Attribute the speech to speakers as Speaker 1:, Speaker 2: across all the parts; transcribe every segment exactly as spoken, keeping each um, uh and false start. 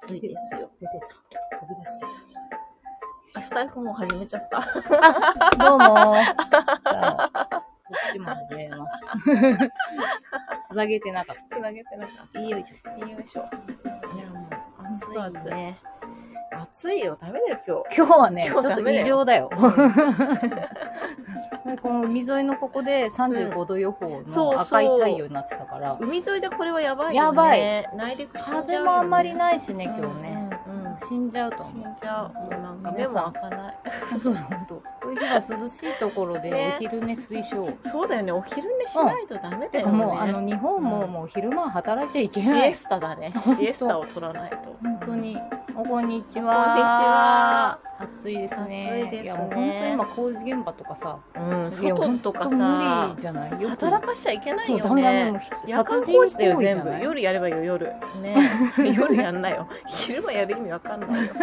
Speaker 1: 暑いですよ。
Speaker 2: 出てた。飛び出して
Speaker 1: あ、スタイフも始めちゃった。
Speaker 2: た。あ、どうも。じゃあ、こっちも始めます。つなげてなかっ
Speaker 1: つなげてなかっ
Speaker 2: た。よいしょ。
Speaker 1: た。よいしょ。いや、もう、暑い
Speaker 2: 暑い
Speaker 1: ね。暑いよ。ダメだよ、今日。
Speaker 2: 今日はね、ちょ
Speaker 1: 今日
Speaker 2: っと異常だよ。この海沿いのここでさんじゅうごど予報の赤い太陽になってたから。
Speaker 1: 海沿いでこれはやばいよね。
Speaker 2: やばい。
Speaker 1: 内陸死んじゃうよね。
Speaker 2: 風もあんまりないしね、今日ね。
Speaker 1: うんうんうん、
Speaker 2: 死んじゃうと思う。
Speaker 1: 死んじゃう。もうなんか目も開かない。
Speaker 2: そうそう、ほんと。こういう日は涼しいところでお昼寝推奨。ね、
Speaker 1: そうだよね。お昼寝しないとダメだよね。
Speaker 2: もうあの日本ももう昼間働いちゃいけない。
Speaker 1: シエスタだね。シエスタを取らないと。
Speaker 2: 本当に。おこんにちは。
Speaker 1: こんにちは。
Speaker 2: 暑いですね。
Speaker 1: 暑いですね。
Speaker 2: いやもう本当に今工事現場とかさ、
Speaker 1: うん、外とかさ、
Speaker 2: 無理じゃない。
Speaker 1: 働かしちゃいけないよね。
Speaker 2: そう、だんだんもう
Speaker 1: 夜間工事だよ全部。夜やればいいよ夜。ね。夜やんなよ。昼間やる意味わかんないよ。ね、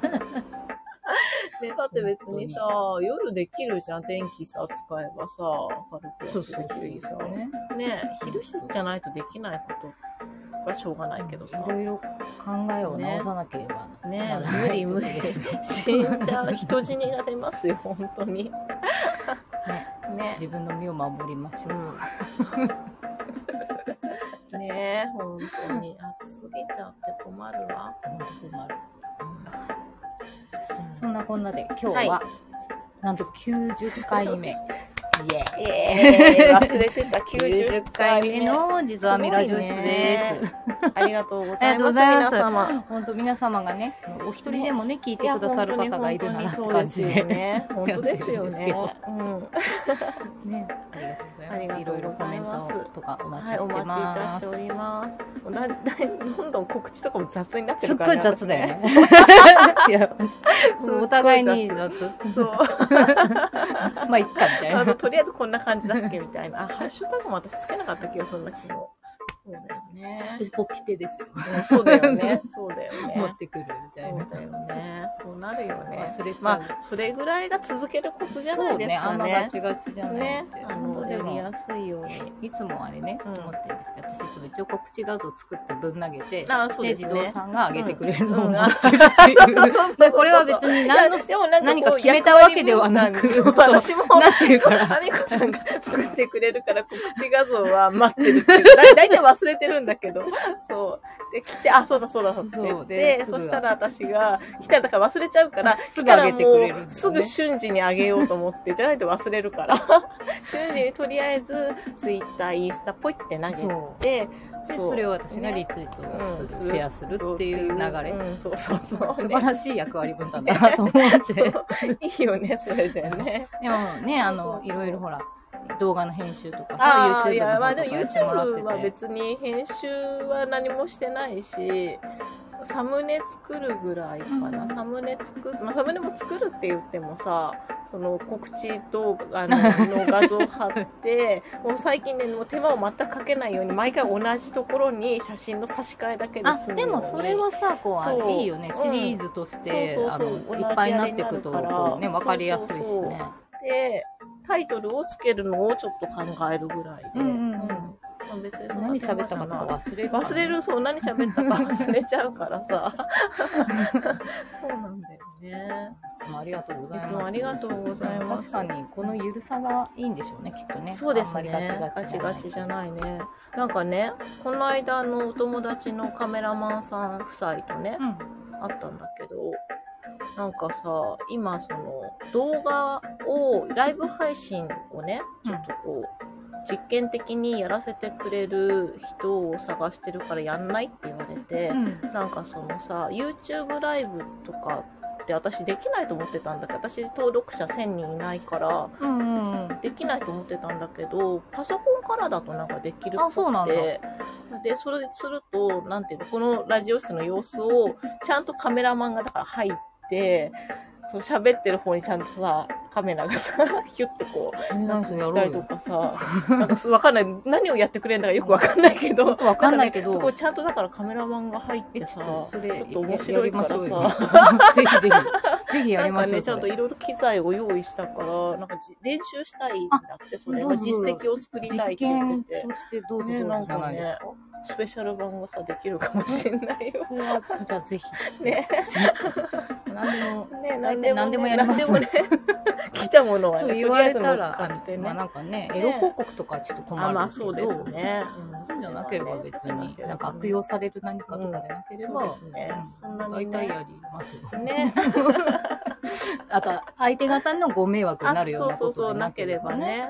Speaker 1: だって別にさ、夜できるじゃん。電気さ使えばさ、明るくできるさ。ね、ね、昼じゃないとできないことはしょうがないけどさ。
Speaker 2: いろいろ考えを直さなければ
Speaker 1: ね。ね、無理無理。死んじゃう。人死にが出ますよ本当に。
Speaker 2: ね、ね、自分の身を守りましょ
Speaker 1: う。ねえ、本当に暑すぎちゃって困るわ。
Speaker 2: 困る。そんなこんなで今日は、はい、なんときゅうじゅっかいめ。イエーイ、
Speaker 1: えー、忘れてた
Speaker 2: きゅうじゅっかいめの実はミラジオ室です。
Speaker 1: ありがとうございます。皆様。
Speaker 2: 本当皆様がね、お一人でもね、聞いてくださる方がいるならって感じで。
Speaker 1: ね、本当ですよね。うん。
Speaker 2: ね、ありがとうございます。いろいろコメントとかお待ちしてます。
Speaker 1: はい、お待ちいたしております。だ、だ、どんどん告知とかも雑になって
Speaker 2: る
Speaker 1: から
Speaker 2: ね。すっごい雑だよね。いや、お互いに雑。
Speaker 1: そう。
Speaker 2: まあ、いっかみたいな。
Speaker 1: とりあえずこんな感じだっけみたいな。あ、ハッシュタグも私つけなかった気がするんだけど。そうだよね。
Speaker 2: 私ポピペですよ。
Speaker 1: そうだよね。そうだよね。
Speaker 2: 持ってくるみたいな。
Speaker 1: そうだよね。そうなるよね。
Speaker 2: 忘れちゃう。
Speaker 1: まあ、それぐらいが続けるコツじゃないですかね。
Speaker 2: あんまガチガチじゃない
Speaker 1: ね。あの、やりやすいように。
Speaker 2: いつもあれね、思ってるんですけど、私いつも一応告知画像作ってぶん投げて、で、自動さんが上げてくれるのを待ってるっていう。これは別に何の、何か決めたわけではなく、
Speaker 1: 私も、
Speaker 2: なってるから。
Speaker 1: あみこさんが作ってくれるから告知画像は待ってるっていう。だいたい忘れてるんだけど、そう。で、来て、あ、そうだそうだそうだ。で、そしたら私が、来たらだから忘れちゃうから、
Speaker 2: すぐ上げてくれる。
Speaker 1: すぐ瞬時に上げようと思って、じゃないと忘れるから。瞬時にとりあえず、ツイッター、インスタ、ポイって投げて、
Speaker 2: で、それを私がリツイートする、シェアするっていう流れ。
Speaker 1: うん、そうそうそう。
Speaker 2: 素晴らしい役割分担だなと思って。
Speaker 1: いいよね、それでね。
Speaker 2: でもね、あの、いろいろほら、動画の編集とか
Speaker 1: さ、YouTube の方とかやってもらってて。いや、まあでも YouTube は別に編集は何もしてないし、サムネ作るぐらいかな。うん、サムネ作る、まあサムネも作るって言ってもさ、その告知動画の画像貼って、もう最近ね、もう手間を全くかけないように、毎回同じところに写真の差し替えだけで済むように。
Speaker 2: あ、でもそれはさ、こう、いいよね。シリーズとして、あの、いっぱいになっていくと、こうね、わかりやすいしね。
Speaker 1: で、タイトルをつけるのをちょっと考えるぐらいで。うんうんうん、別に
Speaker 2: 何喋ったかとか忘れる。
Speaker 1: 忘れる、そう、何喋ったか忘れちゃうからさ。そうなんだよね。
Speaker 2: いつもありがとうございます。
Speaker 1: いつもありがとうございます。
Speaker 2: 確かに、このゆるさがいいんでしょうね、きっとね。
Speaker 1: そうですね。ガチガチじゃないね。なんかね、この間のお友達のカメラマンさん夫妻とね、うん、あったんだけど、なんかさ、今その動画を、ライブ配信をね、ちょっとこう、うん、実験的にやらせてくれる人を探してるからやんないって言われて、うん、なんかそのさ、YouTube ライブとかって私できないと思ってたんだけど、私登録者せんにんいないから、うんうんうん、できないと思ってたんだけど、パソコンからだとなんかできるっぽくて、で、それですると、なんていうの、このラジオ室の様子をちゃんとカメラマンがだから入って、で、そう喋ってる方にちゃんとさ、カメラがさ、ヒュッてこう、なんかしたりとかさ、なんかわかんない、何をやってくれるんだかよくわかんないけど、
Speaker 2: わかんないけど、
Speaker 1: すごいちゃんとだからカメラマンが入ってさ、
Speaker 2: それ
Speaker 1: ちょっと面白いからさ、
Speaker 2: ぜひぜひ、ぜひやりましょう。
Speaker 1: なんかね、ちゃんといろいろ機材を用意したから、なんか練習したいんだって、それの実績を作りたいって言ってて。
Speaker 2: 実験としてどうぞどうぞじゃないですか。
Speaker 1: スペシャル版がさ、できるかもしれないよ。
Speaker 2: それは、じゃあぜひ。
Speaker 1: ね。
Speaker 2: 何でも、
Speaker 1: ね、
Speaker 2: 大体何でもやります。
Speaker 1: 何でもね。来たものは
Speaker 2: ね、そう言われたら、まあなんかね、エロ広告とかちょっと困るけど。
Speaker 1: まあそうですね。
Speaker 2: そうじゃなければ別に、なんか悪用される何かとかでなければ、大体やりますよ。ね。あと、相手方のご迷惑になるようなことでなければね。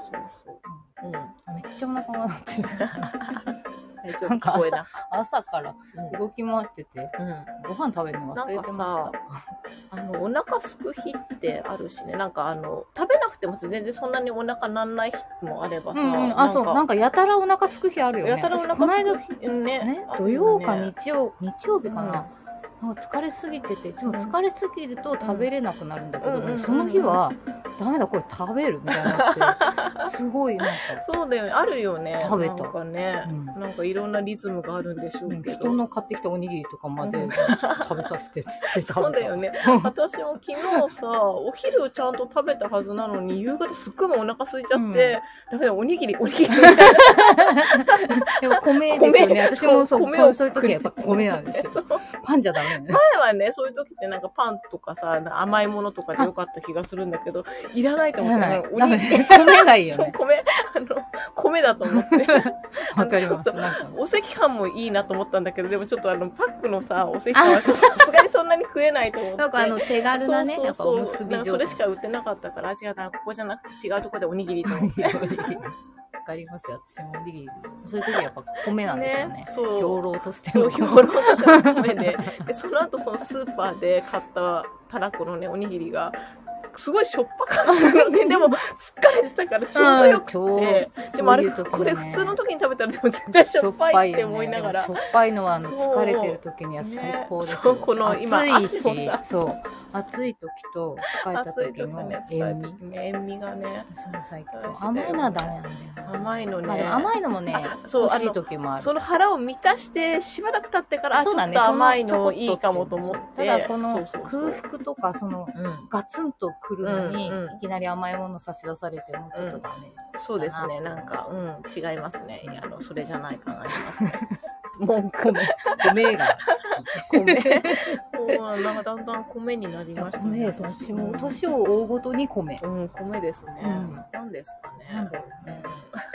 Speaker 2: めっちゃお腹が鳴ってる。なんか 朝, 朝から動き回ってて、うん、ご飯食べるの忘れてました。
Speaker 1: あのお腹すく日ってあるしね、なんかあの食べなくても全然そんなにお腹なんない日もあればさ、うん
Speaker 2: うん、あそうなんかやたらお腹すく日あるよね。
Speaker 1: やたらお腹すく日ね、
Speaker 2: ね、土曜か日曜日曜日かな。うんなんか疲れすぎてて、いつも疲れすぎると食べれなくなるんだけど、うん、その日は、ダメだ、これ食べるみたいになって、すごいなんか。
Speaker 1: そうだよね、あるよね。
Speaker 2: 食べた。
Speaker 1: なんかね、うん、なんかいろんなリズムがあるんでしょうけど。
Speaker 2: 人の買ってきたおにぎりとかまで食べさせてつって食べた。
Speaker 1: そうだよね。私も昨日さ、お昼をちゃんと食べたはずなのに、夕方すっごいもお腹空いちゃって、うん、ダメだ、おにぎり、おにぎりみたいな。
Speaker 2: でも米ですよね。私もそう、米をそういう時はやっぱ米なんですよ。パンじゃダメ。
Speaker 1: 前はね、そういう時ってなんかパンとかさ、甘いものとかでよかった気がするんだけど、いらないと思って、
Speaker 2: おにぎり。米がいいよね。
Speaker 1: そう、米、あの、米だと思って。
Speaker 2: わかります。
Speaker 1: お赤飯もいいなと思ったんだけど、でもちょっとあの、パックのさ、お赤飯はさすがにそんなに食えないと思って。
Speaker 2: なんかあの、手軽なね、やっぱおむすび状態。
Speaker 1: それしか売ってなかったから、違うな、ここじゃなくて違うところでおにぎりと思って。
Speaker 2: わかりますよ。私もおにぎり。そういう時はやっぱ米なんですよね。そう。兵糧として
Speaker 1: の。そう、兵糧としての米で。で、その後そのスーパーで買ったたらこのね、おにぎりが、すごいしょっぱかったのね。でも、疲れてたからちょうどよくて。でもあれ、これ普通の時に食べたらでも絶対しょっぱいって思いながら。
Speaker 2: しょっぱいのは疲れてる時には最高ですよ。そう、
Speaker 1: この今、
Speaker 2: 暑いし、そう。暑い時と疲れた時の塩味。
Speaker 1: 塩味がね。
Speaker 2: 最高。甘いのはダメなんだよ。
Speaker 1: 甘いのね。
Speaker 2: 甘いのもね、欲しい時もある。
Speaker 1: その腹を満たして、しばらく経ってから、あ、ちょっと甘いのいいかもと思って。
Speaker 2: ただこの空腹とか、その、ガツンと来るのに、いきなり甘いもの差し出されてもちょっとダメ。
Speaker 1: そうですね、なんか、うん、違いますね。あの、それじゃないかな、ありますね。文句。
Speaker 2: 米。米が。
Speaker 1: 米。なんかだんだん米になりましたね。
Speaker 2: 私も年を追うごとに米。
Speaker 1: うん、米ですね。何ですかね。
Speaker 2: なんだろうね。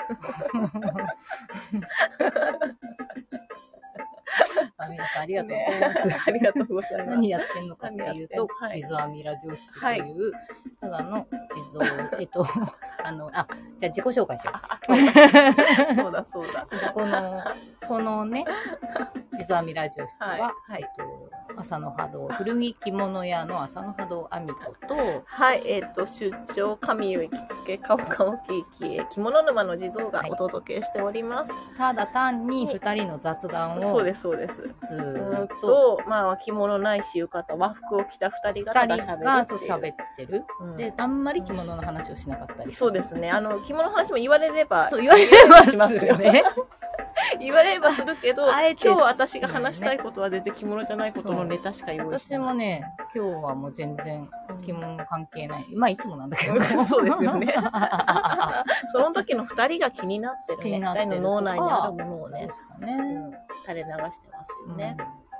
Speaker 2: ありがとうございます。
Speaker 1: ありがとうございます。
Speaker 2: 何やってんのかっていうと、地蔵編みラジオ室という、ただの地蔵、えっと、あの、あ、じゃあ自己紹介しよ
Speaker 1: う。そうだ、そうだ。
Speaker 2: この、このね、地蔵編みラジオ室は、えっと、朝の波動、古着着物屋の朝の波動あみこと、
Speaker 1: はい、えっと、出張、神湯行きつけ、かおかおききへ、着物沼の地蔵がお届けしております。
Speaker 2: ただ単に二人の雑談を、
Speaker 1: そうです、そうです。
Speaker 2: ずーっ
Speaker 1: と、まあ、着物ないし浴衣、和服を着た二人がただ喋るっていう。
Speaker 2: 喋ってる。で、あんまり着物の話をしなかったり。
Speaker 1: そうですね。あの、着物の話も言われれば、
Speaker 2: そう、言われればしますよね。
Speaker 1: 言われればするけど、今日私が話したいことは全然着物じゃないことのネタしか用意してない。
Speaker 2: 私もね、今日はもう全然着物関係ない。まあ、いつもなんだけど。
Speaker 1: そうですよね。その時の二人が気になってるね。二人の脳内にあるものをね、垂れ流してますよね。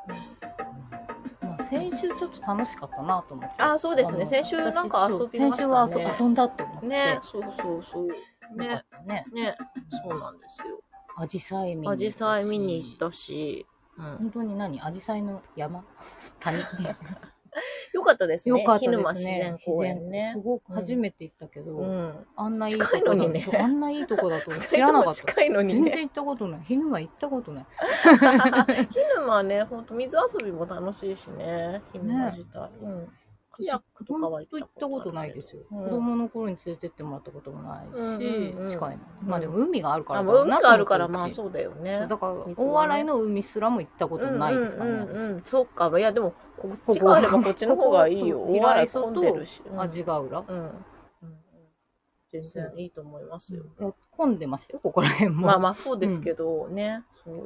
Speaker 2: 先週ちょっと楽しかったなと思って。
Speaker 1: あ、そうですね。先週なんか遊びましたね。
Speaker 2: 先週は遊んだと思って。
Speaker 1: ね、そうそうそう。ね、ね、ね、そうなんですよ。
Speaker 2: アジサイ見に行ったし。
Speaker 1: アジサイ見に行ったし。
Speaker 2: 本当に何アジサイの山谷
Speaker 1: よかったですね。
Speaker 2: よかったですね。
Speaker 1: 涸沼自然公園ね。
Speaker 2: すごく初めて行ったけど、
Speaker 1: うん、
Speaker 2: あんないいとこだと、ね、あんないいとこだと知らなかった。
Speaker 1: 近いのにね、
Speaker 2: 全然行ったことない。涸沼行ったことない。
Speaker 1: 涸沼ね、ほんと水遊びも楽しいしね。涸沼自体。ね、うん。
Speaker 2: カヤックとかは行ったことないですよ。うん、子供の頃に連れてってもらったこともないし、うんうんうん、近いの。まあでも海があるからかな。
Speaker 1: 海があるからまあそうだよね。
Speaker 2: だから大洗の海すらも行ったことないですからね。
Speaker 1: うんうんうん、そうか。いやでもこっちがあればこっちの方がいいよ。大洗混んでるし。
Speaker 2: 阿字ヶ浦。
Speaker 1: うん。全然いいと思いますよ。
Speaker 2: 混んでましたよ、ここら辺も。
Speaker 1: まあまあそうですけどね。そう。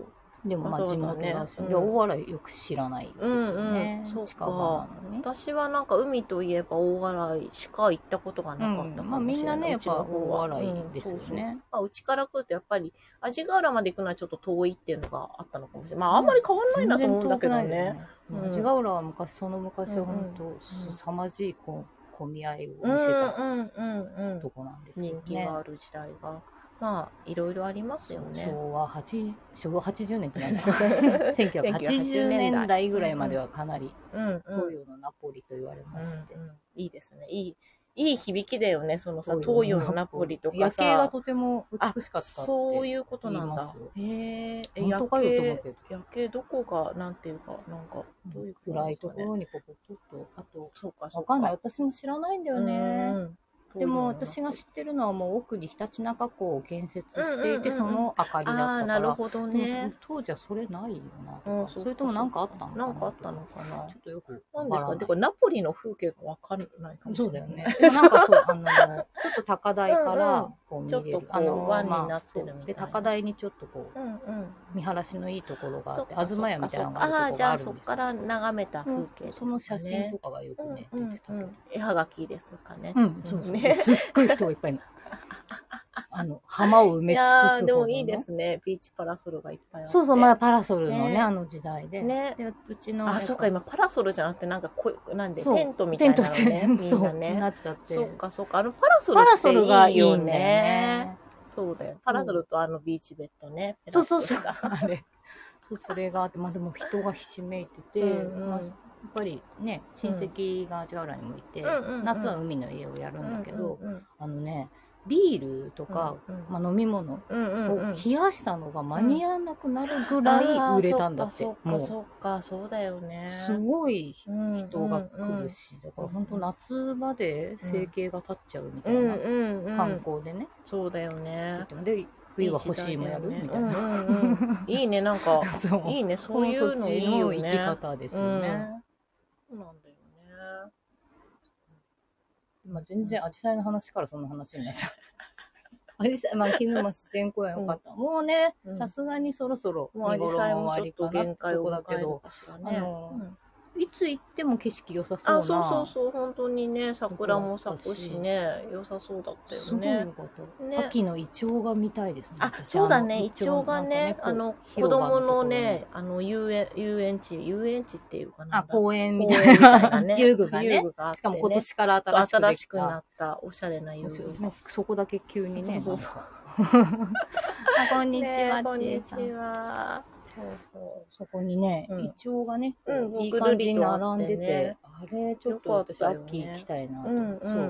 Speaker 2: でもまあ地元だし、いや大洗よく知らないですよね。そうか。
Speaker 1: 私はなんか海といえば大洗しか行ったことがなかったかもしれない。まあ
Speaker 2: みんなね、やっぱ大洗ですよね。
Speaker 1: うちから来るとやっぱり阿字ヶ浦まで行くのはちょっと遠いっていうのがあったのかもしれない。まああんまり変わんないなと思うんだけどね。
Speaker 2: 阿字ヶ浦は昔、その昔は本当凄まじいこう混み合いを見せたとこなんですけどね。
Speaker 1: 人気がある時代が。まあいろいろありますよね。
Speaker 2: 昭和はちじゅうねんって何ですかせんきゅうひゃくはちじゅうねんだいぐらいまではかなり東洋のナポリと言われまして、
Speaker 1: いいですね。いいいい響きだよね。そのさ東洋のナポリとかさ、
Speaker 2: 夜景がとても美しかったって。
Speaker 1: そういうことなんだ。へえ。夜景夜景どこがなんていうかなんかどういう
Speaker 2: 暗いところにポポポッと、あと
Speaker 1: そうか
Speaker 2: わかんない、私も知らないんだよね。でも私が知ってるのはもう奥にひたちなか湖を建設していて、その明かりだったから。
Speaker 1: ああ、なるほどね。
Speaker 2: 当時はそれないよな。それとも何かあったのかな。
Speaker 1: なんかあったのかな。
Speaker 2: ちょっとよく
Speaker 1: なんですかね。これナポリの風景がわかんないかもしれない。
Speaker 2: そうだよね。なんかそう、あの、ちょっと高台からこう見れる。
Speaker 1: ちょっとあの、湾になってるみたいな。
Speaker 2: で、高台にちょっとこう、見晴らしのいいところがあって、東屋みたいなのがあるところがあるんです。
Speaker 1: ああ、じゃあそこから眺めた風景ですね。
Speaker 2: その写真とかがよくね、出てたけど。
Speaker 1: 絵はがきですかね。
Speaker 2: うん、そうね。すっごい人がいっぱいいる。あの、浜を埋め尽くす。いや
Speaker 1: でもいいですね。ビーチパラソルがいっぱいあって。
Speaker 2: そうそう、まだパラソルのね、あの時代で。ね。うちの。
Speaker 1: あ、そうか、今パラソルじゃなくて、なんかこう、なんで、テントみたいなのね。みんなね。
Speaker 2: なっちゃって。
Speaker 1: そうか、そうか。あのパラソルっていいよね。そうだよ。パラソルとあのビーチベッドね。
Speaker 2: そうそうそう。あれ。そう、それがあって、まあでも人がひしめいてて、やっぱりね、親戚が阿字ヶ浦にもいて、夏は海の家をやるんだけど、あのね、ビールとか、まあ、飲み物を冷やしたのが間に合わなくなるぐらい売れたんだって。
Speaker 1: そっかそっか、そうだよね。
Speaker 2: すごい人が来るし、だから本当夏場で生計が立っちゃうみたいな観光でね。
Speaker 1: そうだよね。
Speaker 2: で冬は欲しいもやるみたいな。
Speaker 1: いいね、なんか、いいね、そういうのいいよね。
Speaker 2: 生き方ですよね。
Speaker 1: そうなんだよね。
Speaker 2: まあ全然、アジサイの話からそんな話になっちゃう。アジサイ、まあ、絹間自然公園よかった。もうね、さすがにそろそろ見頃の終わりかなってとこだけど、あの、いつ行っても景色良さそうな。
Speaker 1: あ、そうそうそう、本当にね、桜も咲くしね、良さそうだったよね。すごい良
Speaker 2: かった。秋のイチョウが見たいですね。
Speaker 1: あ、そうだね、イチョウがね、あの、子供のね、あの、遊園、遊園地、遊園地っていうかな。
Speaker 2: あ、公園みたいなね。遊具がね。しかも今年から
Speaker 1: 新しくなったおしゃれな遊具。
Speaker 2: そこだけ急にね。
Speaker 1: そうそう。
Speaker 2: こんにちは。
Speaker 1: こんにちは。
Speaker 2: そうそう。そこにね、イチョウがね、いい感じに並んでて、あれ、ちょっと私、秋行きたいなと。そう。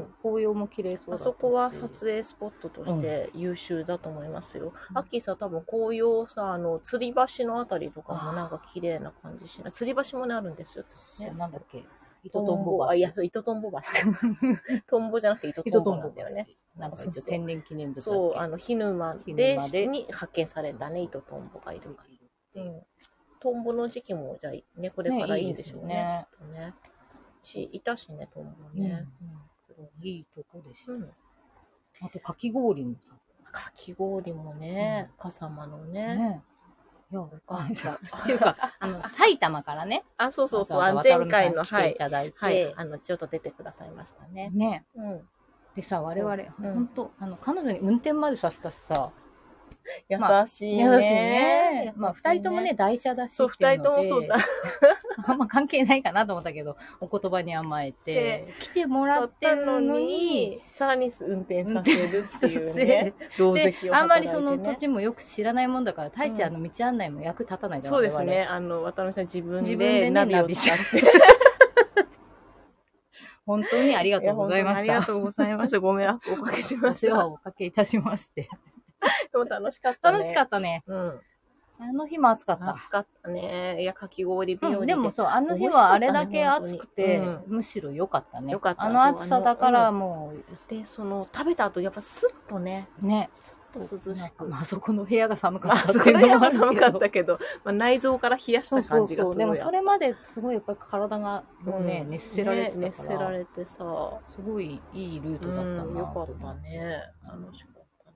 Speaker 2: 紅葉も綺麗そうだったし。
Speaker 1: あそこは撮影スポットとして優秀だと思いますよ。秋さ、多分紅葉さ、あの、吊り橋のあたりとかもなんか綺麗な感じしない。吊り橋もね、あるんですよ。
Speaker 2: なんだっけ。糸トンボ橋。
Speaker 1: あ、いや、糸トンボ橋。トンボじゃなくて糸トンボなんだよね。
Speaker 2: なんか一応天然記念物。
Speaker 1: そう、あの、涸沼でに発見されたね、糸トンボがいるから。うん。トンボの時期も、じゃあね、これからいいんでしょうね。きっとね。し、いたしね、トンボね。
Speaker 2: いいとこでした。あと、かき氷もさ。
Speaker 1: かき氷もね、笠間のね。
Speaker 2: いや、わかんない。っていうか、あの、埼玉からね。
Speaker 1: あ、そうそうそう、前回の、はい。はい。あの、ちょっと出てくださいましたね。
Speaker 2: ね。うん。でさ、我々、ほんと、あの、彼女に運転までさせたしさ、
Speaker 1: 優しいね。
Speaker 2: 優しいね。まあ、二人ともね、台車だし。
Speaker 1: そう、二人ともそうだ。
Speaker 2: あんま関係ないかなと思ったけど、お言葉に甘えて、来てもらってるのに、
Speaker 1: さらに運転させるっていうね。同席を。
Speaker 2: あんまりその土地もよく知らないもんだから、大してあの道案内も役立たないだ
Speaker 1: ろうね。そうですね。あの、渡辺さん自分でナビを使って。
Speaker 2: 本当にありがとうございました。
Speaker 1: ありがとうございました。ご迷惑をおかけしました。
Speaker 2: お世話をおかけいたしまして。
Speaker 1: でも楽しかったね。
Speaker 2: 楽しかったね。うん。あの日も暑かった。
Speaker 1: 暑かったね。いや、かき氷日和で。
Speaker 2: でもそう、あの日はあれだけ暑くて、むしろ良かったね。良かった。あの暑さだからも
Speaker 1: う。で、その、食べた後、やっぱスッとね。
Speaker 2: ね。
Speaker 1: スッと涼しく。
Speaker 2: あそこの部屋が寒かった。
Speaker 1: あそこの部屋が寒かったけど、内臓から冷やした感じがすごい。
Speaker 2: でもそれまですごいやっぱり体がもうね、熱せられてたから。
Speaker 1: 熱せられてさ。
Speaker 2: すごいいいルートだったな。
Speaker 1: よかったね。楽しかった。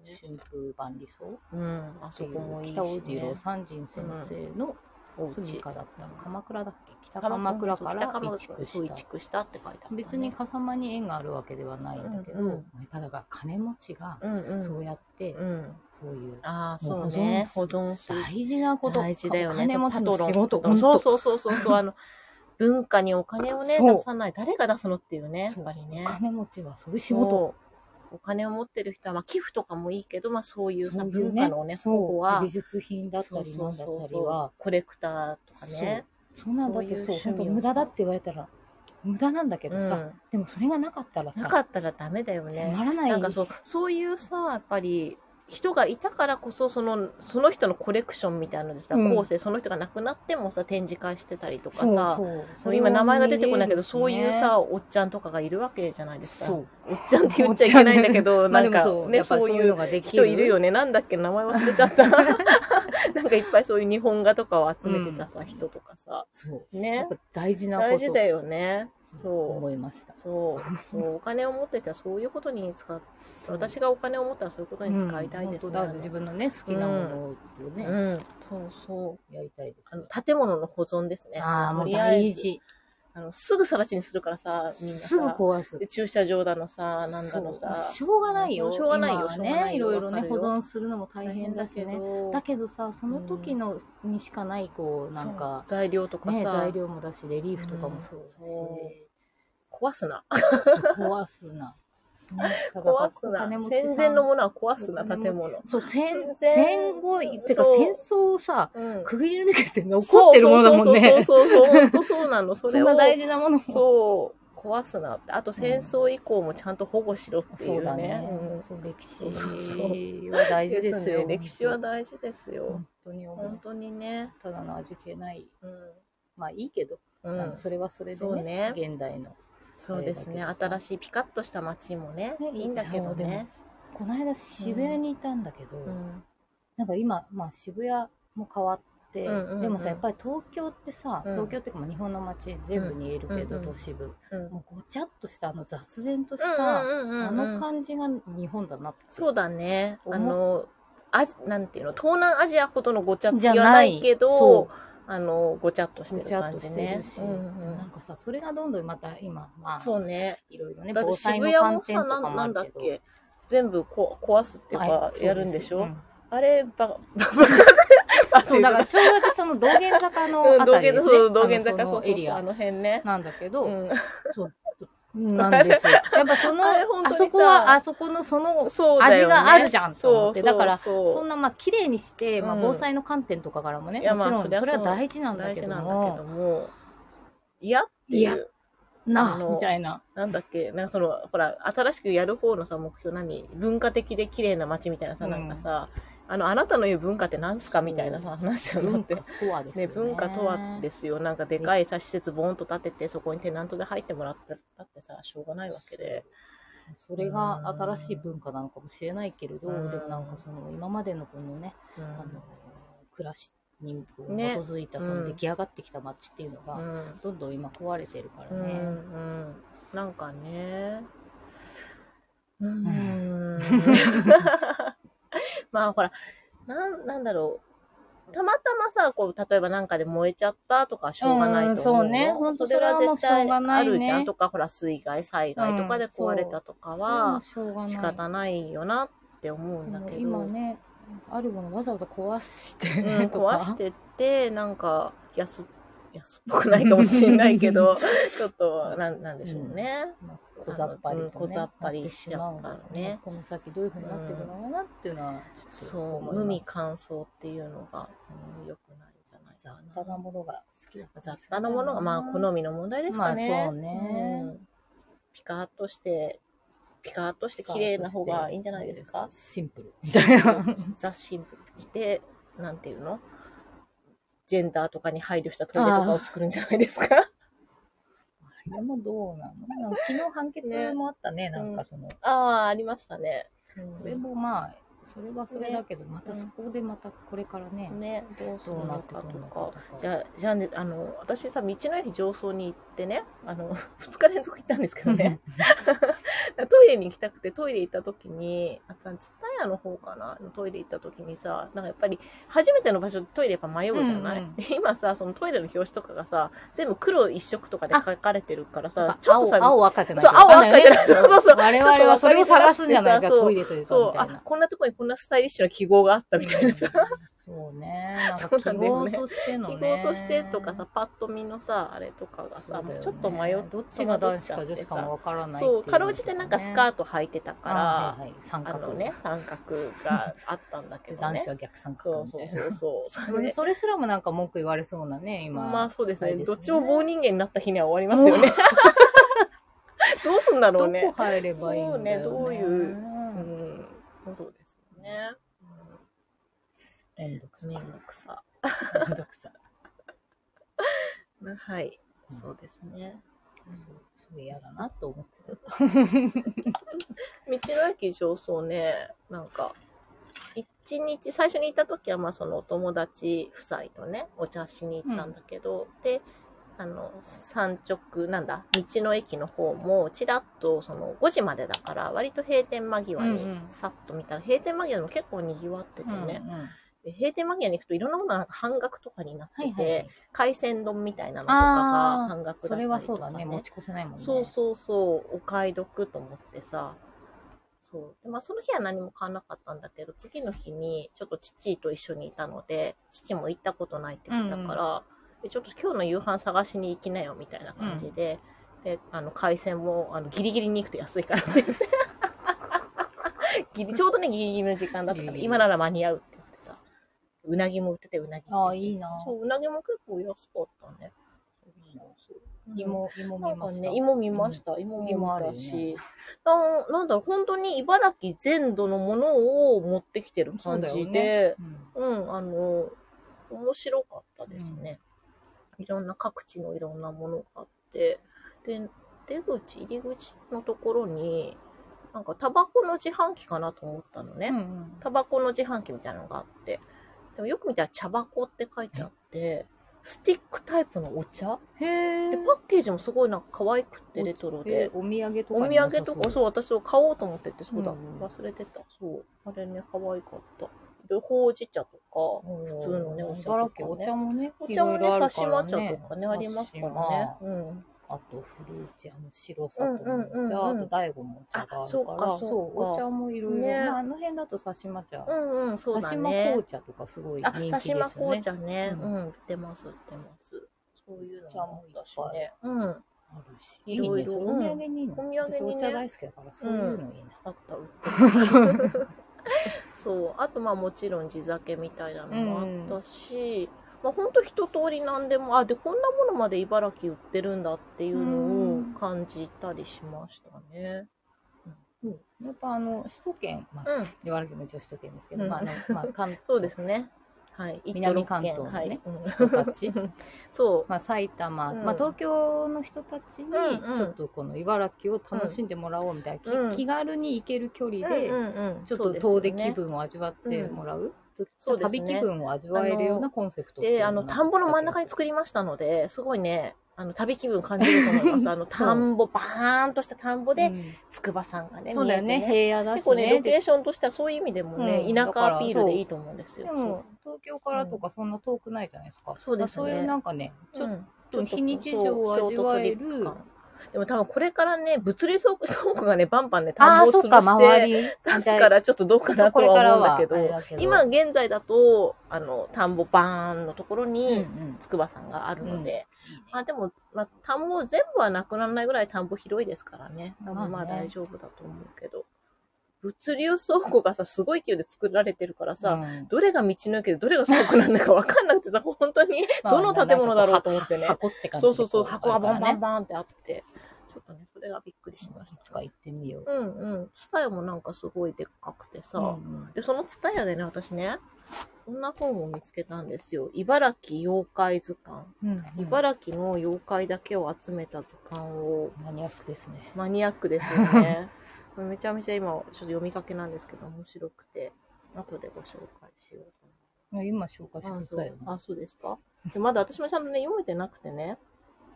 Speaker 2: 春風万里荘、
Speaker 1: うん、あそこもいいし、
Speaker 2: ね、北大次郎三人先生の住みかだった、うん、鎌倉だっけ、北鎌倉から移築した、
Speaker 1: 移築したって書いてある、ね、
Speaker 2: 別に笠間に縁があるわけではないんだけど、うんうん、ただが金持ちがそうやって、うんうん、そういう
Speaker 1: あそうね保存する
Speaker 2: 大事なこと、
Speaker 1: 大事だよね、
Speaker 2: 金持ちの仕事、
Speaker 1: そうそうそうそうそうあの文化にお金をね出さない、誰が出すのっていうね、やっぱりね、
Speaker 2: お金持ちはそういう仕事、
Speaker 1: お金を持ってる人は、まあ、寄付とかもいいけど、まあ、そういうさそういう、ね、文化のね保護は
Speaker 2: 美術品だったりなんだったりは
Speaker 1: コレクターとかね、
Speaker 2: そんなんだってそう本当無駄だって言われたら無駄なんだけどさ、うん、でもそれがなかったらさ
Speaker 1: なかったらダメだよね、
Speaker 2: つまらない、
Speaker 1: なんかそうそういうさやっぱり人がいたからこそそのその人のコレクションみたいなのでさ、うん、後世その人が亡くなってもさ展示会してたりとかさ、そうそう今名前が出てこないけど、ね、そういうさおっちゃんとかがいるわけじじゃないですか。そうおっちゃんって言っちゃいけないんだけどなんかそう、ね、そういう人いるよね。なんだっけ名前忘れちゃったなんかいっぱいそういう日本画とかを集めてたさ、うん、人とかさ
Speaker 2: そう
Speaker 1: ね
Speaker 2: やっぱ大事なこと
Speaker 1: 大事だよね。そう
Speaker 2: 思いました。
Speaker 1: そうそうお金を持ってたらそういうことに使っ私がお金を持ったらそういうことに使いたいですね。
Speaker 2: うん、本当だ自分のね好きなものをね、
Speaker 1: うんうん、そうそう
Speaker 2: やりたいです、ね、
Speaker 1: あの建物の保存ですね。
Speaker 2: ああもう大事。
Speaker 1: あのすぐ更地にするからさみんなさ
Speaker 2: すぐ壊す。
Speaker 1: で駐車場だのさなんだのさ
Speaker 2: しょうがないよ。
Speaker 1: しょうがないよ。
Speaker 2: 今ねいろいろね保存するのも大変だしね。だけどさその時のにしかないこうなんか
Speaker 1: 材料とかさ、
Speaker 2: ね、材料もだしレリーフとかもそうだし、うん、
Speaker 1: 壊すな
Speaker 2: 壊すな。
Speaker 1: 壊すな戦前のものは壊すな建物。
Speaker 2: そう戦戦後ってか戦争をさ、うん、くぐり抜けて残ってるものだもんね。
Speaker 1: そうそうそうそう本当そうなの。それを
Speaker 2: そんな大事なもの
Speaker 1: そう壊すなって。あと戦争以降もちゃんと保護しろっていうね。
Speaker 2: そうだね。うん、そう歴史は大事ですよ。
Speaker 1: 歴史は大事ですよ。
Speaker 2: 本当に
Speaker 1: 本当にね。
Speaker 2: ただの味気ない。うん、まあいいけど、うん、あのそれはそれで ね, ね現代の。
Speaker 1: そうですね新しいピカッとした街も ね, ねいいんだけどね。
Speaker 2: この間渋谷にいたんだけど、うん、なんか今、まあ、渋谷も変わって、うんうんうん、でもさやっぱり東京ってさ、うん、東京っていうか日本の街全部に言えるけど、うん、都市部、うん、もうごちゃっとしたあの雑然とした、うんうんうんうん、あの感じが日本だなって。
Speaker 1: そうだねあのあなんていうの東南アジアほどのごちゃつきはないけどあのごちゃっとしてる感じね。
Speaker 2: うんうん、なんかさそれがどんどんまた今まあ
Speaker 1: そうね
Speaker 2: いろいろね
Speaker 1: 防災の観点とかもあるけど全部こ壊すっていうかやるんでしょ。うん、あれば
Speaker 2: そうだからちょうどその道玄坂のあたりですね。
Speaker 1: 道玄坂そうエリアあの辺ね
Speaker 2: なんだけど、うん、そうなんですよ。やっぱその あ, あそこはあそこのその味があるじゃんと思って、ね、だからそんなまあ綺麗にして、まあ、防災の観点とかからもね、うん、もちろんそれは大事なんだけども
Speaker 1: いやっていう
Speaker 2: なみたいな
Speaker 1: なんだっけなんかそのほら新しくやる方のさ目標何文化的で綺麗な街みたいなさ、うん、なんかさあのあなたの言う文化って何すかみたいなさ話になってね文化とはですよ。なんかでかいさ施設ボーンと建ててそこにテナントで入ってもらったってさしょうがないわけで
Speaker 2: それが新しい文化なのかもしれないけれど、でもなんかその今までのこのねあの暮らしに基づいたその出来上がってきた街っていうのがどんどん今壊れてるからね、うんうん、
Speaker 1: なんかねうーんまあほらな ん, なんだろうたまたまさこう例えばなんかで燃えちゃったとかしょうがないと思うの、うん、そうね本当それは絶対あるじゃん、ね、とかほら水害災害とかで壊れたとかは仕方ないよなって思うんだけど、
Speaker 2: 今ねあるものわざわざ壊して、
Speaker 1: うん、壊してってなんか安安っぽくないかもしれないけどちょっとな ん, なんでしょうね、うんまあ
Speaker 2: 小ざっぱりとね、
Speaker 1: 小ざっぱりしちゃうからね。
Speaker 2: この先どういう風になっていくのかなっていうのはちょっと、
Speaker 1: そう無味乾燥っていうのが、うん、良くないんじゃないかな。
Speaker 2: 雑多なものが好きだった、
Speaker 1: 雑多なものがまあ好みの問題ですかね。
Speaker 2: まあそうね、うん、
Speaker 1: ピカッとしてピカッとして綺麗な方がいいんじゃないですか。
Speaker 2: シンプルみたいな
Speaker 1: ザシンプルしてなんていうのジェンダーとかに配慮したトイレとかを作るんじゃないですか。
Speaker 2: でもどうなの？なんか昨日判決もあったね、ねなんかその。
Speaker 1: ああ、ありましたね。
Speaker 2: それもまあ、それはそれだけど、ね、またそこでまたこれからね、
Speaker 1: ねどうするのかとか。じゃあ、じゃあね、あの、私さ、道の駅上層に行ってね、あの、ふつか連続行ったんですけどね。 トイレに行きたくて、トイレ行った時に、あと、ツタヤの方かなトイレ行った時にさ、なんかやっぱり、初めての場所でトイレやっぱ迷うじゃない、うんうん、で今さ、そのトイレの表紙とかがさ、全部黒一色とかで書かれてるからさ、
Speaker 2: ちょっとさ、青赤じゃない。
Speaker 1: そう、青赤じゃない。そうそう。
Speaker 2: 我々はそれを探すんじゃないか、トイレというか。
Speaker 1: そう、あ、こんなとこにこんなスタイリッシュな記号があったみたいなさ。
Speaker 2: そうね。なんか記号としてのね。
Speaker 1: 記号としてとかさ、パッと見のさ、あれとかがさ、もうちょっと迷って。
Speaker 2: どっちが男子か女子かもわからない。
Speaker 1: そう、かろうじてなんかスカート履いてたから、あのね、三角があったんだけどね。
Speaker 2: 男子は逆三角。
Speaker 1: そうそうそう
Speaker 2: そう。それすらもなんか文句言われそうなね、今。
Speaker 1: まあそうですね。どっちも棒人間になった日には終わりますよね。どうすんだろうね。
Speaker 2: どこ入ればいいんだよね。
Speaker 1: どういう、うん、そうですよね。
Speaker 2: めんどくさ。
Speaker 1: めんどくさ。
Speaker 2: めんどくさ。
Speaker 1: はい、そうですね。
Speaker 2: そう、それ嫌だなと思ってた。
Speaker 1: 道の駅上層ね、なんか、一日、最初に行った時は、まあそのお友達夫妻とね、お茶しに行ったんだけど、うん、で、あの、山直、なんだ、道の駅の方も、ちらっと、その、ごじまでだから、割と閉店間際に、さっと見たら、うんうん、閉店間際でも結構賑わっててね、うんうん、で閉店間際に行くといろんなものがなんか半額とかになってて、はいはいはい、海鮮丼みたいなのとかが半額だったりとか、ね、
Speaker 2: それはそうだね、持ち越せないもんね。
Speaker 1: そうそうそう、お買い得と思ってさ、そうでまあ、その日は何も買わなかったんだけど、次の日にちょっと父と一緒にいたので、父も行ったことないって言ったから、うんうん、ちょっと今日の夕飯探しに行きなよみたいな感じで、うん、であの海鮮もあのギリギリに行くと安いからってギリちょうどねギリギリの時間だったから、今なら間に合うって言ってさ、うなぎも売ってて、うなぎ
Speaker 2: ああいいな。
Speaker 1: そう、うなぎも結構安かったね。
Speaker 2: 芋、芋見ました。
Speaker 1: ね、芋見ました。芋見ましたし、な、なんだろう、本当に茨城全土のものを持ってきてる感じで、う, ね、うん、うん、あの、面白かったですね、うん。いろんな各地のいろんなものがあって、で、出口、入り口のところに、なんかタバコの自販機かなと思ったのね。うんうん、タバコの自販機みたいなのがあって、でもよく見たら茶箱って書いてあって、スティックタイプのお茶
Speaker 2: へ
Speaker 1: でパッケージもすごいなんか可愛くってレトロで。
Speaker 2: お土産とか
Speaker 1: お土産とか、そう、私を買おうと思ってて、そうだ、うん、忘れてた。そう。あれね、可愛かった。で、ほうじ茶とか、普通のね、お茶とか、ね。
Speaker 2: お茶もね、
Speaker 1: お茶もね、さしま茶とかね、ありますからね。うん。
Speaker 2: あと、フルーチ、あの、白砂糖のお茶、あと、大悟もお茶があるから、そうか、そう、お茶もいろいろ。ね、まあ、あの辺だと、さしま茶。
Speaker 1: うんうん、そうだね。
Speaker 2: さしま紅茶とかすごい人気ですよね。
Speaker 1: さしま紅茶ね。うん、売ってます、売ってます。そういうのもだしね。うん。ある
Speaker 2: し。いろいろ。お土産にいいの。
Speaker 1: お土産に
Speaker 2: お茶大好きだから、そういうのいいな。
Speaker 1: あった、売ってます。そう。あと、まあもちろん地酒みたいなのもあったし、まあほんと一通りなんでも、あ、で、こんなものまで茨城売ってるんだっていうのを感じたりしましたね。
Speaker 2: うん、やっぱあの、首都圏、まあ、茨城も一応首都圏ですけど、まあ、まあ、関東。
Speaker 1: そうですね。はい、
Speaker 2: 南関東のね、人たち、
Speaker 1: そう、
Speaker 2: まあ、埼玉、まあ、東京の人たちにちょっとこの茨城を楽しんでもらおうみたいな、気軽に行ける距離でちょっと遠出気分を味わってもらう、旅気分を味わえるようなコンセプト
Speaker 1: で、あの田んぼの真ん中に作りましたので、すごいね、あの旅気分感じると思います。あの田んぼ、バーンとした田んぼで、筑波山がね、
Speaker 2: そうだよね、平野だし、
Speaker 1: 結構ね、ロケーションとしてはそういう意味でもね、田舎アピールでいいと思うんですよ。
Speaker 2: でも、東京からとかそんな遠くないじゃないですか。そうですね。そういうなんかね、ちょっと非日常を味わえる。
Speaker 1: でも多分これからね、物理倉庫がね、バンバンね、田んぼを潰して出すからちょっとどうかなとは思うんだけど、今現在だと、あの、田んぼバーンのところに筑波山があるので、まあでも、まあ田んぼ全部はなくならないぐらい田んぼ広いですからね。多分まあ大丈夫だと思うけど。物流倉庫がさ、すごい勢いで作られてるからさ、うん、どれが道の駅でどれが倉庫なんだかわかんなくてさ、本当にどの建物だろうと思ってね。
Speaker 2: 箱って感じ。
Speaker 1: そうそうそう、箱がバンバンバンってあって、ちょっとね、それがびっくりしました。
Speaker 2: いつか行ってみよ
Speaker 1: う。うんうん。ツタヤもなんかすごいでっかくてさ、うんうん、で、そのツタヤでね、私ね、こんな本を見つけたんですよ。茨城妖怪図鑑。うんうん、茨城の妖怪だけを集めた図鑑を。
Speaker 2: マニアックですね。
Speaker 1: マニアックですよね。めちゃめちゃ今、ちょっと読みかけなんですけど、面白くて、後でご紹介しようと
Speaker 2: 思います。今紹介してくださいよ。
Speaker 1: あ、そうですか。でまだ私もちゃんとね、読めてなくてね。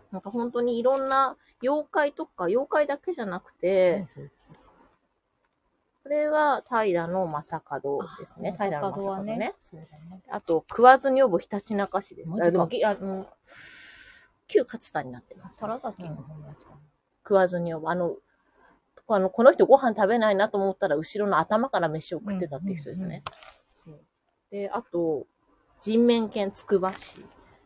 Speaker 1: なんか本当にいろんな妖怪とか、妖怪だけじゃなくて、これは平の正門ですね。平の正門ね。あと、食わず女房ひたちなか市です。あ、でも、あの、旧勝田になってます。
Speaker 2: 皿崎の方のやつかな。
Speaker 1: 食わず女房。あの、あの、この人ご飯食べないなと思ったら、後ろの頭から飯を食ってたっていう人ですね。うんうんうん、で、あと、人面犬つくば市。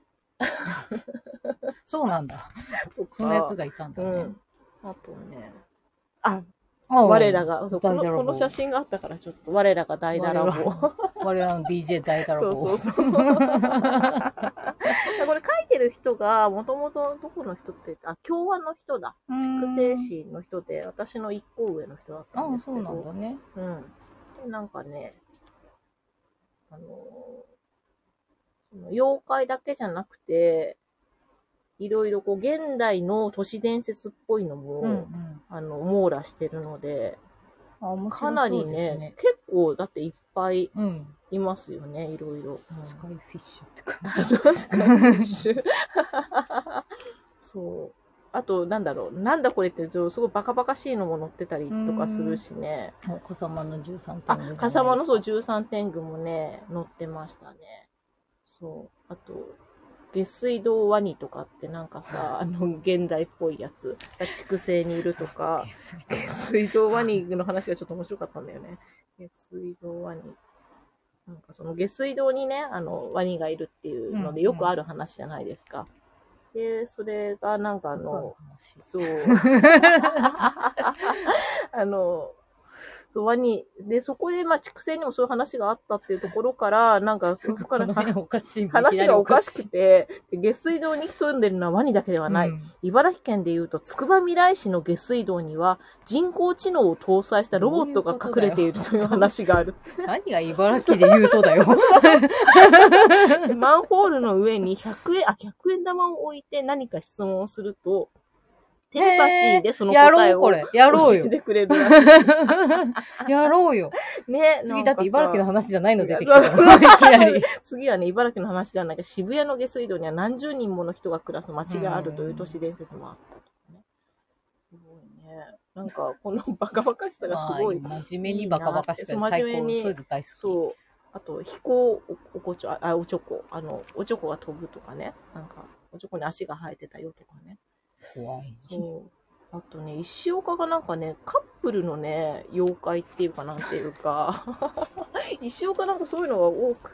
Speaker 2: そうなんだ。そんなやつがいたんだね。うん、
Speaker 1: あとね、あ、我らがこの、この写真があったからちょっと、我らが大だらぼ。
Speaker 2: 我らの ディージェー 大だらぼ。
Speaker 1: そうそうそう。これ書いてる人が、もともとどこの人って言った、あ、共和の人だ。筑西市の人で、私の一個上の人だったんですけど。ああ、そうなんだね。うん。で、なんかね、あのー、妖怪だけじゃなくて、いろいろこう現代の都市伝説っぽいのも、うんうん、あの網羅してるので、あ、面白そうですね、かなりね、結構だっていっぱいいますよね、うん、いろいろ。
Speaker 2: スカイフィッシュって感じ。
Speaker 1: スカイフィッシュ。そう。あと、なんだろう、なんだこれって、すごいバカバカしいのも載ってたりとかするしね。
Speaker 2: 笠間のじゅうさんてんぐ。
Speaker 1: あ、笠間のそうじゅうさんてんぐもね、載ってましたね。そう。あと、下水道ワニとかってなんかさ、あの、現代っぽいやつが畜生にいるとか、下水道ワニの話がちょっと面白かったんだよね。下水道ワニ。なんかその下水道にね、あの、ワニがいるっていうのでよくある話じゃないですか。うんうん、で、それがなんかあの、そう。あの、そう、ワニ、で、そこで、まあ、畜生にもそういう話があったっていうところから、なんか、そこから話がおかしくて、下水道に潜んでるのはワニだけではない。うん、茨城県でいうと、つくばみらい市の下水道には、人工知能を搭載したロボットが隠れているという話がある。
Speaker 2: 何が茨城で言うとだよ。
Speaker 1: マンホールの上にひゃくえん、あ、ひゃくえん玉を置いて何か質問をすると、テレパシーでその答えを教えてくれるらしい。
Speaker 2: やろうよ。
Speaker 1: ね。
Speaker 2: 次だって茨城の話じゃないの出てきたから。
Speaker 1: 次はね、茨城の話ではないけど、渋谷の下水道には何十人もの人が暮らす町があるという都市伝説もあったとかね。すごいね。なんか、このバカバカしさがすごいいいな。
Speaker 2: 真面目にバカバカしくて最高。そういうの大好き。
Speaker 1: そう。あと、飛行おこちょ、あ、おちょこ。あの、おちょこが飛ぶとかね。なんか、おちょこに足が生えてたよとかね。
Speaker 2: 怖い。
Speaker 1: そう。あとね、石岡がなんかね、カップルのね、妖怪っていうかなんていうか、石岡なんかそういうのが多くって、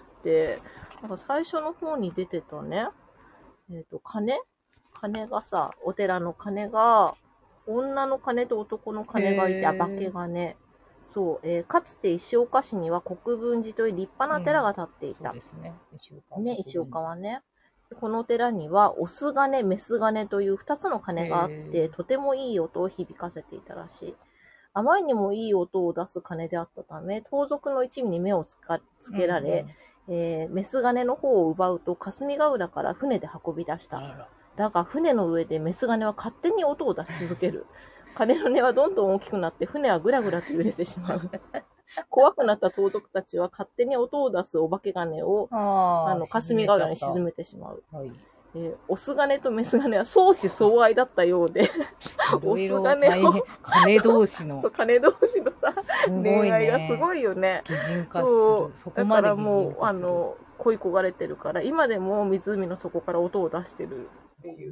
Speaker 1: なんか最初の方に出てたね、えっと、鐘鐘がさ、お寺の鐘が、女の鐘と男の鐘がいて、あ、化けがね、そう、えー、かつて石岡市には国分寺という立派な寺が建っていた。
Speaker 2: うん、そうですね。石岡。
Speaker 1: ね、石岡はね。この寺には、オス鐘、メス鐘という二つの鐘があって、とてもいい音を響かせていたらしい。あまりにもいい音を出す鐘であったため、盗賊の一味に目をつかつけられ、うんうん、えー、メス鐘の方を奪うと、霞ヶ浦から船で運び出した。だが、船の上でメス鐘は勝手に音を出し続ける。鐘の音はどんどん大きくなって、船はぐらぐらと揺れてしまう。怖くなった盗賊たちは勝手に音を出すお化け鐘を、あの、霞ヶ浦に沈めてしまう。はい、えー、オス鐘とメス鐘は相思相愛だったようで、
Speaker 2: オス鐘を、鐘同士の。
Speaker 1: そう、鐘同士のさ、ね、恋愛がすごいよね。
Speaker 2: 擬人化する。
Speaker 1: そう。そこまでだからもう、あの、恋焦がれてるから、今でも湖の底から音を出してるっていう。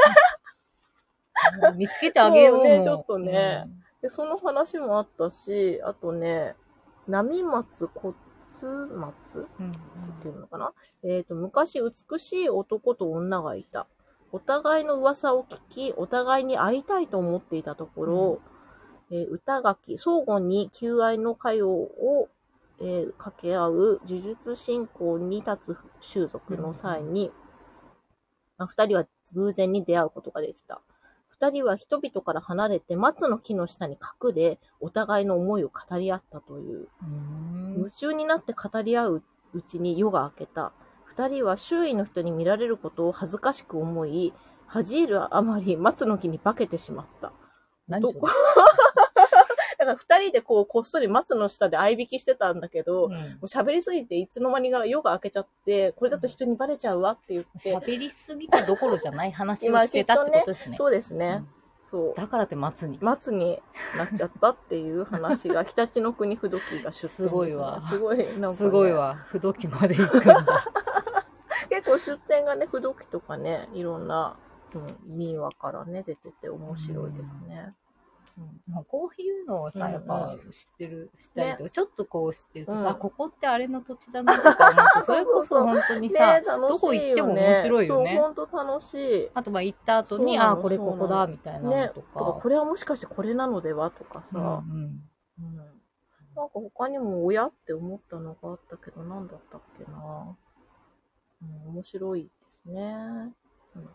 Speaker 2: 見つけてあげよう。
Speaker 1: そうね、ちょっとね、うん、で。その話もあったし、あとね、波松骨松、うんうん、っていうのかな、えっと、昔美しい男と女がいた。お互いの噂を聞き、お互いに会いたいと思っていたところ、うん、えー、歌書き、相互に求愛の歌謡を、えー、掛け合う呪術信仰に立つ習俗の際に、うんまあ、二人は偶然に出会うことができた。二人は人々から離れて松の木の下に隠れ、お互いの思いを語り合ったという。夢中になって語り合ううちに夜が明けた。二人は周囲の人に見られることを恥ずかしく思い、恥じるあまり松の木に化けてしまった。
Speaker 2: 何それ？
Speaker 1: から二人でこう、こっそり松の下で相引きしてたんだけど、うん、もう喋りすぎていつの間にか夜が明けちゃって、これだと人にバレちゃうわって言って。
Speaker 2: 喋りすぎたどころじゃない話をしてたってことですね。
Speaker 1: ねそうですね。うん
Speaker 2: そう。だからって松に。
Speaker 1: 松になっちゃったっていう話が、日立の国不動機が出店です、ね。
Speaker 2: すごいわ。
Speaker 1: すごい、なんか、ね。
Speaker 2: すごいわ。不動機まで行くんだ。
Speaker 1: 結構出店がね、不動機とかね、いろんな、うん、民話からね、出てて面白いですね。
Speaker 2: うん、こういうのをさ、やっぱ知ってる、知ったりとか、ね、ちょっとこう知ってるとさ、うん、ここってあれの土地だなとか思うと、それこそ本当にさ、ね、どこ行っても面白いよね。
Speaker 1: そう、本当楽しい。
Speaker 2: あとまあ行った後に、あ、これここだ、みたいなのとか。
Speaker 1: ね、これはもしかしてこれなのではとかさ、うんうんうん、なんか他にも親って思ったのがあったけど、何だったっけな。うん、面白いですね。うんうん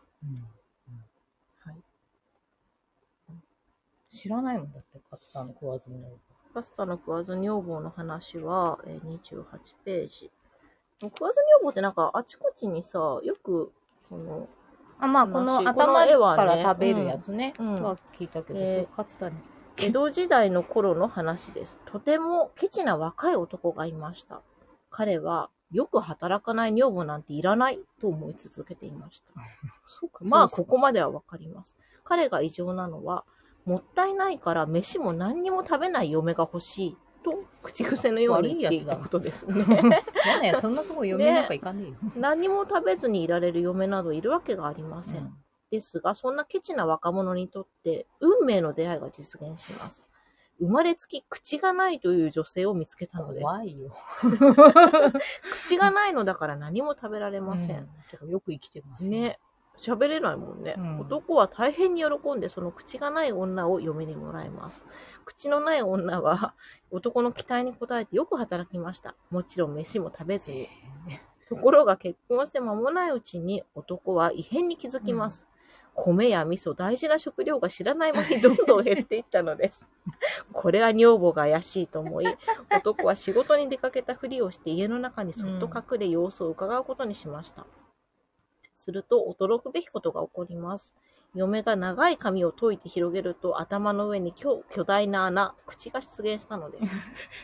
Speaker 2: 知らないもんだって、カスタの食わず女房。
Speaker 1: カスタの食わず女房の話は、えー、にじゅうはちページ。食わず女房ってなんかあちこちにさ、よく、この、
Speaker 2: あ、まあこの頭から食べるやつね。うん、は聞いたけど、えー、そう、カスタに。
Speaker 1: 江戸時代の頃の話です。とてもケチな若い男がいました。彼は、よく働かない女房なんていらないと思い続けていました。そうか。まあ、ここまではわかります。彼が異常なのは、もったいないから飯も何にも食べない嫁が欲しいと口癖のように言っていたことですね。
Speaker 2: 嫌なやつ、そんなとこ嫁なんか行かねえよ。
Speaker 1: 何も食べずにいられる嫁などいるわけがありません。うん、ですが、そんなケチな若者にとって運命の出会いが実現します。生まれつき口がないという女性を見つけたのです。
Speaker 2: 怖いよ。
Speaker 1: 口がないのだから何も食べられません。
Speaker 2: うん、よく生きてます
Speaker 1: ね。ね。喋れないもんね、うん。男は大変に喜んでその口がない女を嫁にもらいます。口のない女は男の期待に応えてよく働きました。もちろん飯も食べずに。ところが結婚して間もないうちに男は異変に気づきます。うん、米や味噌、大事な食料が知らない間にどんどん減っていったのです。これは女房が怪しいと思い、男は仕事に出かけたふりをして家の中にそっと隠れ様子を伺うことにしました。すると驚くべきことが起こります。嫁が長い髪を解いて広げると頭の上に巨大な穴、口が出現したのです。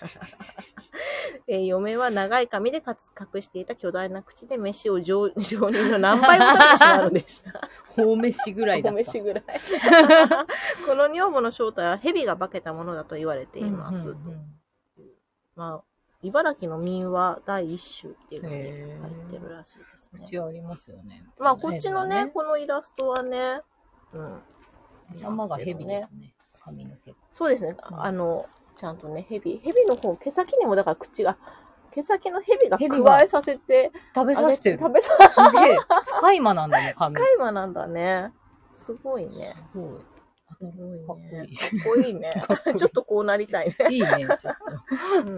Speaker 1: えー、嫁は長い髪で隠していた巨大な口で飯を常人の何倍も食べてしまうのでした。
Speaker 2: 大飯ぐらいだった。
Speaker 1: 大飯ぐらい。この女房の正体は蛇が化けたものだと言われています。うんうんうん、まあ、茨城の民話第一種っていうのに入ってるらしいですね。
Speaker 2: 口ありますよね。
Speaker 1: まあ、こっちのね、ねこのイラストはね、うん。
Speaker 2: 頭が蛇ですね。髪の毛。
Speaker 1: そうですね。うん、あの、ちゃんとね、蛇。蛇の方、毛先にもだから口が、毛先の蛇が加えさせて。
Speaker 2: 食べさせてる。
Speaker 1: 食べさせて。
Speaker 2: すげえ。使い魔なんだね、
Speaker 1: 髪。使い魔なんだね。すごいね。
Speaker 2: すごい。
Speaker 1: すごいね。かっこいいね。ちょっとこうなりたいね。
Speaker 2: いいね、ちょっと。うん。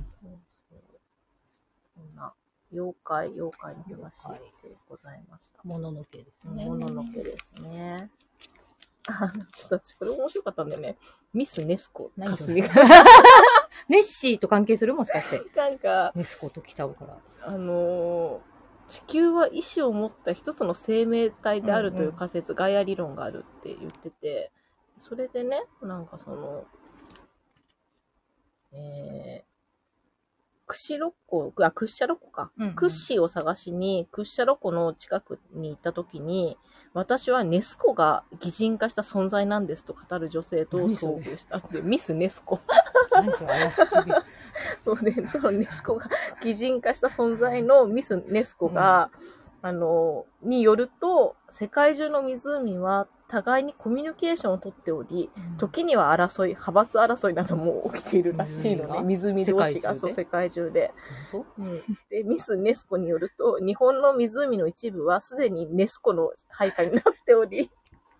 Speaker 1: こんな、妖怪、妖怪の話でございました。
Speaker 2: もののけですね。
Speaker 1: もののけですね。あ、ちょっと私これ面白かったんだよね。ミスネスコ。かすみが。
Speaker 2: ネッシーと関係するもしかして。
Speaker 1: なんか、
Speaker 2: ネスコと北尾から。
Speaker 1: あのー、地球は意志を持った一つの生命体であるという仮説、うんうん、ガイア理論があるって言ってて、それでね、なんかその、えー、屈指六湖、あ、屈斜六湖か。うんうん、屈指を探しに、屈斜六湖の近くに行った時に、私はネスコが擬人化した存在なんですと語る女性と遭遇したって、ミスネスコ。
Speaker 2: 何それ怪しすぎる。
Speaker 1: そうね、そのネスコが擬人化した存在のミスネスコが、うん、あの、によると、世界中の湖は互いにコミュニケーションをとっており、うん、時には争い、派閥争いなども起きているらしいのね。湖同士が、そう、世界中で。うん、で、ミスネスコによると、日本の湖の一部はすでにネスコの配下になっており、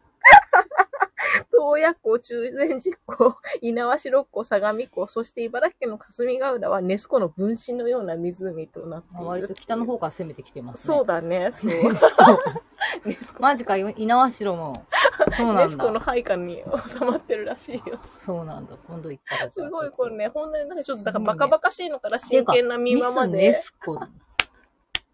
Speaker 1: 洞爺湖、中禅寺湖、猪苗代湖、相模湖、そして茨城県の霞ヶ浦はネスコの分身のような湖となっている。
Speaker 2: 割と北の方から攻めてきてます
Speaker 1: ね。そうだね。そう。
Speaker 2: ネスコマジか、猪苗代も。そうなんだ。
Speaker 1: ネスコの配下に収まってるらしいよ。
Speaker 2: そうなんだ。今度行ったら。
Speaker 1: すごいこれね、ほんとになんかちょっとだからバカバカしいのから真剣な民話まで。
Speaker 2: ネスコ。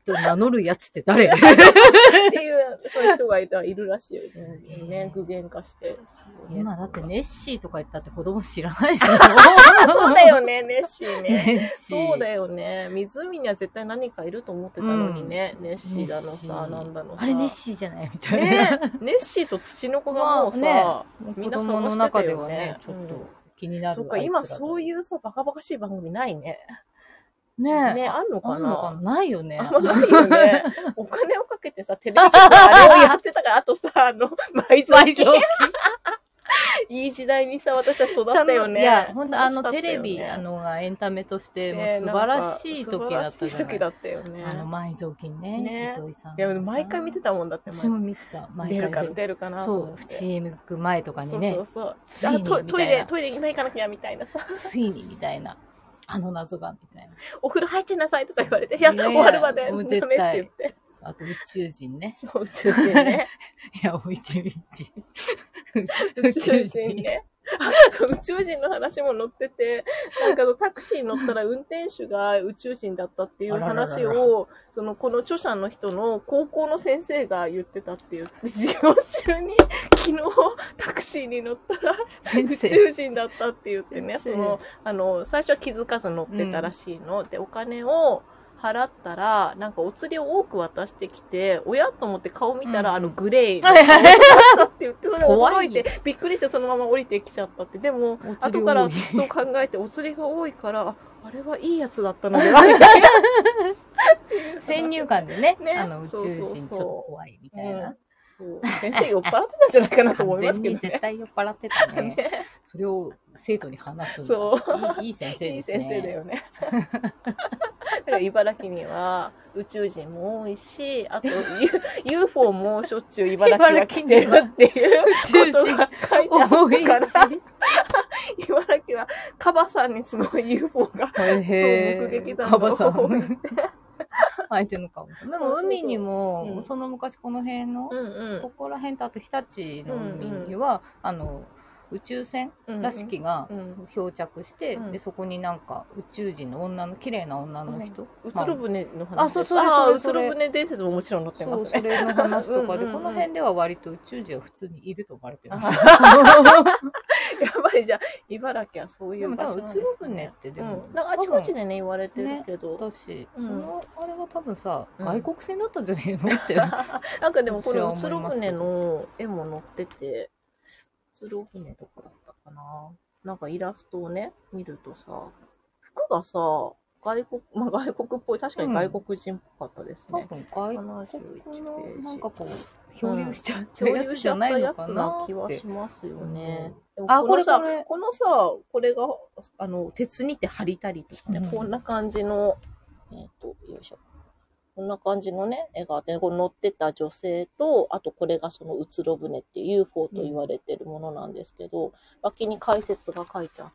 Speaker 2: と名乗るやつって誰って
Speaker 1: いう、そういう人がいたいるらしいよね。ね、具現化して。
Speaker 2: 今だってネッシーとか言ったって子供知らないし。
Speaker 1: そうだよね、ネッシーね。そうだよね。湖には絶対何かいると思ってたのにね、うん、ネッシーだのさ、なんだのさ。
Speaker 2: あれネッシーじゃないみたいな。
Speaker 1: ね、ネッシーと土の子がもうさ、まあね、
Speaker 2: みんな子供の中ではね、ちょっと気になる。
Speaker 1: そっか、今そういうさ、バカバカしい番組ないね。
Speaker 2: ねえ。
Speaker 1: ね、あんのかな
Speaker 2: ないよね。
Speaker 1: あんまないよね。お金をかけてさ、テレビ局あれをやってたから、あとさ、あの、埋蔵金。いい時代にさ、私は育ったよね。
Speaker 2: いや、ほんとあの、テレビ、あの、エンタメとして、もう素晴らしい時だったじゃない。
Speaker 1: 素晴らしい時だったよね。
Speaker 2: あの、埋蔵金ね。
Speaker 1: ね。いや、毎回見てたもんだって、
Speaker 2: 私も見てた。
Speaker 1: 出るかな、出るかな。
Speaker 2: そう、チーム行く前とかにね。
Speaker 1: そうそうそう。あ、トイレ、トイレ今行かなきゃ、みたいなさ。
Speaker 2: ついに、みたいな。あの謎が、みたいな。
Speaker 1: お風呂入っちゃいなさいとか言われて、いや、終わるまで、
Speaker 2: ダメって言って。あと宇宙人ね。
Speaker 1: そう、宇宙人ね。
Speaker 2: いや、宇宙人。
Speaker 1: 宇宙人ね。宇宙人の話も載ってて、なんかタクシーに乗ったら運転手が宇宙人だったっていう話を、その、この著者の人の高校の先生が言ってたっていう、授業中に昨日タクシーに乗ったら宇宙人だったって言ってね、その、あの、最初は気づかず乗ってたらしいの。うん、で、お金を、払ったら、なんかお釣りを多く渡してきて、親と思って顔見たら、うん、あのグレーの顔だったって言って、それ驚いて、びっくりしてそのまま降りてきちゃったって。でも、後からそう考えて、お釣りが多いから、あれはいいやつだったのではみたいな。
Speaker 2: 先入観でね、ねあの宇宙人ちょっと怖いみたいな。うん
Speaker 1: そう先生酔っ払ってたんじゃないかなと思いますけどね。
Speaker 2: 絶対酔っ払ってたね。ねそれを生徒に話すんだ。そういい。いい先生ですね。
Speaker 1: いい先生だよね。だから茨城には宇宙人も多いし、あと ユーフォー もしょっちゅう茨城が来てるっていうことが書いてあるから。茨城はカバさんにすごい ユーフォー が目撃談が多い。
Speaker 2: 入ってるのかも。でも海にも、そうそうそうその昔この辺の、うんうん、ここら辺とあと日立の海には、うんうん、あの、宇宙船らしきが漂着して、うんうん、で、そこになんか宇宙人の女の、綺麗な女の人。
Speaker 1: うつろ船の話。
Speaker 2: あ、そうそう
Speaker 1: あ、うつろ船伝説ももちろん載ってますね。
Speaker 2: そう、それの話とかで、うんうんうん、この辺では割と宇宙人は普通にいると思われてます。
Speaker 1: やっぱりじゃあ、茨城はそういう場所なんですね。
Speaker 2: うつろ船ってでも、
Speaker 1: うん、なんかあちこちでね、言われてるけど。
Speaker 2: ね、私、うん、その、あれは多分さ、うん、外国船だったんじゃねえのって。
Speaker 1: なんかでもこれ、うつろ船の絵も載ってて、うつろ船とかだったかな。なんかイラストをね、見るとさ、服がさ、外国、まあ外国っぽい、確かに外国人っぽかったですね。
Speaker 2: うん、多分外国の、なんかこう、漂流しちゃったやつじゃないのかなって気は
Speaker 1: しますよね。
Speaker 2: うん、あ、これさ、
Speaker 1: このさ、これが、あの、鉄にて貼りたりとかね、うん、こんな感じの、えっと、よいしょ。こんな感じのね、絵があって、これ乗ってた女性と、あとこれがそのうつろ船っていう ユーフォー と言われてるものなんですけど、うん、脇に解説が書いてあって、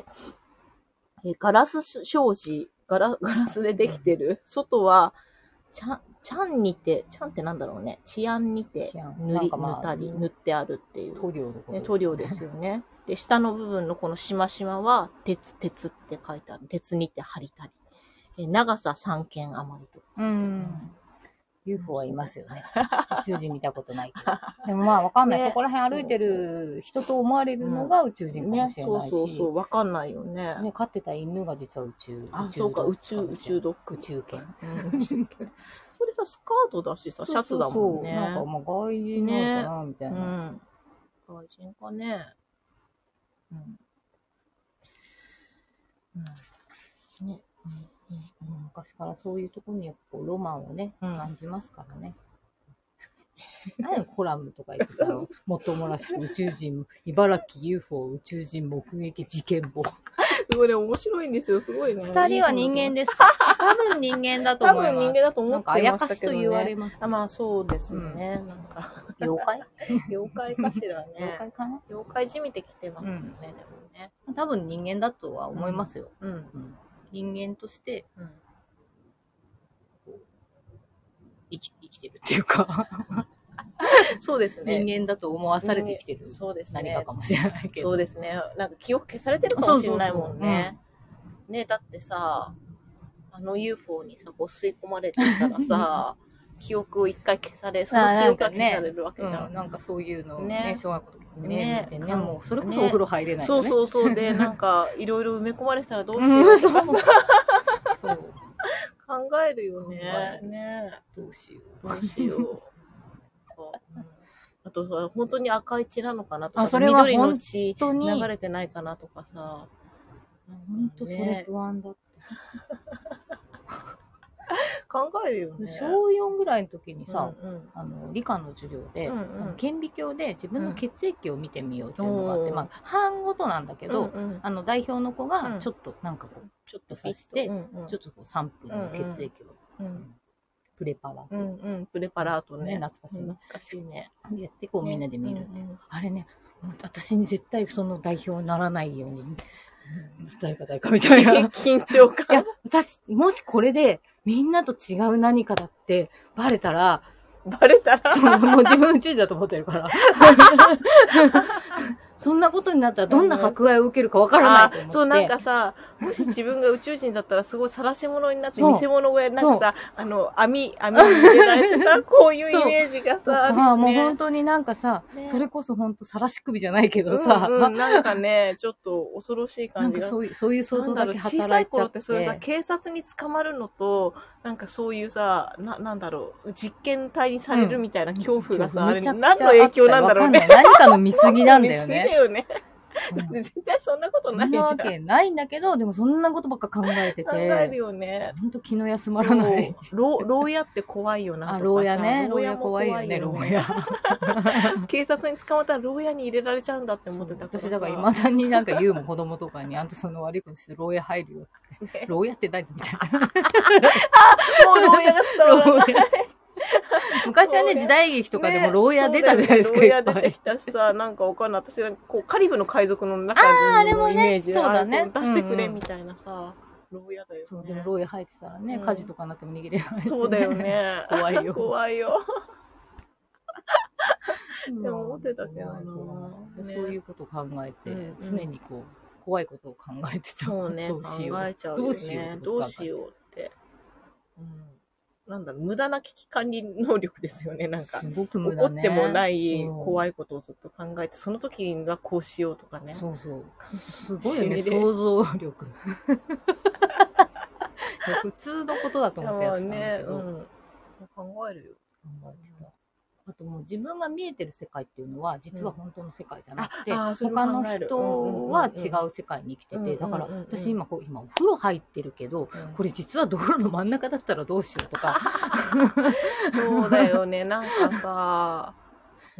Speaker 1: えガラス障子、ガラ、ガラスでできてる。外は、ちゃん、ちゃんにて、ちゃんってなんだろうね。治安にて塗り、まあ、塗ったり、塗ってあるっていう。
Speaker 2: 塗料のことですね。
Speaker 1: 塗料ですよね。で、下の部分のこのしましまは、鉄、鉄って書いてある。鉄にて貼りたり。え長ささんけん余りとか。
Speaker 2: うん。ユーフォー はいますよね。宇宙人見たことないけど。でもまあわかんない、ね。そこら辺歩いてる人と思われるのが宇宙人かもしれないし。ね、
Speaker 1: そうそうそう。わかんないよね。
Speaker 2: ね、飼ってた犬が実は宇宙。
Speaker 1: あ、そうか、宇宙、宇宙ドッグ。
Speaker 2: 宇宙犬。
Speaker 1: うん、宇宙犬。それさ、スカートだしさ、シャツだもんね。
Speaker 2: そうそうそうなんかまあ外人なのかな、みたいな、ね
Speaker 1: うん。外人かね。うん。
Speaker 2: うん。ね。うんうん、昔からそういうところにやっぱロマンをね、うん、感じますからね。何コラムとか言ってさ、もっともらしく宇宙人、茨城 ユーフォー 宇宙人目撃事件簿。
Speaker 1: すごいね、面白いんですよ、すごいね。
Speaker 2: 二人は人間ですか？多分人間だと思います。
Speaker 1: 多分人間だと思ってましたけどね。
Speaker 2: なんかあやかしと言われます、ね。
Speaker 1: あ、まあそうですよね。うん、なんか
Speaker 2: 妖怪
Speaker 1: 妖怪かしらね。
Speaker 2: 妖怪かな
Speaker 1: 妖怪じみてきてますよね、うん、でもね。
Speaker 2: 多分人間だとは思いますよ。
Speaker 1: うん。うん、
Speaker 2: 人間として、
Speaker 1: うん、
Speaker 2: 生き、生きてるっていうか
Speaker 1: そうですね。
Speaker 2: 人間だと思わされてきてる。
Speaker 1: そうですね。
Speaker 2: 何かかもしれないけど。
Speaker 1: そうですね。なんか記憶消されてるかもしれないもんね。そうそうそうね、だってさ、 あの ユーフォー にさ、こう吸い込まれてたらさ、記憶を一回消され、その記憶が消されるわけじゃん。
Speaker 2: なんかそういうのね、
Speaker 1: ね
Speaker 2: 小学校の時にね、見てね、もうそれこそお風呂入れないよね。
Speaker 1: そうそうそう。で、なんか、いろいろ埋め込まれてたらどうしようとかさ、そう考えるよね。ね、
Speaker 2: どうしよ
Speaker 1: う。どうしよう。あとさ、本当に赤い血なのかなとか、緑の血流れてないかなとかさ。
Speaker 2: 本当それ不安だって。
Speaker 1: 考えるよね。
Speaker 2: しょうよんぐらいの時にさ、うんうん、あの理科の授業で、うんうん、顕微鏡で自分の血液を見てみようっていうのがあって、うん、まあ班ごとなんだけど、うんうん、あの代表の子がちょっとなんかこう、ちょっとさして、うんうん、ちょっとこうさんぷんの血液を、うんうん、プレパラート、
Speaker 1: うんうん、プレパラートね、
Speaker 2: 懐かしい、
Speaker 1: 懐かしいね。
Speaker 2: やってこう、ね、みんなで見るって、うんうん、あれね、もう私に絶対その代表にならないように。誰か誰かみたいな。
Speaker 1: 緊張感。
Speaker 2: いや、私、もしこれでみんなと違う何かだってバレたら、
Speaker 1: バレたら
Speaker 2: そうもう自分宇宙人だと思ってるから。そんなことになったらどんな迫害を受けるかわからないと思って、うん、
Speaker 1: そう、なんかさ、もし自分が宇宙人だったらすごい晒し者になって、見せ物小屋なんかさ、あの、網、網に入れられてさ、こういうイメージがさ、ある
Speaker 2: よね、もう本当になんかさ、ね、それこそ本当晒し首じゃないけどさ、
Speaker 1: うんうん、なんかね、ちょっと恐ろしい感じが。
Speaker 2: そういう、そういう想像だけ働いちゃって。
Speaker 1: 小さい頃ってそれさ、警察に捕まるのと、なんかそういうさ、な、なんだろう、実験体にされるみたいな恐怖がさ、うん、あれ何の影響なんだろうね。
Speaker 2: 何かの見過ぎなんだよね。
Speaker 1: 見過ぎだよね。絶対そんなことないじゃん。
Speaker 2: そんなわけないんだけど、でもそんなことばっか考えてて。考
Speaker 1: えるよね。
Speaker 2: ほんと気の休まらない。
Speaker 1: 牢屋って怖いよなとかさ。
Speaker 2: あ、牢屋ね。牢屋怖いよね、牢屋。
Speaker 1: 警察に捕まったら牢屋に入れられちゃうんだって思ってたからさ。
Speaker 2: 私だから未だになんか言うもん、子供とかに、あんたその悪いことして牢屋入るよって。ね、牢屋って何みたいな。
Speaker 1: あ、もう牢屋が伝わらない。
Speaker 2: 昔はね、時代劇とかでも牢屋出たじゃないですか。
Speaker 1: 牢屋出てきたしさ、なんかわかんない。私はこうカリブの海賊の中のイメージで、
Speaker 2: そうだね、
Speaker 1: 出してくれみたいなさ、牢屋だよね。
Speaker 2: そう、でも牢屋入ってたらね、火事とかになっても逃げれないし。
Speaker 1: そうだよね。
Speaker 2: 怖いよ。
Speaker 1: 怖いよ。でも思ってたけどな。
Speaker 2: そういうことを考えて、常にこう、怖いことを考えてた。
Speaker 1: そうね、考えちゃうよね。どうしよう。どうしようって。なんだろう、無駄な危機管理能力ですよね。なんか、
Speaker 2: すごく無駄ね、
Speaker 1: 起こってもない怖いことをずっと考えて、その時にはこうしようとかね。
Speaker 2: そうそう。すごいよね、想像力。普通のことだと思ってやってたんだけど。
Speaker 1: ね、うん、考えるよ。
Speaker 2: 考えてた。あともう自分が見えてる世界っていうのは実は本当の世界じゃなくて、うん、他の人は違う世界に生きてて、だから私今こう今お風呂入ってるけど、うん、これ実は道路の真ん中だったらどうしようとか
Speaker 1: そうだよね、なんかさ、うん、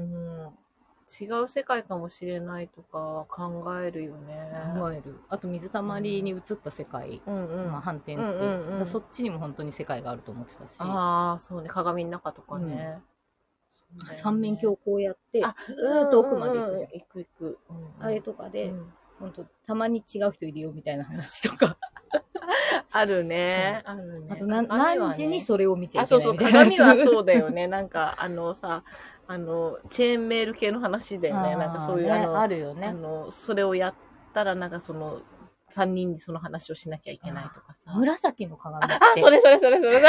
Speaker 1: 違う世界かもしれないとか考えるよね。
Speaker 2: 考える。あと水たまりに映った世界、うんうん、まあ反転して、うんうんうん、そっちにも本当に世界があると思ってたし。
Speaker 1: ああ、そうね、鏡の中とかね。うん
Speaker 2: ね、三面鏡こうやって、ずーっと奥まで行くじゃん。
Speaker 1: 行く行く。
Speaker 2: あれとかで、うん、ほんと、たまに違う人いるよみたいな話とか。
Speaker 1: あるね。あるね。
Speaker 2: あと、何時にそれを見ちゃいけないみたいな。
Speaker 1: あ、そうそう、鏡はそうだよね。なんか、あのさ、あの、チェーンメール系の話だよね。なんかそういう、
Speaker 2: ね、あの、あるよね。
Speaker 1: あの、それをやったら、なんかその、三人にその話をしなきゃいけないとかさ。
Speaker 2: 紫の鏡って。
Speaker 1: あ、それそれそれそれ。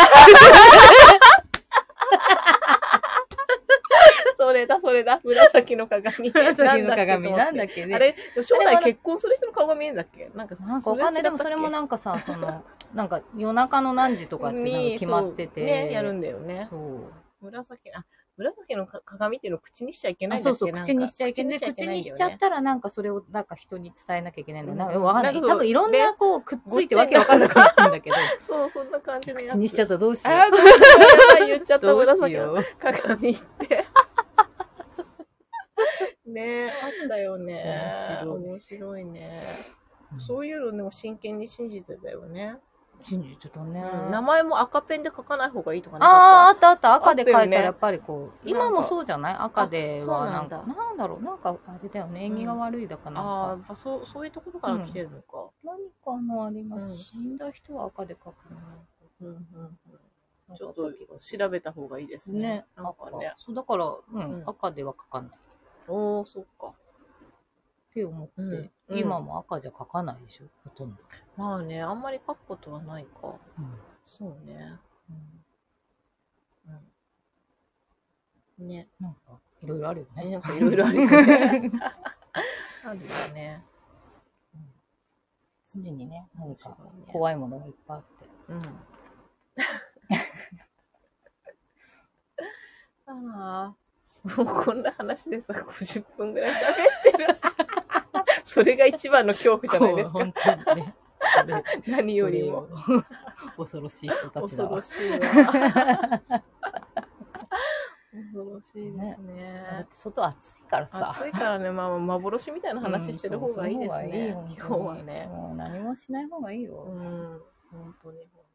Speaker 1: それだ、それだ。紫の鏡。
Speaker 2: 紫の鏡なんだっけね。
Speaker 1: あれ、将来結婚する人の顔が見えるんだっけ？なんか、
Speaker 2: なんかわかんない。でもそれもなんかさ、その、なんか夜中の何時とかってなんか決まってて。
Speaker 1: ね、やるんだよね。
Speaker 2: そう。
Speaker 1: 紫、あ、紫の鏡っていうのを口にしちゃいけないんだっけ？
Speaker 2: そうそう、口にしちゃいけない。口にしちゃったらなんかそれをなんか人に伝えなきゃいけないんだよ。なんかわかんない。多分いろんなこう、くっついてわけわかんなくなるんだけど。
Speaker 1: そう、そんな感じのやつ。
Speaker 2: 口にしちゃったらどうしよう。
Speaker 1: あ、どうしよう。言っちゃった紫の鏡って。ね、あったよね。面白いね。そういうのでも真剣に信じてたよね。
Speaker 2: 信じてたね、
Speaker 1: うん。名前も赤ペンで書かない方がいいとかね。
Speaker 2: ああ、あったあった。赤で書いたらやっぱりこう、ね、今もそうじゃない赤ではなんか、なんだろう、なんかあれだよね。縁起が悪いだかなんか。
Speaker 1: ああ、そう、そういうところから来てるのか。
Speaker 2: うん、何かのあります、うん。死んだ人は赤で書くの。
Speaker 1: うんうんうん、ちょっと調べた方がいいですね。ね、
Speaker 2: なんかね。そうだから、うん、うん、赤では書かない。
Speaker 1: おー、そっか。
Speaker 2: って思って、うんうん、今も赤じゃ描かないでしょ、ほとんど。
Speaker 1: まあね、あんまり描くことはないか。うん、そうね。うんうん、ね。
Speaker 2: なんか、いろいろあるよね。
Speaker 1: なんかいろいろあるよね。あるよね。
Speaker 2: 常にね、何か怖いものがいっぱいあって。うん。
Speaker 1: ああ、もうこんな話でさ、ごじゅっぷんぐらい喋ってる。それが一番の恐怖じゃないですか。本当にね。何よりも。
Speaker 2: 恐ろしい人たちだわ。
Speaker 1: 恐ろしいわ。恐ろしいですね。ね、
Speaker 2: だって外暑いからさ。
Speaker 1: 暑いからね、まあ幻みたいな話してる方がいいですね。うん、今日はね。
Speaker 2: もう何もしない方がいいよ。
Speaker 1: うん、本当に本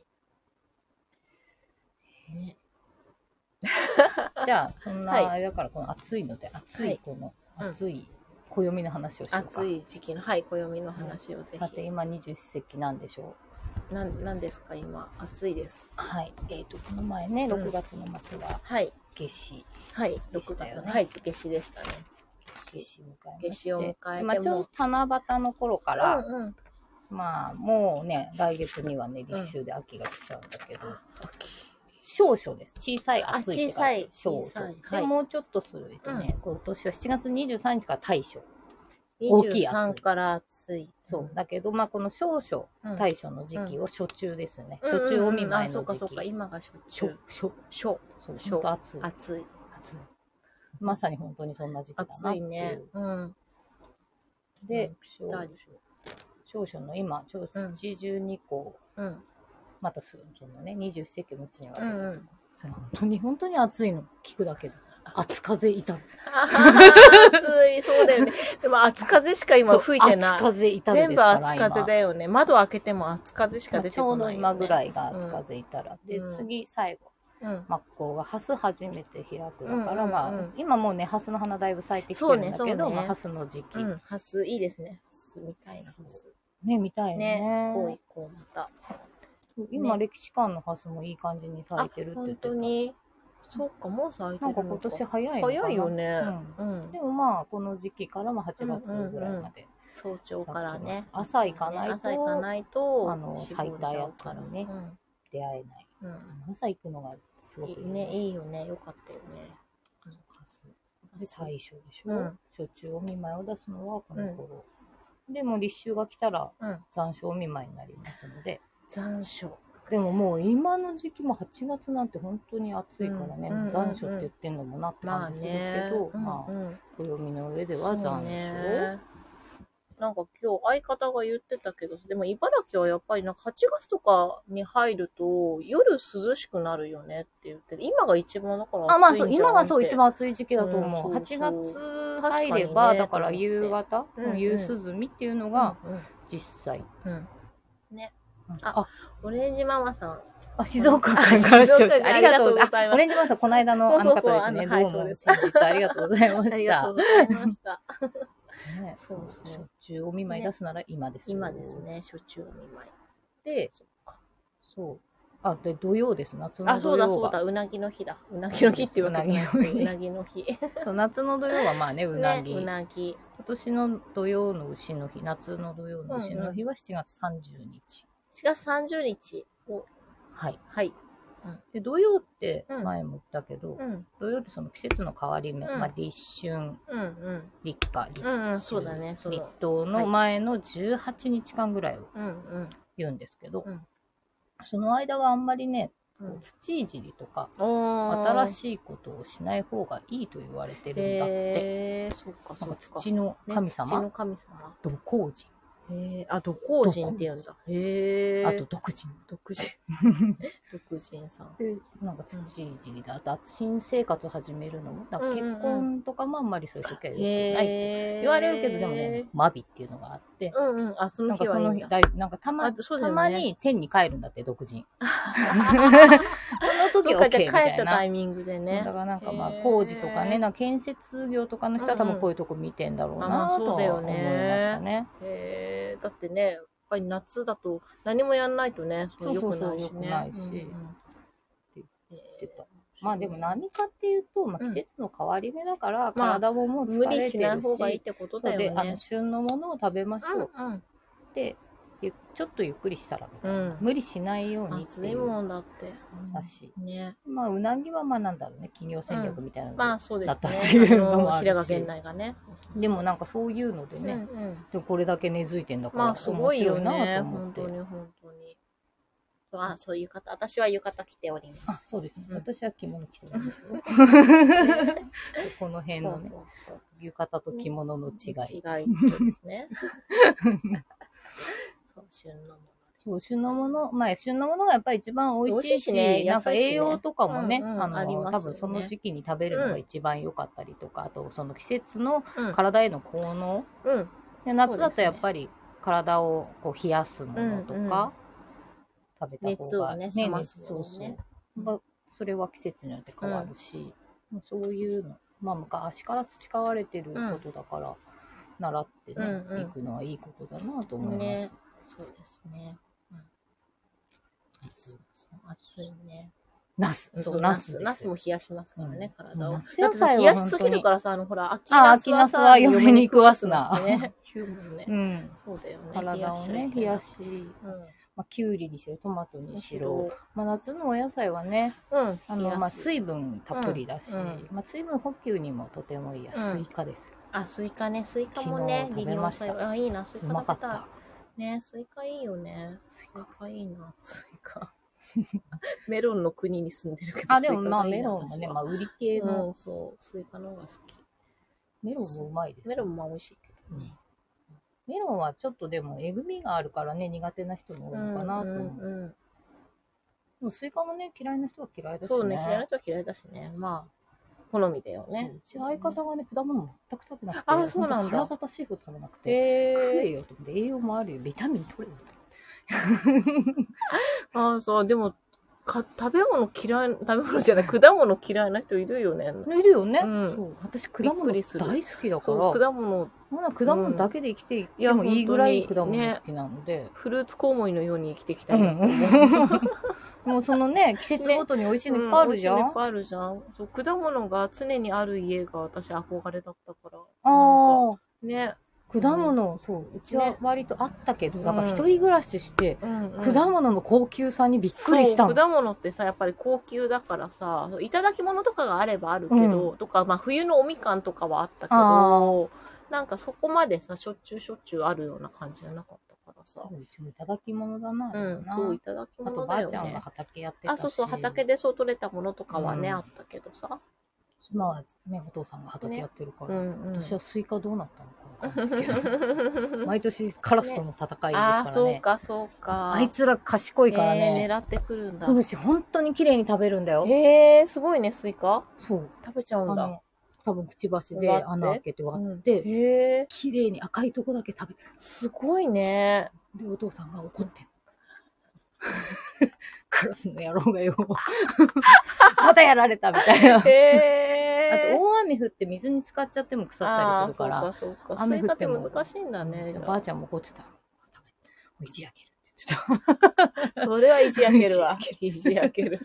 Speaker 1: 当に。ね。
Speaker 2: じゃあ、そんな、はい、だからこの暑いので、暑いこの、はい、暑い暦の話をしようか。
Speaker 1: 暑い時期の、はい、暦の話をぜひ。
Speaker 2: さて、今二十四節気なんでしょ
Speaker 1: う。なん、なんですか、今。暑いです。
Speaker 2: はい。えっと、この前ね、ろくがつの末は、
Speaker 1: はい。
Speaker 2: 夏至。
Speaker 1: はい、ろくがつの、はい、夏至でしたね。
Speaker 2: 夏至を迎え
Speaker 1: て。夏至を迎えて。
Speaker 2: まあ、ちょうど七夕の頃から、うんうん、まあ、もうね、来月にはね、立秋で秋が来ちゃうんだけど、うん、少々です。小さい暑い。
Speaker 1: 小さい。
Speaker 2: 少々。で、はい、もうちょっとするとね、うん、今年はしちがつにじゅうさんにちから大暑。大きい暑い。にじゅうさんから暑い。そう。だけど、まあ、この少々、大暑の時期を初中ですね。うん、初中お見舞いの時期。あ、そうかそうか、
Speaker 1: 今が初中。
Speaker 2: 初、初。
Speaker 1: そう、初。
Speaker 2: 暑い。
Speaker 1: 暑い。
Speaker 2: まさに本当にそんな時期だなっていう。暑いね。うん。で、少々の今、ちょうど七十二候、うん、またそのね、二十四節気のうちには、うんうん、本当に本当に暑いの聞くだけで。暑風いたる。
Speaker 1: 暑い、そうだよね。でも暑風しか今吹いてない。
Speaker 2: 暑風いたる。
Speaker 1: 全部暑風だよね。窓開けても暑風しか出てこない、ね。
Speaker 2: ちょうど今ぐらいが暑風いたら。うん、で、次、最後。うん、真っ向がハス初めて開くだから、うんうんうん、まあ、今もうね、ハスの花だいぶ咲いてきてるんだけど、ねねまあ、ハスの時期。うん、
Speaker 1: ハスいいですね。ハスみたいなハス。
Speaker 2: ね、みたいね。
Speaker 1: ね、こういこうまた。
Speaker 2: 今、ね、歴史館のハスもいい感じに咲いてるって言ってた。
Speaker 1: 本当にそうか、もう咲いてるのか。
Speaker 2: なんか今年早いのかな。
Speaker 1: 早いよね。
Speaker 2: うんうん、でもまあ、この時期からははちがつぐらいまで。うんうん
Speaker 1: うん、早朝からね。
Speaker 2: 朝行かないと、
Speaker 1: 朝行かないと、
Speaker 2: あの、咲いたやつにね、うん、出会えない。うん、朝行くのがすごくいい
Speaker 1: ね。いいよね。よかったよね。
Speaker 2: で、大暑でしょ。うん、初中お見舞いを出すのはこの頃。うん、でも立秋が来たら、残暑お見舞いになりますので。
Speaker 1: 残暑。
Speaker 2: でももう今の時期もはちがつなんて本当に暑いからね、うん、残暑って言ってんのもなって感じするけど、まあ、ね、まあ、暦の上では残暑。ね、
Speaker 1: なんか今日相方が言ってたけど、でも茨城はやっぱりなんかはちがつとかに入ると夜涼しくなるよねって言ってて、今が一番だから暑いんじゃんって。
Speaker 2: あ、まあそう、今がそう一番暑い時期だと思う。うん、そうそうはちがつ入れば、ね、だから夕方、うんうん、夕涼みっていうのが実際。
Speaker 1: うんうんうん、ね。あ、あオレンジママさん。
Speaker 2: あ、静岡からありがとうございます。オレンジママさん、この間のあの方ですね。どうも、先日ありがとうございました。ありがとうございました。ね、そうそう。初中お見舞い出すなら今ですよ。
Speaker 1: 今ですね、初中お見舞い。
Speaker 2: で、そっか。そう。あ、で、土曜です、夏の土曜。
Speaker 1: あ、そうだそうだ、うなぎの日だ。うなぎの日っていうわけじゃなくて、うなぎの日。
Speaker 2: そう、夏の土曜はまあね、うなぎ。
Speaker 1: うなぎ。
Speaker 2: 今年の土曜の牛の日、夏の土曜の牛の日はしちがつさんじゅうにち。
Speaker 1: しがつさんじゅうにちを。
Speaker 2: はい。
Speaker 1: はい。
Speaker 2: で土曜って前も言ったけど、うん、土曜ってその季節の変わり目、うん、まあ、立春、うんうん、立夏、立秋、うんうん、そうだね、立冬の前のじゅうはちにちかんぐらいを言うんですけど、うんうん、その間はあんまりね、うん、土いじりとか、新しいことをしない方がいいと言われてるんだって。
Speaker 1: へー、そうかそうか。
Speaker 2: 土の神様、
Speaker 1: ね、土の神様。
Speaker 2: 土工人。
Speaker 1: へえ、あ、土工人って言うんだ。へえ。
Speaker 2: あと、独人。
Speaker 1: 独人。独人さん。
Speaker 2: で、なんか土いじりだ。あと、新生活を始めるのも、なんか結婚とかもあんまりそういう時はよくないって言われるけど、でもね、マビっていうのがあって。
Speaker 1: うんうん。あ、その日はいいんだ。
Speaker 2: なんかたま、たまに天に帰るんだって、独人。その時は OK みたいな。
Speaker 1: 帰ったタイミングでね。
Speaker 2: だからなんかまあ、工事とかね、なんか建設業とかの人は多分こういうとこ見てんだろうなと思いましたね。
Speaker 1: へー、だってね、やっぱり夏だと何もやんないとね、
Speaker 2: そう良くないしね。良くないし。って言ってた。 まあでも何かっていうと、まあ、季節の変わり目だから、体ももう疲れてるし、まあ、無理しない方がいいってことだよね。で、あの旬のものを食べましょう。うんうん、で、ちょっとゆっくりしたらみたいな、うん、無理しないようにっていう。暑いもんだって。だし。ね。まあ、うなぎはまあなんだろうね、企業戦略みたいなのだったっていうのもあるし。平賀源内がね。でもなんかそういうのでね、うんうん、でこれだけ根付いてんだから、まあすごいよね、本当に本当に。あ、そういう方、私は浴衣着ております。あ、そうですね。うん、私は着物着ておりますよ。この辺のね、そうそうそう、浴衣と着物の違い。違い、そうですね。そう、旬のもの。そう、旬のもの、まあ、旬のものがやっぱり一番美味しいし、ね、なんか栄養とかもね、うんうん、あの、ありますね、多分その時期に食べるのが一番良かったりとか、うん、あとその季節の体への効能。うん、で夏だとやっぱり体をこう冷やすものとか、うんうん、食べた方が、ね、熱をね、冷ますものね。そうそう。それは季節によって変わるし、うん、そういうの、まあ昔から培われてることだから、うん、習ってね、うんうん、行くのはいいことだなと思います。ね、そうですね。うん、暑いね。ナス。そう、ナス。ナスも冷やしますからね、うん、体を。夏野菜は冷やしすぎるからさ、あの、ほら、秋ナスはさ、嫁に食わすな。ね。言うもんね。うん。そうだよね。体をね、冷やし。うんまあ、きゅうりにしろ、トマトにしろ。まあ、夏のお野菜はね、うん、あの、まあ、水分たっぷりだし、うん、まあ、水分補給にもとてもいいや、スイカですよ。あ、スイカね、スイカもね、利尿作用。あ、いいな、スイカ食べたい。ね、スイカいいよね。スイカいいな、スイカ。メロンの国に住んでるけど、あ、でもまあメロンもね、まあ売り系の、うん、そう、スイカの方が好き。メロンもうまいです。メロンも美味しいけどね。メロンはちょっとでもえぐみがあるからね、苦手な人も多いのかなと思う。うんうんうん、でもスイカもね、嫌いな人は嫌いだしね。そうね、嫌いな人は嫌いだしね。まあ、好みだよね。うち相方がね、果物全く食べなくて、あ、そうなんだ。腹立たしいこと食べなくて、えー、食えよと思って、栄養もあるよ、ビタミン取れよと。ああ、そう、でも、か食べ物嫌い、食べ物じゃない、果物嫌いな人いるよね。いるよね。うん、そう私、果物大好きだから。そう、果物。まだ果物だけで生きていってもいいぐらい果物好きなので。ね、フルーツコウモリのように生きていきたいなと思う。うん、もうそのね、季節ごとに美味しいのいっぱいあるじゃん。ねうん、美味しいのいっぱいあるじゃん。そう、果物が常にある家が私憧れだったから。ああ。ね。果物、うん、そう、うちは割とあったけど、ね、なんか一人暮らしして、うんうん、果物の高級さにびっくりしたの。果物ってさ、やっぱり高級だからさ、いただき物とかがあればあるけど、うん、とか、まあ冬のおみかんとかはあったけど、なんかそこまでさ、しょっちゅうしょっちゅうあるような感じじゃなかったからさ。うちもいただき物だな。うん、そう、いただき物だよね。あとばあちゃんが畑やってたし。あ、そうそう、畑でそう取れたものとかはね、うん、あったけどさ。まあね、お父さんが畑やってるから、ねうんうん、私はスイカどうなったのかわかんないけど毎年カラスとの戦いですからね。ああ、そうかそうか。あいつら賢いからね。狙ってくるんだ。私本当に綺麗に食べるんだよ。へえ、すごいね、スイカ。そう。食べちゃうんだ。多分くちばしで穴開けて割って、うん、へえ。綺麗に赤いとこだけ食べてる。すごいね。で、お父さんが怒ってる。カラスの野郎がよ。またやられたみたいな。へー。あと、大雨降って水に浸かっちゃっても腐ったりするから。そうか、そうか。雨降っても難しいんだね。ばあちゃんも怒ってた。いじ焼けるって言ってた。それはいじ焼けるわ。いじ焼ける。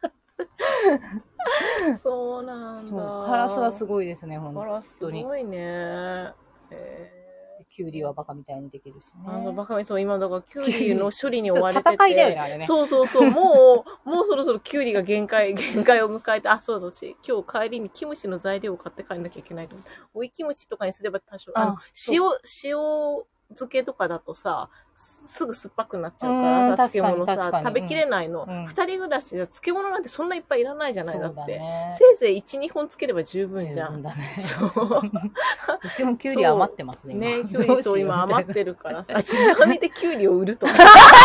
Speaker 2: そうなんだ。カラスはすごいですね、ほんとに。カラスすごいね。へー。キュウリはバカみたいにできるしね。あのバカみそう、今だからキュウリの処理に追われてて。戦いだよね、あれね。そうそうそう、もう、もうそろそろキュウリが限界、限界を迎えて、あ、そうだ、私、今日帰りにキムチの材料を買って帰んなきゃいけないと思う。追いキムチとかにすれば多少、あの、塩、塩漬けとかだとさ、すぐ酸っぱくなっちゃうからさ、漬物さ、食べきれないの。二、うん、人暮らしで漬物なんてそんないっぱいいらないじゃない、だって。ね、せいぜいいち、にほんつければ十分じゃん。だね、そう。うちもキュウリ余ってますね。ね、キュウリそう今余ってるからさ、ちなみにキュウリを売るとか。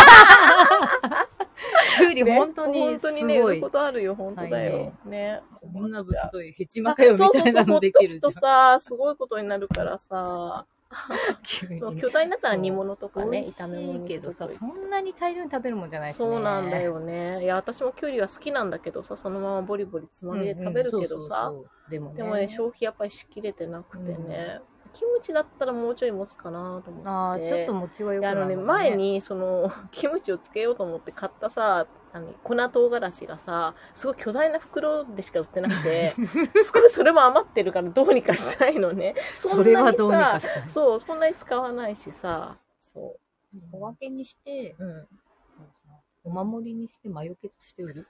Speaker 2: キュウリ本当にすごい。本当にね、売ることあるよ、本当だよ。ね。こんなぶっといヘチマかよみたいなのできるじゃん。そうそうそう、ほっとくとさ、すごいことになるからさ。巨大になったら煮物とかね、炒め物にけどさ、そんなに大量に食べるもんじゃないしね。そうなんだよね。いや、私もキュウリは好きなんだけどさ、そのままボリボリつまみで食べるけどさ、でもね、消費やっぱりしきれてなくてね。
Speaker 1: キムチだったらもうちょい持つかなと思って。
Speaker 2: ああ、ちょっと持ちはよくなる、ね。
Speaker 1: あのね、前に、その、キムチをつけようと思って買ったさ、あの粉唐辛子がさ、すごい巨大な袋でしか売ってなくて、すごいそれも余ってるからどうにかしたいのね。
Speaker 2: そんなにさ、それはどうにかしたい。
Speaker 1: そう、そんなに使わないしさ、そう。
Speaker 2: 小分けにして、
Speaker 1: うん、
Speaker 2: お守りにして魔除けとして売る。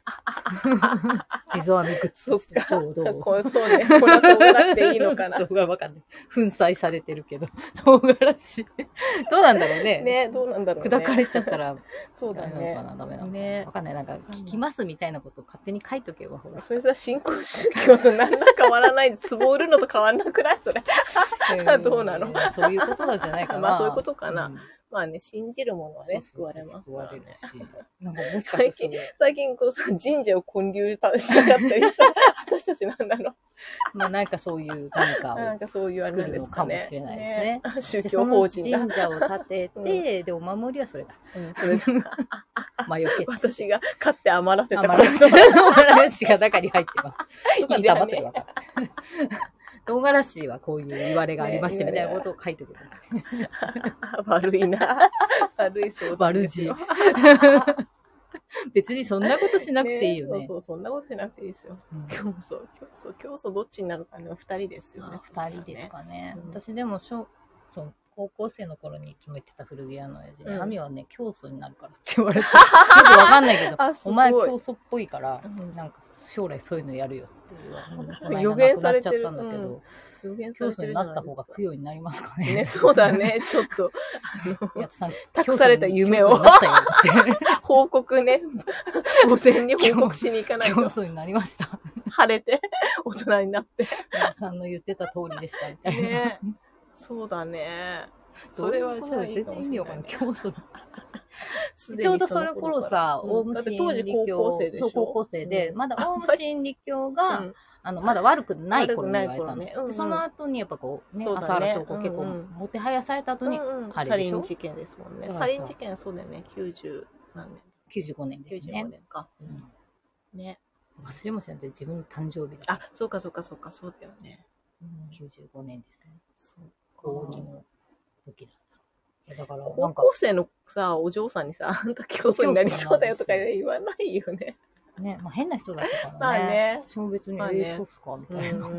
Speaker 2: 地蔵編みグッズ。
Speaker 1: そっか。
Speaker 2: どうどう
Speaker 1: こうそうね。粉唐辛子でいいのかな。
Speaker 2: どうがわかんない。粉砕されてるけど。唐辛子。どうなんだろうね。
Speaker 1: ね、どうなんだろうね。
Speaker 2: 砕かれちゃったら、
Speaker 1: そうだね。
Speaker 2: ダメなのかな、ダメなのかな。
Speaker 1: ね。
Speaker 2: わかんない。なんか、聞きますみたいなことを勝手に書いとけば、ほら。
Speaker 1: それさ、新興宗教と何ら変わらないで、壺売るのと変わんなくないそれ。どうなの
Speaker 2: そういうことなんじゃないかな。
Speaker 1: まあ、そういうことかな。まあね、信じるものはね、救われますからね。最近、最近こうさ、神社を建立したかったりさ、私たちなんだろう。
Speaker 2: まあなんかそういう何かを
Speaker 1: なんかそういうあれなんですかね。
Speaker 2: かもしれないですね。
Speaker 1: 宗教法人
Speaker 2: だ。神社を建てて、で、お守りはそれだ。うん、それだ。魔除け。
Speaker 1: 私が買って余らせた
Speaker 2: 余らせた話が中に入ってます。そこは黙ってるわかる。唐辛子はこういう言われがありましてみたいなことを書いてくる。
Speaker 1: 悪いな。悪いそう
Speaker 2: 悪字。別にそんなことしなくていいよね。
Speaker 1: そうそう、そんなことしなくていいですよ。競争、競争、競争どっちになるかね、二人ですよね。
Speaker 2: 二人ですかね。私でも、そう、高校生の頃にいつも言ってた古着屋の親父に、亜美はね、競争になるからって言われて、よくわかんないけど、お前競争っぽいから、なんか将来そういうのやるよっていう。
Speaker 1: 予言されてる。
Speaker 2: なっちゃったんだけど、予言されてる。競争になった方が供養になりますかね。
Speaker 1: ね、そうだね、ちょっと。
Speaker 2: あの、
Speaker 1: 託された夢を。報告ね。午前に報告しに行かないと。
Speaker 2: 競争になりました。
Speaker 1: 晴れて、大人になって。
Speaker 2: 皆さんの言ってた通りでしたみたいな。
Speaker 1: ね。そうだね。それはじゃあ
Speaker 2: 全然意味わかんない。競争。ちょうどその頃さ、オウム真理教、そう高校生で、まだオウム真理教が、あの、まだ悪くない頃に言われたの。で、その後にやっぱこう、ね、朝原翔子結構、もてはやされた後に、
Speaker 1: サリン事件ですもんね。サリン事件そうだよね。きゅうじゅう何年 ?
Speaker 2: きゅうじゅうごねんですね。
Speaker 1: きゅうじゅうごねんか。ね。
Speaker 2: 忘れもしないで自分の誕生日だ。
Speaker 1: あ、そうかそうかそうか、そうだよね。
Speaker 2: きゅうじゅうごねんですね。そう。高にの時だった。だから
Speaker 1: 高校生のさ、お嬢さんにさ、あんた競争になりそうだよとか言わないよね。
Speaker 2: ね、まあ変な人だったからね。
Speaker 1: まあね。
Speaker 2: 私も別に、えー、そうっすかみたいな。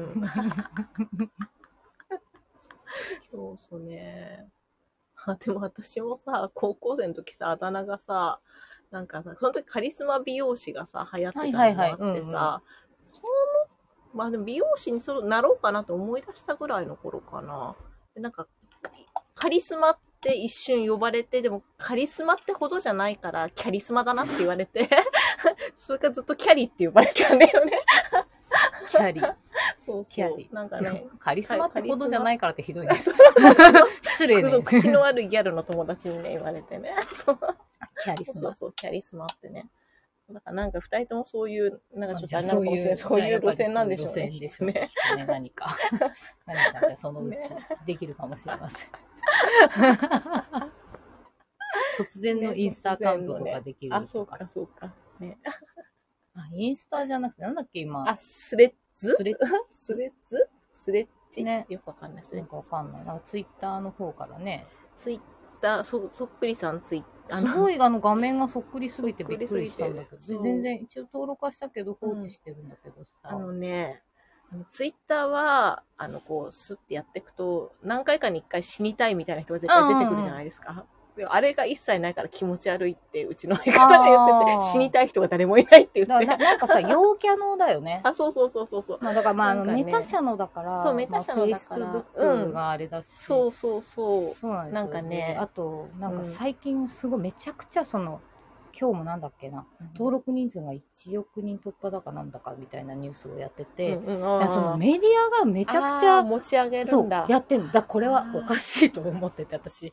Speaker 1: 競争ね。あ、でも私もさ、高校生の時さ、あだ名がさ、なんかさ、その時カリスマ美容師がさ、流行ってたのがあってさ、その、まあでも美容師にそのなろうかなと思い出したぐらいの頃かな。でなんか、カリスマって一瞬呼ばれて、でもカリスマってほどじゃないからキャリスマだなって言われて、それからずっとキャリって呼ばれたんだよね。
Speaker 2: キャリ。
Speaker 1: そうそう。
Speaker 2: キャリ。
Speaker 1: なんかね。
Speaker 2: カリスマってほどじゃないからってひどいね。失礼ね。
Speaker 1: 口の悪いギャルの友達にね、言われてね。
Speaker 2: キャリスマ。
Speaker 1: そうそう、キャリスマってね。だからなんか二人ともそういう、なんかちょっとあれなのかもしれない。そういう路線なんでしょうね。
Speaker 2: 路線でしょうね。何か。何かそのうちできるかもしれません。突然のインスタアカウントとかできる。
Speaker 1: あ、そうか、そうか。ね。
Speaker 2: あ、インスタじゃなくて、なんだっけ、今。
Speaker 1: あ、スレッズ
Speaker 2: スレッ
Speaker 1: スレッズスレッチ
Speaker 2: ね。
Speaker 1: よくわかんないです
Speaker 2: ね。なんかわかんない。なんかツイッターの方からね。
Speaker 1: ツイッター、そ、そっくりさんツイッター。
Speaker 2: すごい、あの画面がそっくりすぎてびっくりしたんだけど。全然、一応登録はしたけど、放置してるんだけどさ。
Speaker 1: あのね、ツイッターは、あの、こう、スッてやっていくと、何回かに一回死にたいみたいな人が絶対出てくるじゃないですか。であれが一切ないから気持ち悪いって、うちの相方が言ってて、死にたい人が誰もいないって言って。
Speaker 2: な, なんかさ、陽キャのだよね。
Speaker 1: あ、そうそうそうそうそう。
Speaker 2: まあだからまあ、あの、メタ社のだから、
Speaker 1: そう、メタ社のだから。
Speaker 2: フェイスブックがあれだし。
Speaker 1: そうそうそう。
Speaker 2: そうなんですよ。
Speaker 1: なんかね。
Speaker 2: あと、なんか最近すごいめちゃくちゃその、今日もなんだっけな、登録人数がいちおくにん突破だかなんだかみたいなニュースをやってて、うんうん、そのメディアがめちゃくちゃ
Speaker 1: 持ち上げるんだ。
Speaker 2: そうやってんの。だこれはおかしいと思ってて、私。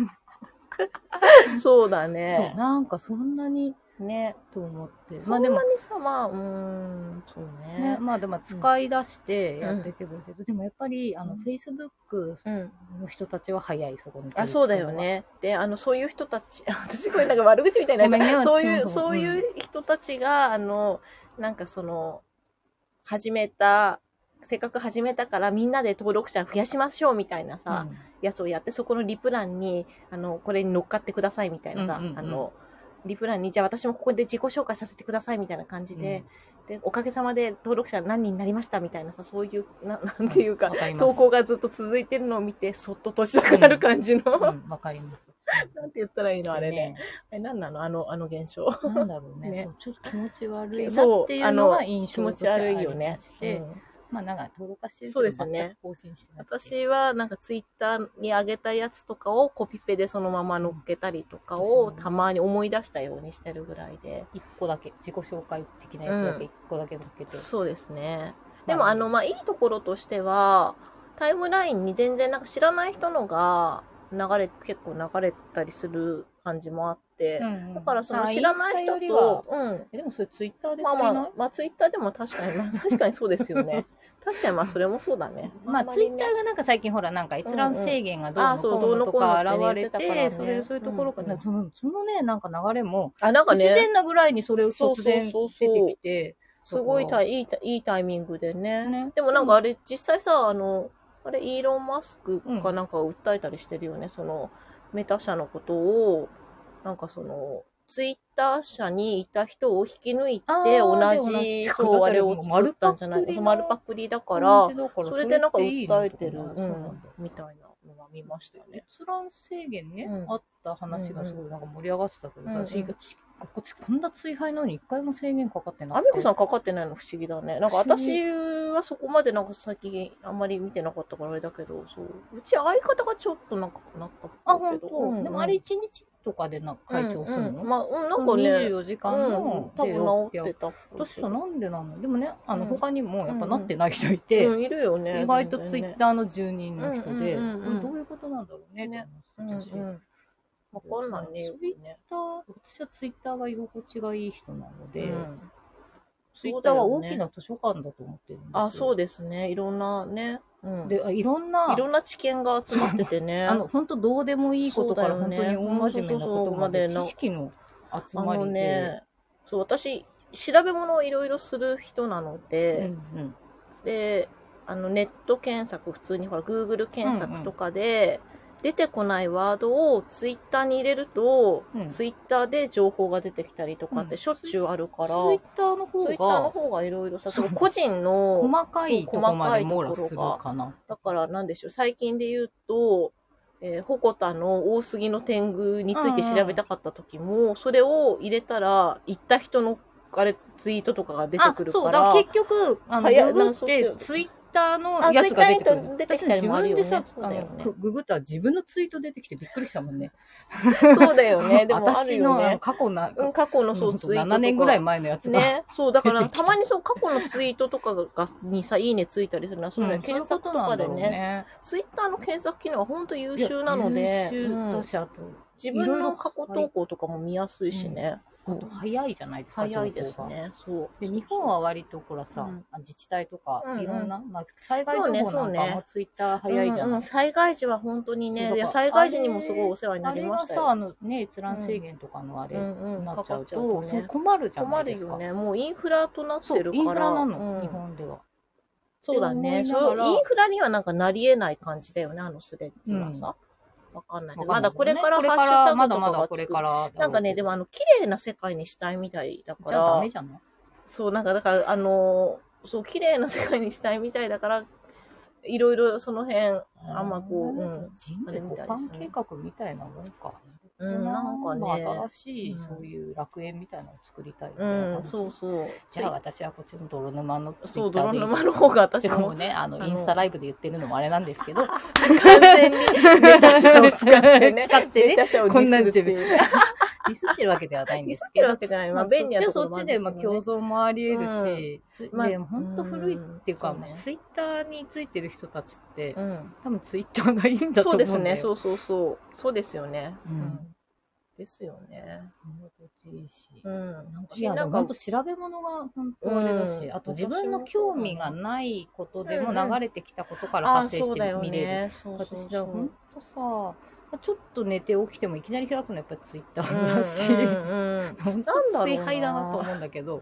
Speaker 1: そうだね。
Speaker 2: そう、なんかそんなに、
Speaker 1: ね、
Speaker 2: と思って。
Speaker 1: まあでも、そんなにさ、まあ、うーん、そうね。
Speaker 2: ね、まあでも使い出してやっていけばいいけど、うん、でもやっぱり、あの、フェイスブックの人たちは早い、そこに。
Speaker 1: あ、そうだよね。で、あの、そういう人たち、私これなんか悪口みたいなやつ、そういう、そういう人たちが、あの、なんかその、始めた、 せっかく始めたからみんなで登録者増やしましょうみたいなさ、うん、やつをやって、そこのリプ欄に、あの、これに乗っかってくださいみたいなさ、うんうんうん、あの、リプ欄に、じゃあ私もここで自己紹介させてくださいみたいな感じで、うん、で、おかげさまで登録者何人になりましたみたいなさ、そういう、ななんていうか、うん、投稿がずっと続いてるのを見て、そっと閉じたくなる感じの。わ、
Speaker 2: うんうん、かります。
Speaker 1: なんて言ったらいいのあれね。あれ何なのあの、あの現象。
Speaker 2: なんだろうね。ね、そうちょっと気持ち悪いなっていうのが印象としてありまして。気持ち悪いよね。うん、まあなんか登録してるけど全く更新してなくて、
Speaker 1: 私はなんかツイッターに上げたやつとかをコピペでそのまま載っけたりとかをたまに思い出したようにしてるぐらいで。
Speaker 2: 一個だけ、自己紹介的なやつだけ一個だけ載っけて、うん。
Speaker 1: そうですね。でもあの、まあいいところとしては、タイムラインに全然なんか知らない人のが流れ、結構流れたりする感じもあって、うんうん、だからその知らない人と、
Speaker 2: うん。え、でもそれツイッターで
Speaker 1: まあまあ、まあツイッターでも確かに、まあ確かにそうですよね。確かにまあそれもそうだね。
Speaker 2: まあツイッターがなんか最近ほらなんか閲覧制限がどうのこうのとか現れて、それそういうところから、そのそのねなんか流れも自然なぐらいにそれを突然出てきて、
Speaker 1: すごいたいいいいタイミングでね。でもなんかあれ実際さあのあれイーロン・マスクかなんか訴えたりしてるよね。そのメタ社のことをなんかその。ツイッター社にいた人を引き抜いて同じそうあれを作ったんじゃないか。丸パクリだから、それでなんか訴えてる、うん、みたいなのが見ましたね。
Speaker 2: 閲覧制限ね、あった話がすごいなんか盛り上がってたけどさ、こっちこんな追廃なのに一回も制限かかってない。
Speaker 1: アミコさんかかってないの不思議だね。なんか私はそこまでなんか最近あんまり見てなかったからあれだけど、そう。うち相方がちょっとなんかなったっ
Speaker 2: ぽいけど。あ、本当。でもあれ一日とかでなんか解消するの？
Speaker 1: まあ、なんかね。にじゅう
Speaker 2: よじかんの
Speaker 1: 多分治ってた。
Speaker 2: 私さ、なんでなの？でもね、あの、他にもやっぱなってない人いて、
Speaker 1: いるよね。
Speaker 2: 意外とツイッターの住人の人で、どういうことなんだろうね。
Speaker 1: わかんないね。
Speaker 2: ツイッター、私はツイッターが居心地がいい人なので、ツイッターは大きな図書館だと思ってるんですよ。
Speaker 1: あ、そうですね。いろんなね。
Speaker 2: で、いろんな、
Speaker 1: いろんな知見が集まっててね。
Speaker 2: あの、本当どうでもいいことから本当に大真面目なことまで知識の集まりで。ね、
Speaker 1: そう、私、調べ物をいろいろする人なので、うんうん、で、あの、ネット検索、普通にほら、Google 検索とかで、出てこないワードをツイッターに入れると、うん、ツイッターで情報が出てきたりとかってしょっちゅうあるから、
Speaker 2: うん、ツイッターの方が、
Speaker 1: ツイッターの方がいろいろさ、その個人の
Speaker 2: 細かいところまで網羅するかな。
Speaker 1: だからなんでしょう、最近で言うと、えー、鉾田の大杉の天狗について調べたかった時も、うん、それを入れたら、行った人のあれツイートとかが出てくるから。
Speaker 2: そうだ、結局、あの、ググってツイッターツイッターのやつが出てくる。
Speaker 1: 出てきたりもあるよね。
Speaker 2: 自分でさ、あの、ググったら自分のツイート出てきてびっくりしたもんね。
Speaker 1: そうだよね。でもあるよね。
Speaker 2: 私の過去な、
Speaker 1: 過去のそうツイートとか。
Speaker 2: ななねんぐらい前のやつが。
Speaker 1: ね。そう、だからたまにそう過去のツイートとかがにさ、いいねついたりするのは、そういうの検索とかでね。ツイッターの検索機能は本当優秀なので、自分の過去投稿とかも見やすいしね。
Speaker 2: あと早いじゃないですか。
Speaker 1: 早いですね。そう。
Speaker 2: で、日本は割とほらさ、うん、自治体とか、いろんな、うんうん、まあ、災害情報なんかもツイッター早いじゃない、うんうん、
Speaker 1: 災害時は本当にね、いや、災害時にもすごいお世話になりましたよ。
Speaker 2: あれがさ、あのね、閲覧制限とかのあれになっちゃうと、うんうん、そう困るじゃないですか。
Speaker 1: 困るよね。もうインフラとなってるから。
Speaker 2: インフラなの、うん、日本では。
Speaker 1: そうだね。そうインフラにはなんかなり得ない感じだよね、あのスレッズはさ。うんわかんない。まだこれからハッシュタグとかが作る。なんかね、でもあの、綺麗な世界にしたいみたいだから。
Speaker 2: じゃあダメじゃん。
Speaker 1: そう、なんかだから、あの、そう、綺麗な世界にしたいみたいだから、いろいろその辺、あんまこう、うん。
Speaker 2: 人類保管計画みたいなもんか。
Speaker 1: うん、なんかね。
Speaker 2: 新しい、そういう楽園みたいなのを作りたい。
Speaker 1: うん、そうそう。
Speaker 2: じゃあ私はこっちの泥沼の
Speaker 1: そう、泥沼の方が私
Speaker 2: も。ね、あの、インスタライブで言ってるのもあれなんですけど。完
Speaker 1: 全にメタ社を使ってね。
Speaker 2: 使ってね。
Speaker 1: メタ社をディスるっていう。
Speaker 2: ディスってるわけではないんですけど。
Speaker 1: ディスってるわけじゃない。まあ、便利なところもあるんですけど。
Speaker 2: そっちで、まあ、共存もあり得るし、で、ほんと古いっていうか、ツイッターについてる人たちって、多分ツイッターがいいんだと思うんだよ。
Speaker 1: そうですね。そうそうそう。そうですよね。うんですよね。
Speaker 2: いいし。うん。いや、なんか、ほんと調べ物が本当あれだし、あと自分の興味がないことでも流れてきたことから発生して見れる。私、じゃあほんとさ、ちょっと寝て起きてもいきなり開くのやっぱりツイッターだし、本当に追廃だなと思うんだけど、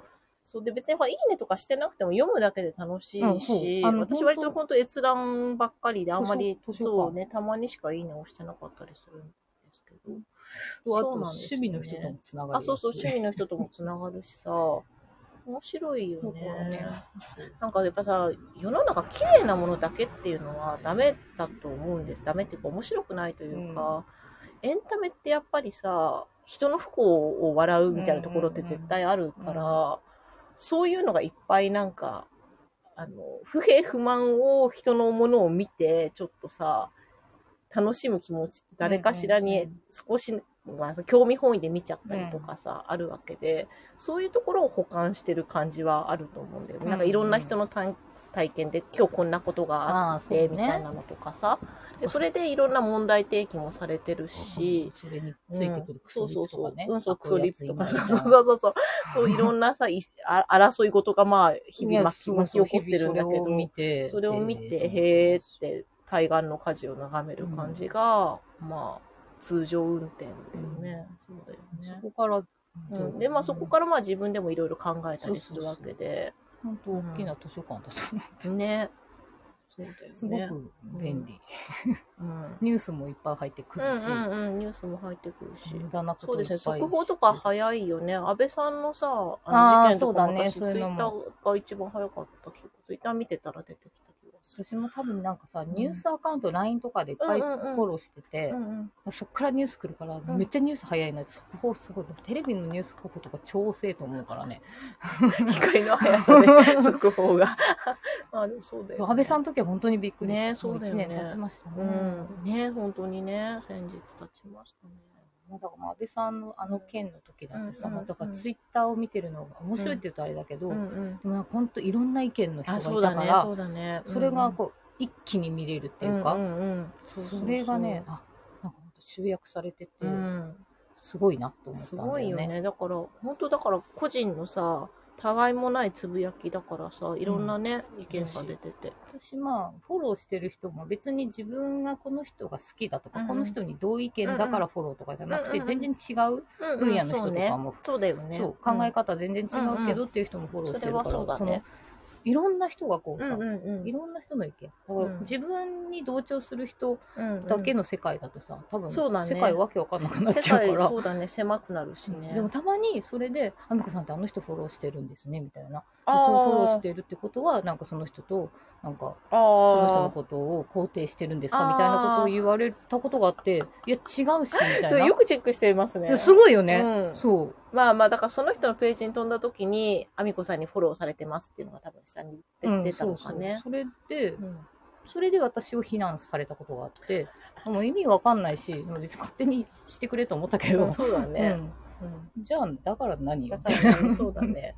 Speaker 1: そうで、別にいいねとかしてなくても読むだけで楽しいし、うん、私割と本当閲覧ばっかりであんまり、そうね、たまにしかいいねをしてなかったりするんですけど。
Speaker 2: そうなんですね。趣味の人ともつながる、
Speaker 1: ね。あ、そうそう、趣味の人ともつながるしさ、面白いよね。ねなんかやっぱさ、世の中綺麗なものだけっていうのはダメだと思うんです。ダメっていうか面白くないというか、うん、エンタメってやっぱりさ、人の不幸を笑うみたいなところって絶対あるから、うんうんうん、そういうのがいっぱいなんか、あの、不平不満を人のものを見て、ちょっとさ、楽しむ気持ちって誰かしらに少し、まあ、興味本位で見ちゃったりとかさ、うん、あるわけで、そういうところを補完してる感じはあると思うんだよね。うんうん、なんかいろんな人の体験で今日こんなことがあって、みたいなのとかさ、で、それでいろんな問題提起もされてるし、
Speaker 2: それについてくるクソリップとかね。
Speaker 1: うん、そうそうそう。うん、そう、クソリップとか、そうそうそうそう。そういろんなさ、あ争い事がまあ、日々巻き巻き起こってるんだけど、それを見て、それを見てへーって、対岸の火事を眺める感じが、うん、まあ、通常運転だよね。うん、そうだよね。
Speaker 2: そこから、
Speaker 1: うん、で、まあそこからまあ自分でもいろいろ考えたりするわけで。
Speaker 2: 本当大きな図書館だと思
Speaker 1: う。ね。そうだよね。
Speaker 2: すごく便利。うん、ニュースもいっぱい入ってくるし。
Speaker 1: うんうんうん、ニュースも入ってくるし。
Speaker 2: 無駄なこと
Speaker 1: そうですね、速報とか早いよね。安倍さんのさ、あの事件とかも私、ツイッターが一番早かった気が、ツイッター見てたら出てきた気がする。
Speaker 2: 私も多分なんかさ、ニュースアカウント ライン とかでいっぱいフォローしてて、そっからニュース来るから、めっちゃニュース早いな。速報すごい。テレビのニュース速報とか超遅いと思うからね。
Speaker 1: 光の速さで、速報が。まあでもそうだよ、ね。
Speaker 2: 安倍さんの時は本当にびっくりした。
Speaker 1: ね、そうだよね。
Speaker 2: いちねん経ちましたね。
Speaker 1: うん。ね、本当にね、先日経ちましたね。
Speaker 2: まあ、だから安倍さんのあの件の時だってさ、まあ、だからツイッターを見てるのが面白いって言うとあれだけど、うんうん、でもなんか本当いろんな意見の人がいたから、
Speaker 1: そうだね、
Speaker 2: それがこう一気に見れるっていうか、それがね、あ、なんか本当集約されてて、うん、すごいなと思ったんだよね。すごいよね。
Speaker 1: だから本当だから個人のさ、たわいもないつぶやきだからさ、いろんなね、うん、意見が出てて。
Speaker 2: 私、まあ、フォローしてる人も別に自分がこの人が好きだとか、うん、この人に同意見だからフォローとかじゃなくて、うんうん、全然違う分野の人とかも、うんうん、
Speaker 1: そうだよね。
Speaker 2: そう、考え方全然違うけどっていう人もフォローしてるから、それはそうだね。いろんな人がこうさ、うんうんうん、いろんな人の意見、うん、自分に同調する人だけの世界だとさ、多分世界わけわかんなくなっちゃうから、
Speaker 1: そうだね、狭くなるしね。
Speaker 2: でもたまにそれで、あみこさんってあの人フォローしてるんですねみたいな、そうフォローしてるってことはなんかその人となんかその人のことを肯定してるんですかみたいなことを言われたことがあって、いや違うしみたいな。
Speaker 1: よくチェックしてますね。
Speaker 2: すごいよね。うん、そう。
Speaker 1: まあまあ、だからその人のページに飛んだ時に、あみこさんにフォローされてますっていうのが多分下に出たのかね。
Speaker 2: うん、そうそうそれで、うん、それで私を非難されたことがあって、もう意味わかんないし、別に勝手にしてくれと思ったけど。
Speaker 1: うん、そうだね。
Speaker 2: うん、じゃあ、だから何よ。
Speaker 1: だからね、そうだね。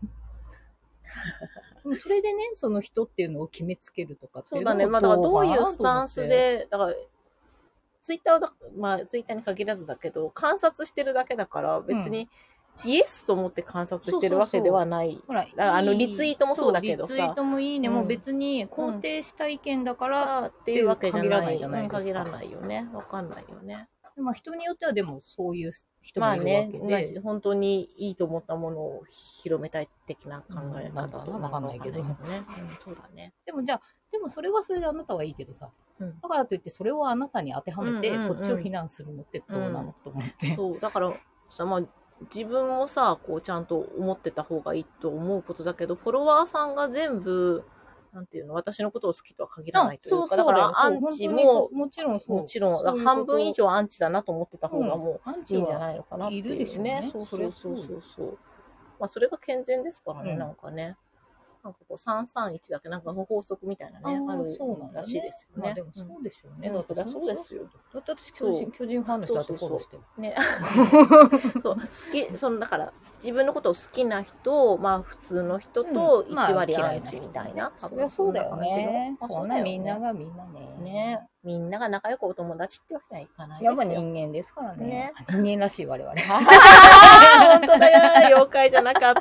Speaker 2: それでね、その人っていうのを決めつけるとかっていう
Speaker 1: のはそうだね。まあ、だからどういうスタンスで、だから、ツイッターは、まあ、ツイッターに限らずだけど、観察してるだけだから、別に、イエスと思って観察してるわけではない。そうそうそうほら、だからあの、リツイートもそうだけどさ。
Speaker 2: リツイートもいいね、うん、も別に肯定した意見だから、うん、っていうわけじゃないじゃないですか。
Speaker 1: 限らないよね。わかんないよね。
Speaker 2: まあ、人によってはでもそういう人もいるわけで。
Speaker 1: まあね、本当にいいと思ったものを広めたい的な考え方とか、
Speaker 2: わかんないけど。
Speaker 1: ね、うん、そうだね。
Speaker 2: でもじゃあ、でもそれはそれであなたはいいけどさ。うん、だからといってそれをあなたに当てはめて、うんうんうん、こっちを非難するのってどうなの、うん、と思って。
Speaker 1: そう、だからさ、まあ、自分もさ、こうちゃんと思ってた方がいいと思うことだけど、フォロワーさんが全部、なんていうの、私のことを好きとは限らないというか、そうそうだからアンチも、
Speaker 2: もちろんそう。
Speaker 1: もちろん、だから半分以上アンチだなと思ってた方がもういいんじゃないのかなっていうね。いるでしょうね。そうそうそうそうそう。まあそれが健全ですからね、うん、なんかね。なんかこうさんさんいちだけなんか法則みたいなね、あるらしいですよね。
Speaker 2: まあでもそうでしょうね。
Speaker 1: だってそうですよ。
Speaker 2: だって私巨人、巨人ファンの人だとフォローしてる。
Speaker 1: ね。そう、好き、そのだから自分のことを好きな人、まあ普通の人といち割アンチみたいな。
Speaker 2: そりゃそうだよね。そんなみんながみんなね。
Speaker 1: ね。みんなが仲良くお友達ってわけにはいかないです
Speaker 2: よ。やっぱ人間ですからね。人間らしい我々。
Speaker 1: 本当だよ。妖怪じゃなかった。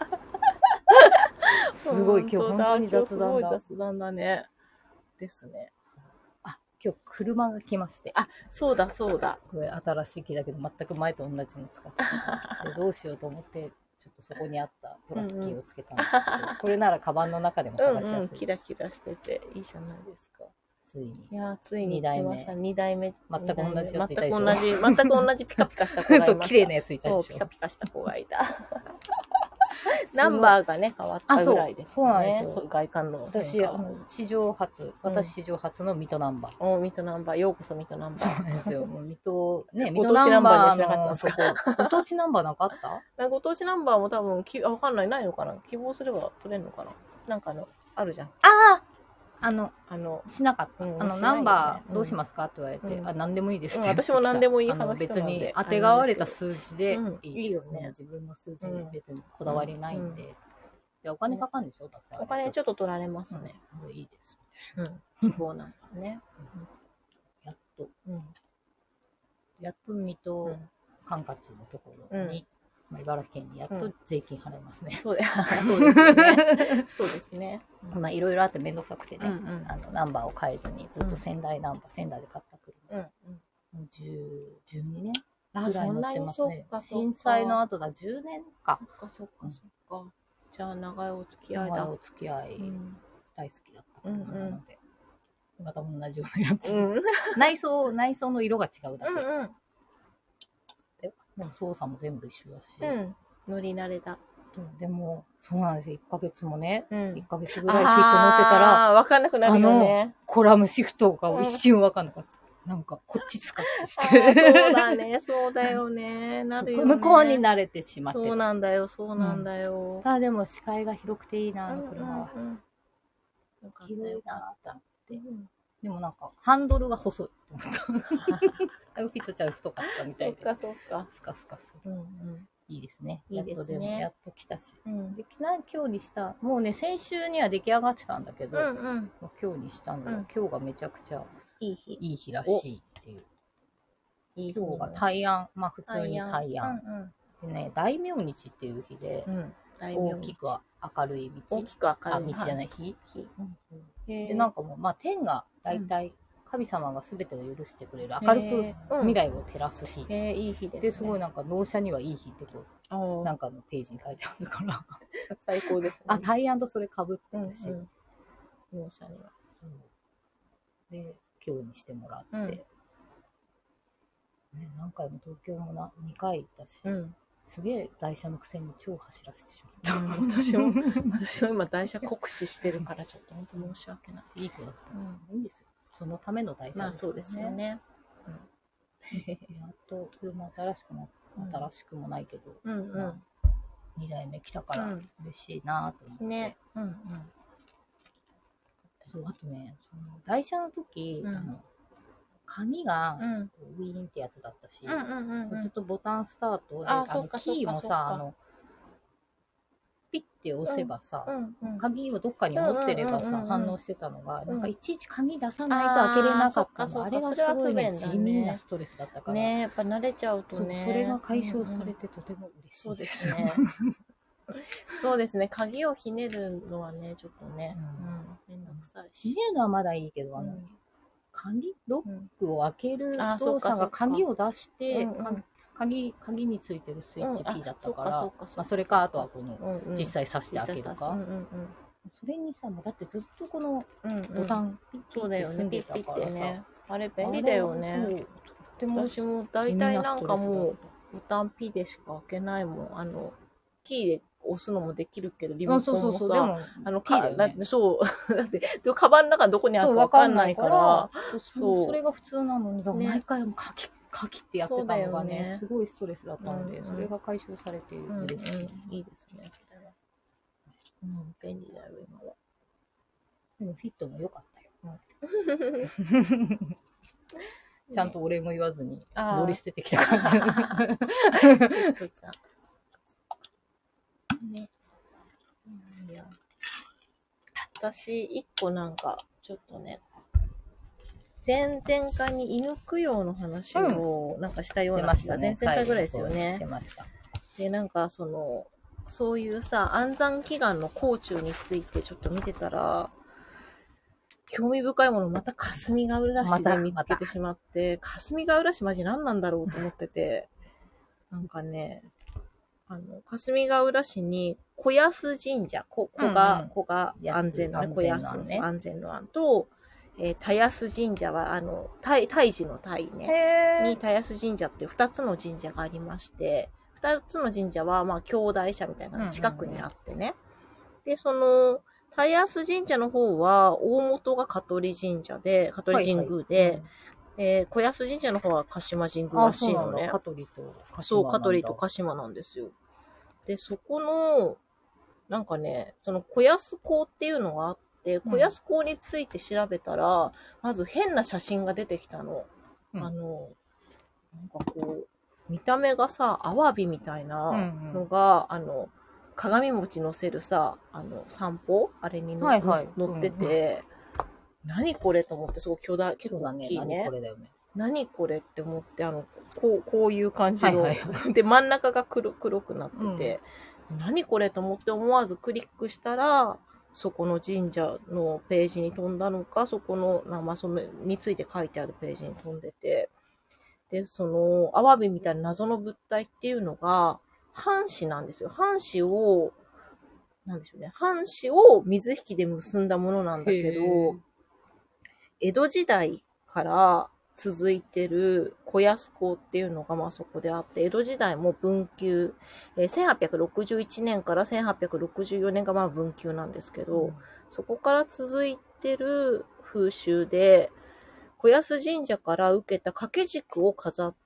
Speaker 2: すごい、今日本当に雑談だ。
Speaker 1: すごい雑談だね。ですね。
Speaker 2: あ、今日車が来まして。
Speaker 1: あ、そうだそうだ。
Speaker 2: これ新しい木だけど、全く前と同じの使って。どうしようと思って、 ちょっとそこにあったトラッキーをつけたんですけど、うんうん、これならカバンの中でも探しやすい。うんうん、
Speaker 1: キラキラしてていいじゃないですか。
Speaker 2: ついに。
Speaker 1: いやついに来ました。にだいめ。
Speaker 2: 全く同じやついたでしょ。
Speaker 1: 全く同じ、全く同じピカピカした子がいました。
Speaker 2: そう、綺麗なやついたでしょ。
Speaker 1: そう、ピカピカした子がいた。ナンバーがね、変わったぐらいです、ね。
Speaker 2: そうなんですよ。
Speaker 1: 外観の。
Speaker 2: 私、あの、史上初、私史上初の水戸ナンバー。
Speaker 1: お、水戸ナンバー。ようこそ水戸ナンバー。
Speaker 2: そうなんですよ。もう水戸、ね、水戸ナンバー。ご当地ナンバーにはしなかったんですか？ご当地ナンバーなんかあった
Speaker 1: ご当地ナンバーも多分、きあ、わかんない。ないのかな？希望すれば取れるのかな？なんかあの、あるじゃん。
Speaker 2: あああの、あの、しなかった。うん、あの、ナンバーどうしますかって言われて、うん、あ、何でもいいですって、うん。
Speaker 1: 私も何でもいい
Speaker 2: 派の人なんで。別に当てがわれた数字でいい。いいよね。自分の数字に別にこだわりないんで。うんうん、でお金かかるんでしょ？だって
Speaker 1: お金ちょっと取られますね。
Speaker 2: うん、いいです。
Speaker 1: うん。希望なんだね。
Speaker 2: やっと、うん、やっと水戸管轄のところに、うん、茨城県にやっと税金払いますね。
Speaker 1: そうですね。そうですね。
Speaker 2: まあいろいろあってめんどくさくてね、うんうん、あのナンバーを変えずにずっと仙台ナンバー、うん、仙台で買った車、うんうん、じゅう、じゅうにねんぐらい乗ってますね。震災の後だじゅうねんか。
Speaker 1: そっかそっかそっか。じゃあ長いお付き合いだ。
Speaker 2: 長いお付き合い、うん、大好きだった車なので、うんうん、また同じようなやつ、うん、内装内装の色が違うだけ、うんうん、でも操作も全部一緒だし、
Speaker 1: うん、乗り慣れた。
Speaker 2: でもそうなんですよ。いっかげつもね、うん、いっかげつぐらいフィット乗ってたら
Speaker 1: 分かんなくなるよね。
Speaker 2: コラムシフトが一瞬分かんなかった。うん、なんかこっち使ってし
Speaker 1: てそうだね、そうだよね。なるよね。
Speaker 2: 向こうに慣れてしまって。
Speaker 1: そうなんだよ、そうなんだよ。
Speaker 2: うん、ただでも視界が広くていいな、あの車は。うんうんうん、広いなと思って、うん。でもなんかハンドルが細いと思った。フィットちゃん太かったみたいで。
Speaker 1: そっかそっか。
Speaker 2: スカスカする。うんうん、いいですね。
Speaker 1: いいですね。
Speaker 2: やっと来たし。うん、で今日にした、もうね、先週には出来上がってたんだけど、うんうん、今日にしたのは、うん、今日がめちゃくちゃいい日。いい日らしいっていう。いい今日が大安、まあ普通に大安。うんうん、でね、大明日っていう日で、うん、大きく明るい道。
Speaker 1: 大きく明るい
Speaker 2: 道じゃない日。日うんうん、で、なんかもう、まあ天が大体、うん神様が全てを許してくれる明るく未来を照らす日。
Speaker 1: へえ、いい日ですね。
Speaker 2: で、すごいなんか納車にはいい日ってこう、なんかのページに書いてあるから。
Speaker 1: 最高ですね。
Speaker 2: あ、大安とそれ被ってるし。
Speaker 1: うんうん、納車には。そう。
Speaker 2: で、今日にしてもらって。うん、ね、何回も東京もなにかい行ったし、うん、すげえ台車のくせに超走らせてしまった。
Speaker 1: うん、私も、私も今台車酷使してるからちょっと本当申し訳ない。
Speaker 2: いい子だった。うん、いいんですよ。そのための台車ですね。まあ
Speaker 1: そうですよね。
Speaker 2: うん、やっと車新しくも、新しくもないけど、うんうんまあ、にだいめ来たから嬉しいなと思って。ね。うんうん。そう、あとね、その台車の時、うん、あの鍵がウィーンってやつだったし、うんうんうんうん、ずっとボタンスタートで、ああのキーもさ、あの、ピッて押せばさ、うんうん、鍵をどっかに持ってればさ、うんうんうんうん、反応してたのが、なんかいちいち鍵出さないと開けれなかったの。あ, あれがすごいね、地味なストレスだったから。
Speaker 1: ね、やっぱ慣れちゃうとね。
Speaker 2: そう、それが解消されてとても嬉しい。
Speaker 1: そうですね。そうですね、鍵をひねるのはね、ちょっとね、めんどくさいし。
Speaker 2: ひねるのはまだいいけど、あの、うん、鍵ロックを開ける動作が鍵を出して、うんうん鍵, 鍵についてるスイッチキーだったから、まあ、それかあとはこの、うんうん、実際挿して開けるか、うんうんうん、それにさだってずっとこのボタンピッピッて住んでたからさ、ね、
Speaker 1: あれ便利だよね。私も大体なんかもうボタンピでしか開けないもん。あのキーで押すのもできるけどリモコンもさ、あのキーだよね。だってそうだってカバンの中どこにあるかわかんないから、
Speaker 2: そうそれが普通なのに毎回も鍵鍵ってやってたのがね、ねすごいストレスだったので、うんうん、それが解消されて嬉しい、うん
Speaker 1: うん。いいですね、それは。うん、便利だよ、今は。
Speaker 2: でもフィットも良かったよ。うん、ちゃんとお礼も言わずに乗り捨ててきた感じ。
Speaker 1: ね、いや私、一個なんか、ちょっとね、前々回に犬供養の話をなんかしたような気が、うんね、前々回ぐらいですよね。してました。で、なんかその、そういうさ、安産祈願の甲冑についてちょっと見てたら、興味深いものまた霞ヶ浦市で見つけてしまって、ま、霞ヶ浦市マジ何なんだろうと思ってて、なんかね、 あの、霞ヶ浦市に、小安神社、こ、こが、こが安全のね、小安の安全の安と、えー、田安神社は、あの、胎、胎児の胎ね、に田安神社っていう二つの神社がありまして、二つの神社は、まあ、兄弟社みたいなの近くにあってね。で、その、田安神社の方は、大元が香取神社で、香取神宮で、はいはい、うん、えー、小安神社の方は鹿島神宮らしいのね。
Speaker 2: 香取と鹿島。
Speaker 1: そう、香取と鹿島なんですよ。で、そこの、なんかね、その小安港っていうのがあって、小安港について調べたら、うん、まず変な写真が出てきたの。うん、あの、なんかこう、見た目がさ、アワビみたいなのが、うんうん、あの、鏡餅乗せるさ、あの、散歩あれに乗、はいはい、乗ってて、うん、何これと思って、すごい巨大、結構大きいね。
Speaker 2: 何これだよね。
Speaker 1: 何これって思って、あの、こう、こういう感じの、はいはいはい、で、真ん中が黒、黒くなってて、うん、何これと思って思わずクリックしたら、そこの神社のページに飛んだのか、そこの、まあ、その、について書いてあるページに飛んでて、で、その、アワビみたいな謎の物体っていうのが、半紙なんですよ。半紙を、なんでしょうね。半紙を水引きで結んだものなんだけど、江戸時代から続いてる小安港っていうのがまあそこであって、江戸時代も文久、えー、せんはっぴゃくろくじゅういちねんからせんはっぴゃくろくじゅうよねんがまあ文久なんですけど、うん、そこから続いてる風習で、小安神社から受けた掛け軸を飾って、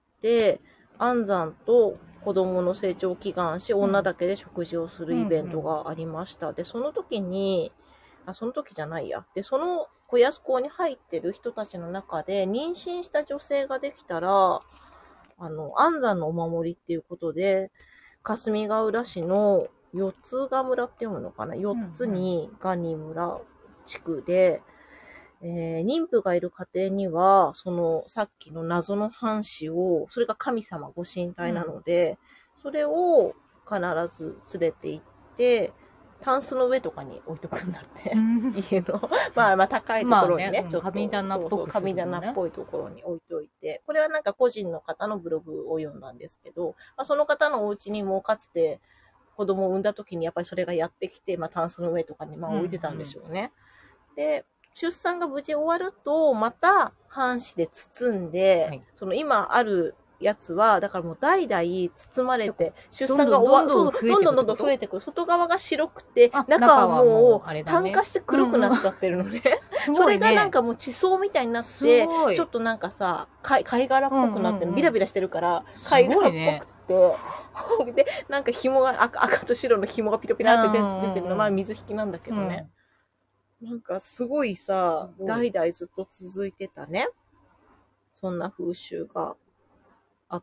Speaker 1: 安産と子供の成長を祈願し、女だけで食事をするイベントがありました。で、その時に、あ、その時じゃないや。で、その小安港に入ってる人たちの中で、妊娠した女性ができたら、あの、安産のお守りっていうことで、霞ヶ浦市の四つヶ村って読むのかな？四つにガニ村地区で、えー、妊婦がいる家庭には、その、さっきの謎の半紙を、それが神様ご神体なので、うん、それを必ず連れて行って、タンスの上とかに置いとくんだって。うん、家の。まあまあ高いところにね、ねちょっと。
Speaker 2: 神棚っぽく、ね、そうそう
Speaker 1: 神棚っぽいところに置いといて。これはなんか個人の方のブログを読んだんですけど、まあ、その方のお家にもかつて子供を産んだ時にやっぱりそれがやってきて、まあタンスの上とかにまあ置いてたんでしょうね。うんうん、で、出産が無事終わると、また半紙で包んで、はい、その今あるやつは、だからもう代々包まれて、出産が終わる、どんどんどんどん増えてくる。外側が白くて、中はもう炭化して黒くなっちゃってるのね。うんうん、それがなんかもう地層みたいになって、ちょっとなんかさ、貝殻っぽくなってる、うんうんうん、ビラビラしてるから、貝殻っぽくて、ね、で、なんか紐が赤、赤と白の紐がピロピラって出てるのは水引きなんだけどね。うん、なんかすごいさ、代々ずっと続いてたね。そんな風習があって、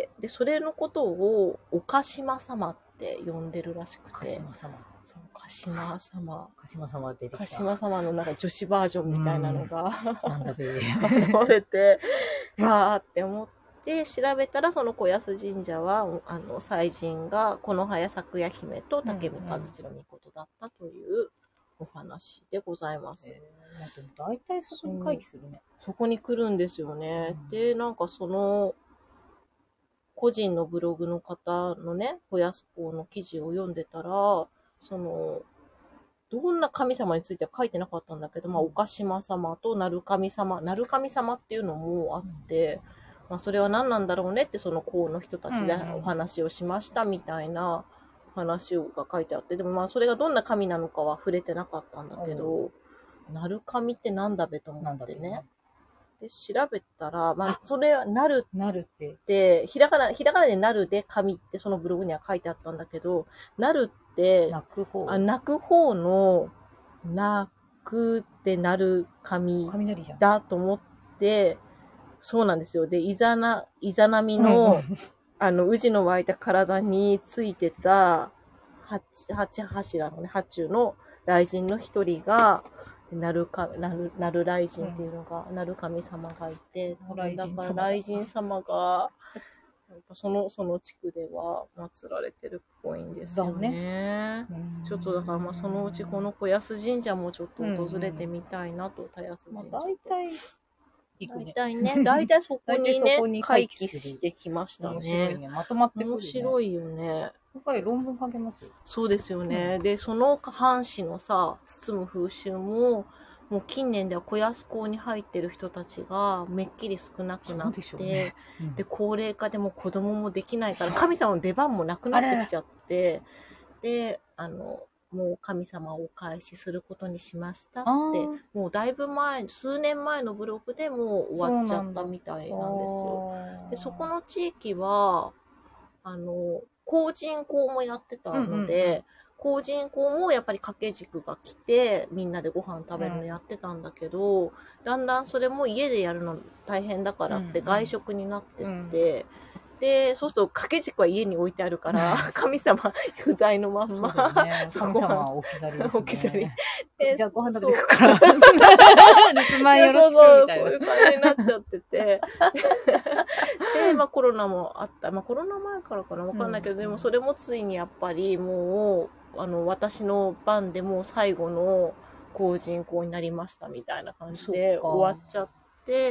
Speaker 1: で、それのことを、おかしま様って呼んでるらしくて。
Speaker 2: おかしま様。
Speaker 1: そう、かしま様。
Speaker 2: かしま様出てきた。
Speaker 1: かしま様のなんか女子バージョンみたいなのが、
Speaker 2: なんだべ。
Speaker 1: 現れて、わーって思って、調べたらその小安神社は、あの、祭神が、この早咲夜姫と竹見和次郎命だったという、お話でございます。
Speaker 2: えー、なんか大体そこに回帰するね。
Speaker 1: そこに来るんですよね。うん、で、なんかその、個人のブログの方のね、小安公の記事を読んでたら、その、どんな神様については書いてなかったんだけど、まあ、おかしま様となる神様、なる神様っていうのもあって、うん、まあ、それは何なんだろうねって、その公の人たちでお話をしましたみたいな、話が書いてあって、でもまあそれがどんな神なのかは触れてなかったんだけど、なる神ってなんだべと思ってね。で、調べたら、まあそれはなる
Speaker 2: なるって、
Speaker 1: で、ひらがな、ひらがなでなるで神ってそのブログには書いてあったんだけど、なるって、
Speaker 2: 泣く方。
Speaker 1: あ、泣く方の、泣くってなる神だと思って、そうなんですよ。で、いざな、いざなみの、あの、宇治の湧いた体についてた、八、八柱のね、八柱の雷神の一人が、なるか、なる、なる雷神っていうのが、うん、なる神様がいて、だから雷神様が、その、その地区では祀られてるっぽいんですよね。ちょっとだからまあそのうちこの小安神社もちょっと訪れてみたいなと、田安神社。
Speaker 2: まあ大体、
Speaker 1: 大体ね、大体そこにね、回帰してきましたね。
Speaker 2: 面白いね。まとまってくる、ね。
Speaker 1: 面白いよね。
Speaker 2: やっぱり論文書けますよ。
Speaker 1: そうですよね。うん、で、その藩士のさ、包む風習も、もう近年では子安校に入ってる人たちがめっきり少なくなって、で、ねうん、で、高齢化でも子供もできないから、神様の出番もなくなってきちゃって、で、あの、もう神様をお返しすることにしましたって、もうだいぶ前、数年前のブログでもう終わっちゃったみたいなんですよ。で、そこの地域は、あの、公人校もやってたので、うんうんうん、公人校もやっぱり掛け軸が来て、みんなでご飯食べるのやってたんだけど、うん、だんだんそれも家でやるの大変だからって外食になってって、うんで、そうすると掛け軸は家に置いてあるから、神様不在のまんま。
Speaker 2: そうだよね、神様は置き去りですね。置き去り。じゃあご飯食べてくから。留守番よろしくみたいな。そうそう、そういう感じになっちゃってて。で、まあコロナもあった。まあコロナ前からかなわかんないけど、うん、でもそれもついにやっぱりもう、あの、私の番でもう最後の公人校になりましたみたいな感じで終わっちゃって、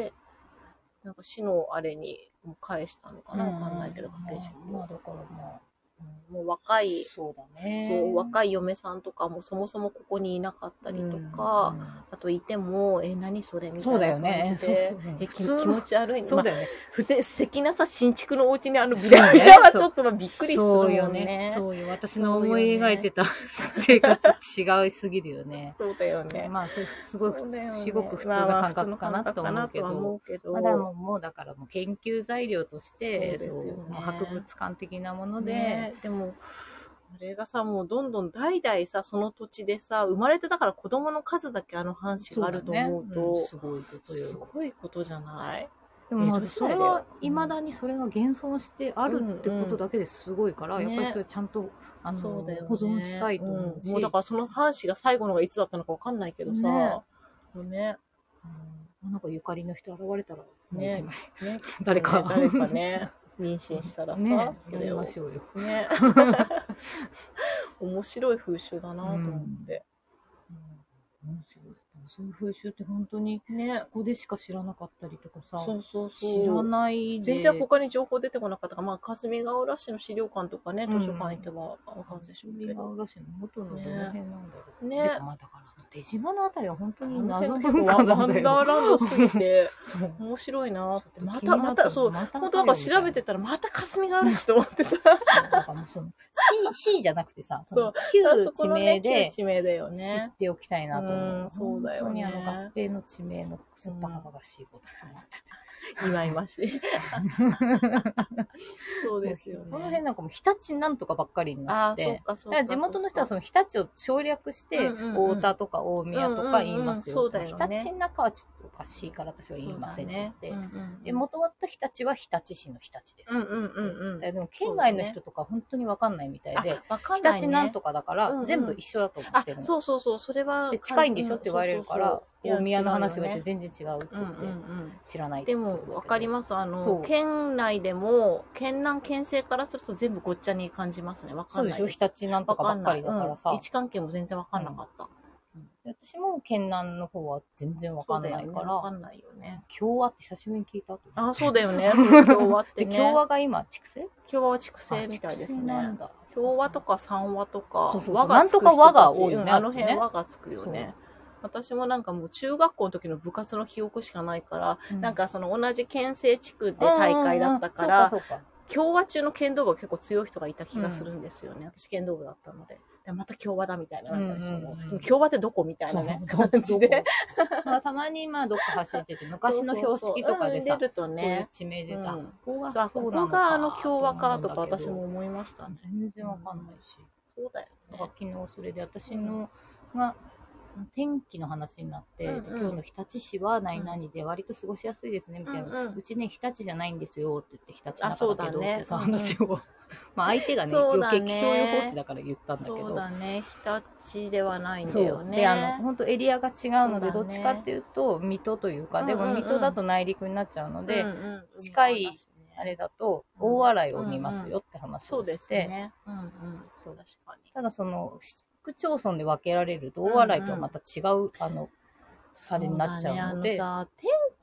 Speaker 2: なんか死のあれに返したのかな、わかんないけど、掛け軸を。 まあ、だからまあ、
Speaker 1: うん、もう若い、
Speaker 2: そうだね。
Speaker 1: そう、若い嫁さんとかもそもそもここにいなかったりとか、うんうん、あといても、え、何それみたいな感じで。そうだよね。そうそうえ気、気持ち悪いの。
Speaker 2: そうだよね。
Speaker 1: まあ、素敵なさ、新築のお家にあのビラビラはちょっとまあびっくりするもんね。そうよね。
Speaker 2: そうよ。私の思い描いてた生活と違いすぎるよね。
Speaker 1: そうだよね。
Speaker 2: まあ、それすごく、ね、すごく普通な感覚かなと思うけど。まあ、思うけどまだもう、もうだからもう研究材料として、そうですよね。そう博物館的なもので、ね、
Speaker 1: でも、あれがさ、もうどんどん代々さ、その土地でさ、生まれてだから子供の数だけあの藩士があると思うと、
Speaker 2: うねうん、すごいことよ。
Speaker 1: すごいことじゃない
Speaker 2: でもまあ、それが、いまだにそれが現存してあるってことだけですごいから、うんうん、やっぱりそれちゃんと、あの、そうだよね、保存したいと思うし、
Speaker 1: うん。もうだからその藩士が最後のがいつだったのかわかんないけどさ、ね。もうね
Speaker 2: うん、なんかゆかりの人現れたら、ね。
Speaker 1: ね
Speaker 2: 誰か、
Speaker 1: ね、誰かね。妊娠したらさ、
Speaker 2: ね、それを。やりましょうよ。
Speaker 1: ね。面白い風習だなと思って。
Speaker 2: うん、面白い。そういう風習って本当に、ね、ここでしか知らなかったりとかさ、
Speaker 1: そうそうそう
Speaker 2: 知らないで。
Speaker 1: 全然他に情報出てこなかったから、まあ、霞ヶ浦市の資料館とかね、図書館行けばわかるでしょうけど。霞ヶ
Speaker 2: 浦市の元のどの辺なんだろう。ね。ねまあ、だから、出島のあたりは本当に謎
Speaker 1: のワンダーランドすぎて、面白いなって。また、また、そう、本当だから調べてたら、また霞ヶ浦市と思ってさ。
Speaker 2: なんかもうその、C、C じゃなくてさ、そう、旧地名で、
Speaker 1: 地名だよ
Speaker 2: 知
Speaker 1: ね。
Speaker 2: っておきたいなと思う。
Speaker 1: そうだよね。
Speaker 2: 本当にあの合併の地名のすっぱかばがしいことと思ってて。
Speaker 1: 今いまし。そうですよね。
Speaker 2: この辺なんかもう日立なんとかばっかりになって。
Speaker 1: あ、そうかそうか。
Speaker 2: 地元の人はその日立を省略して、太田とか大宮とか言いますよ。そうだよね。日立の中はちょっとおかしいから私は言いませんって言って。で、元々日立は日立市の日立です。うんうんうんうん。でも県外の人とか本当にわかんないみたいで、日立なんとかだから全部一緒だと思ってるの。
Speaker 1: そうそうそう、それは。
Speaker 2: で、近いんでしょって言われるから、大宮の話が全然違うって言って知らない。
Speaker 1: でもわかります。あの県内でも県南県西からすると全部ごっちゃに感じますね。わかんないです。
Speaker 2: そうでしょ。日立なんとかばっかりだからさ。
Speaker 1: 位置関係も全然わかんなかった。
Speaker 2: 私も県南の方は全然わかんないから。
Speaker 1: わかんないよね。
Speaker 2: 共和って久しぶりに聞いたと。
Speaker 1: あ、そうだよね。共和ってね。
Speaker 2: 共和が今畜生？
Speaker 1: 共和は畜生みたいですね。共和とか三和とか
Speaker 2: 和がつく人たち。なんとか和が多いよね。
Speaker 1: あの辺和がつくよね。私もなんかもう中学校の時の部活の記憶しかないから、うん、なんかその同じ県西地区で大会だったから、共和中の剣道部が結構強い人がいた気がするんですよね。うん、私剣道部だったので。でまた共和だみたいな。なんかその共和ってどこみたいなね、感じで。
Speaker 2: たまにまあどっか走ってて、昔の標識とかでさ、出るとね、そういう地名出た。
Speaker 1: ここが、ここがあの共和かとか私も思いましたね。
Speaker 2: 全然わかんないし。
Speaker 1: そうだよね。
Speaker 2: 昨日それで私のが、天気の話になって、うんうん、今日の日立市は何々で割と過ごしやすいですねみたいな、うんうん、うちね日立じゃないんですよって言って日立中だけどってさ話を、まあ相手がね余計気象予報士だから言ったんだけど、
Speaker 1: そうだね、日立ではないんだよね。
Speaker 2: で、あの本当エリアが違うので、どっちかっていうと水戸というか、でも水戸だと内陸になっちゃうので、うんうん、近いあれだと大洗を見ますよって話をして、ただその区町村で分けられると大洗とはまた違う、うんうん、あのあれになっちゃうので、
Speaker 1: そうだね、あのさ、天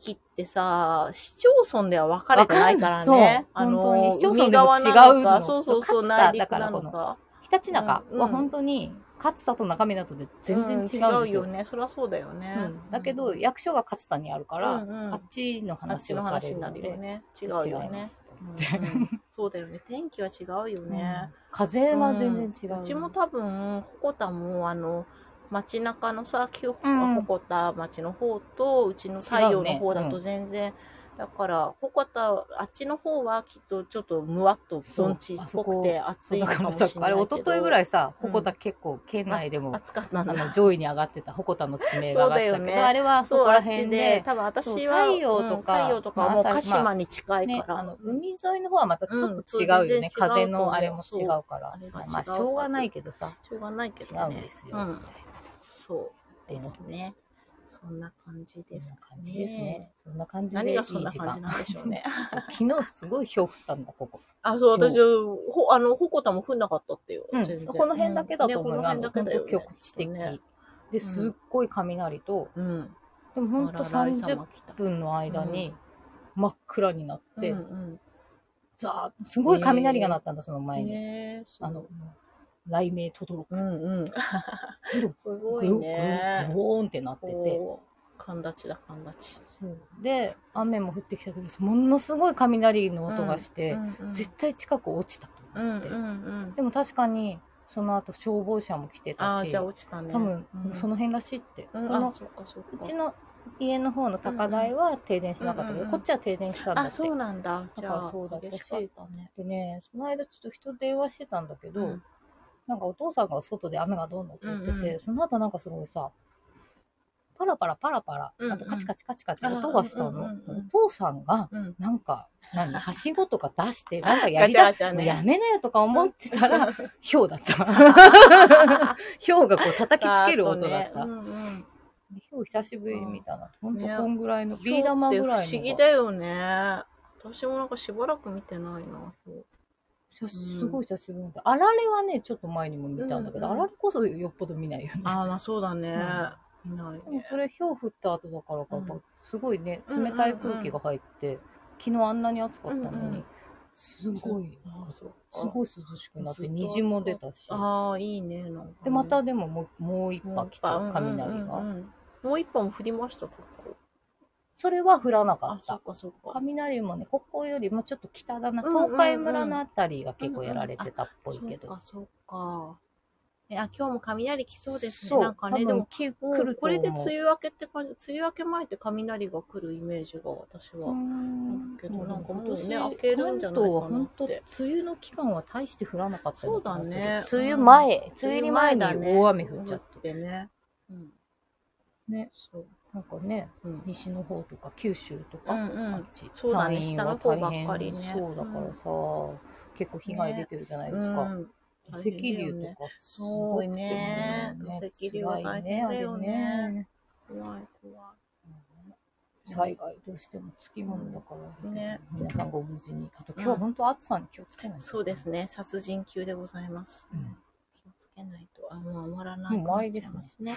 Speaker 1: 域ってさ、市町村では分かれてないからね。
Speaker 2: あの、海側なのか、そうそうそう、内陸なのか。ひたちなかは本当に、勝田と中港で全然違うんですよ。
Speaker 1: うん、違うよね。そりゃそうだよね。
Speaker 2: うん、だけど、役所が勝田にあるから、うんうん、あっちの話をされるので、
Speaker 1: よね。違うよね。うん、そうだよね。天気は違うよね。
Speaker 2: うん、風が全然違う、
Speaker 1: うん。うちも多分、鉾田も、あの、街中のさ、鉾田町の方と、うちの太陽の方だと全然、だから、鉾田、あっちの方はきっとちょっとむわっと盆地っぽくて暑いのかもしれないけど。
Speaker 2: あれ、一昨日ぐらいさ、鉾田結構県内でも、
Speaker 1: 暑かったんだ。
Speaker 2: あの、上位に上がってた、鉾田の地名が上がってたけど、あれはそこら辺で、
Speaker 1: 多分私は、
Speaker 2: 太陽とか、
Speaker 1: 太陽とかもう鹿島に近いから。
Speaker 2: あの、海沿いの方はまたちょっと違うよね。風のあれも違うから。まあ、しょうがないけどさ。
Speaker 1: しょうがないけど
Speaker 2: 違うんですよ。
Speaker 1: そうですね。そんな感じですかね。
Speaker 2: ですね。そんな感じで。
Speaker 1: 何がそんな感じなんでしょうね。
Speaker 2: 昨日すごい氷降ったんだ、ここ。
Speaker 1: あ、そう、私、ほ、あの、鉾田も降んなかったってよ。
Speaker 2: 全然。この辺だけだと思う。この辺だけだよ。局地的。で、すっごい雷と、でもほんとさんじゅっぷんの間に真っ暗になって、ザーッ、すごい雷が鳴ったんだ、その前に。あの、雷鳴とどろく。うんうん。
Speaker 1: すごいね。
Speaker 2: ゴーンってなってて。
Speaker 1: 寒立ちだ、寒立ち。
Speaker 2: で、雨も降ってきたけど、ものすごい雷の音がして、絶対近く落ちたと思って。でも確かに、その後消防車も来てたし、
Speaker 1: あ、じゃあ落ちたね。
Speaker 2: 多分、その辺らしいって。この、うちの家の方の高台は停電しなかったけど、こっちは停電したんだって。
Speaker 1: あ、そうなんだ。
Speaker 2: だからそうだったし、でね、その間ちょっと人電話してたんだけど、なんかお父さんが外で雨がどうのって言ってて、うんうん、その後なんかすごいさ、パラパラパラパラ、うんうん、あとカチカチカチカチ音がしたの。うんうんうん、お父さんが、なんか、何、はしごとか出して、なんかやりだ、ね、やめなよとか思ってたら、氷だった。氷がこう叩きつける音だった。氷久しぶりに見たな。ほんとこんぐらいの、ビー玉ぐらいの。
Speaker 1: 不思議だよね。私もなんかしばらく見てないな、氷。
Speaker 2: すごい久しぶりだ。あられはね、ちょっと前にも見たんだけど、あられこそよっぽど見ないよね。
Speaker 1: ああ、まあそうだね。見ない。
Speaker 2: でもそれ、氷降った後だからか、すごいね、冷たい空気が入って、昨日あんなに暑かったのに、すごい、すごい涼しくなって、虹も出たし。
Speaker 1: ああ、いいね。
Speaker 2: で、またでももう、もう一波来た、雷が。
Speaker 1: もう一波も降りました、結構。
Speaker 2: それは降らなかった。
Speaker 1: そっかそっか。
Speaker 2: 雷もね、ここよりもちょっと北だな、東海村のあたりが結構やられてたっぽいけど。
Speaker 1: そっかそっか。いや、今日も雷来そうですね。なんかね、でも、来るこれで梅雨明けって感じ、梅雨明け前って雷が来るイメージが私は。けど、なんかもうね、明けるんじゃないかなって。本当、
Speaker 2: 梅雨の期間は大して降らなかった
Speaker 1: そうだね。
Speaker 2: 梅雨前、梅雨に前に大雨降っちゃって
Speaker 1: ね。うん。
Speaker 2: ね、そう。なんかね、うん、西の方とか九州とか、
Speaker 1: うんうん、
Speaker 2: あっち、
Speaker 1: そうだね、下の方ばっかりね。
Speaker 2: そうだからさ、うん、結構被害出てるじゃないですか。ね、うん、土石流とかすごい
Speaker 1: ね。土石流は大変だよね。怖い怖い。
Speaker 2: 災害どうしてもつきものだからね。皆さんご無事に。あと今日は本当暑さに気をつけないと。
Speaker 1: そうですね、殺人級でございます。うん、気をつけないと、あ、もう終わらない。
Speaker 2: もう終わりです
Speaker 1: ね。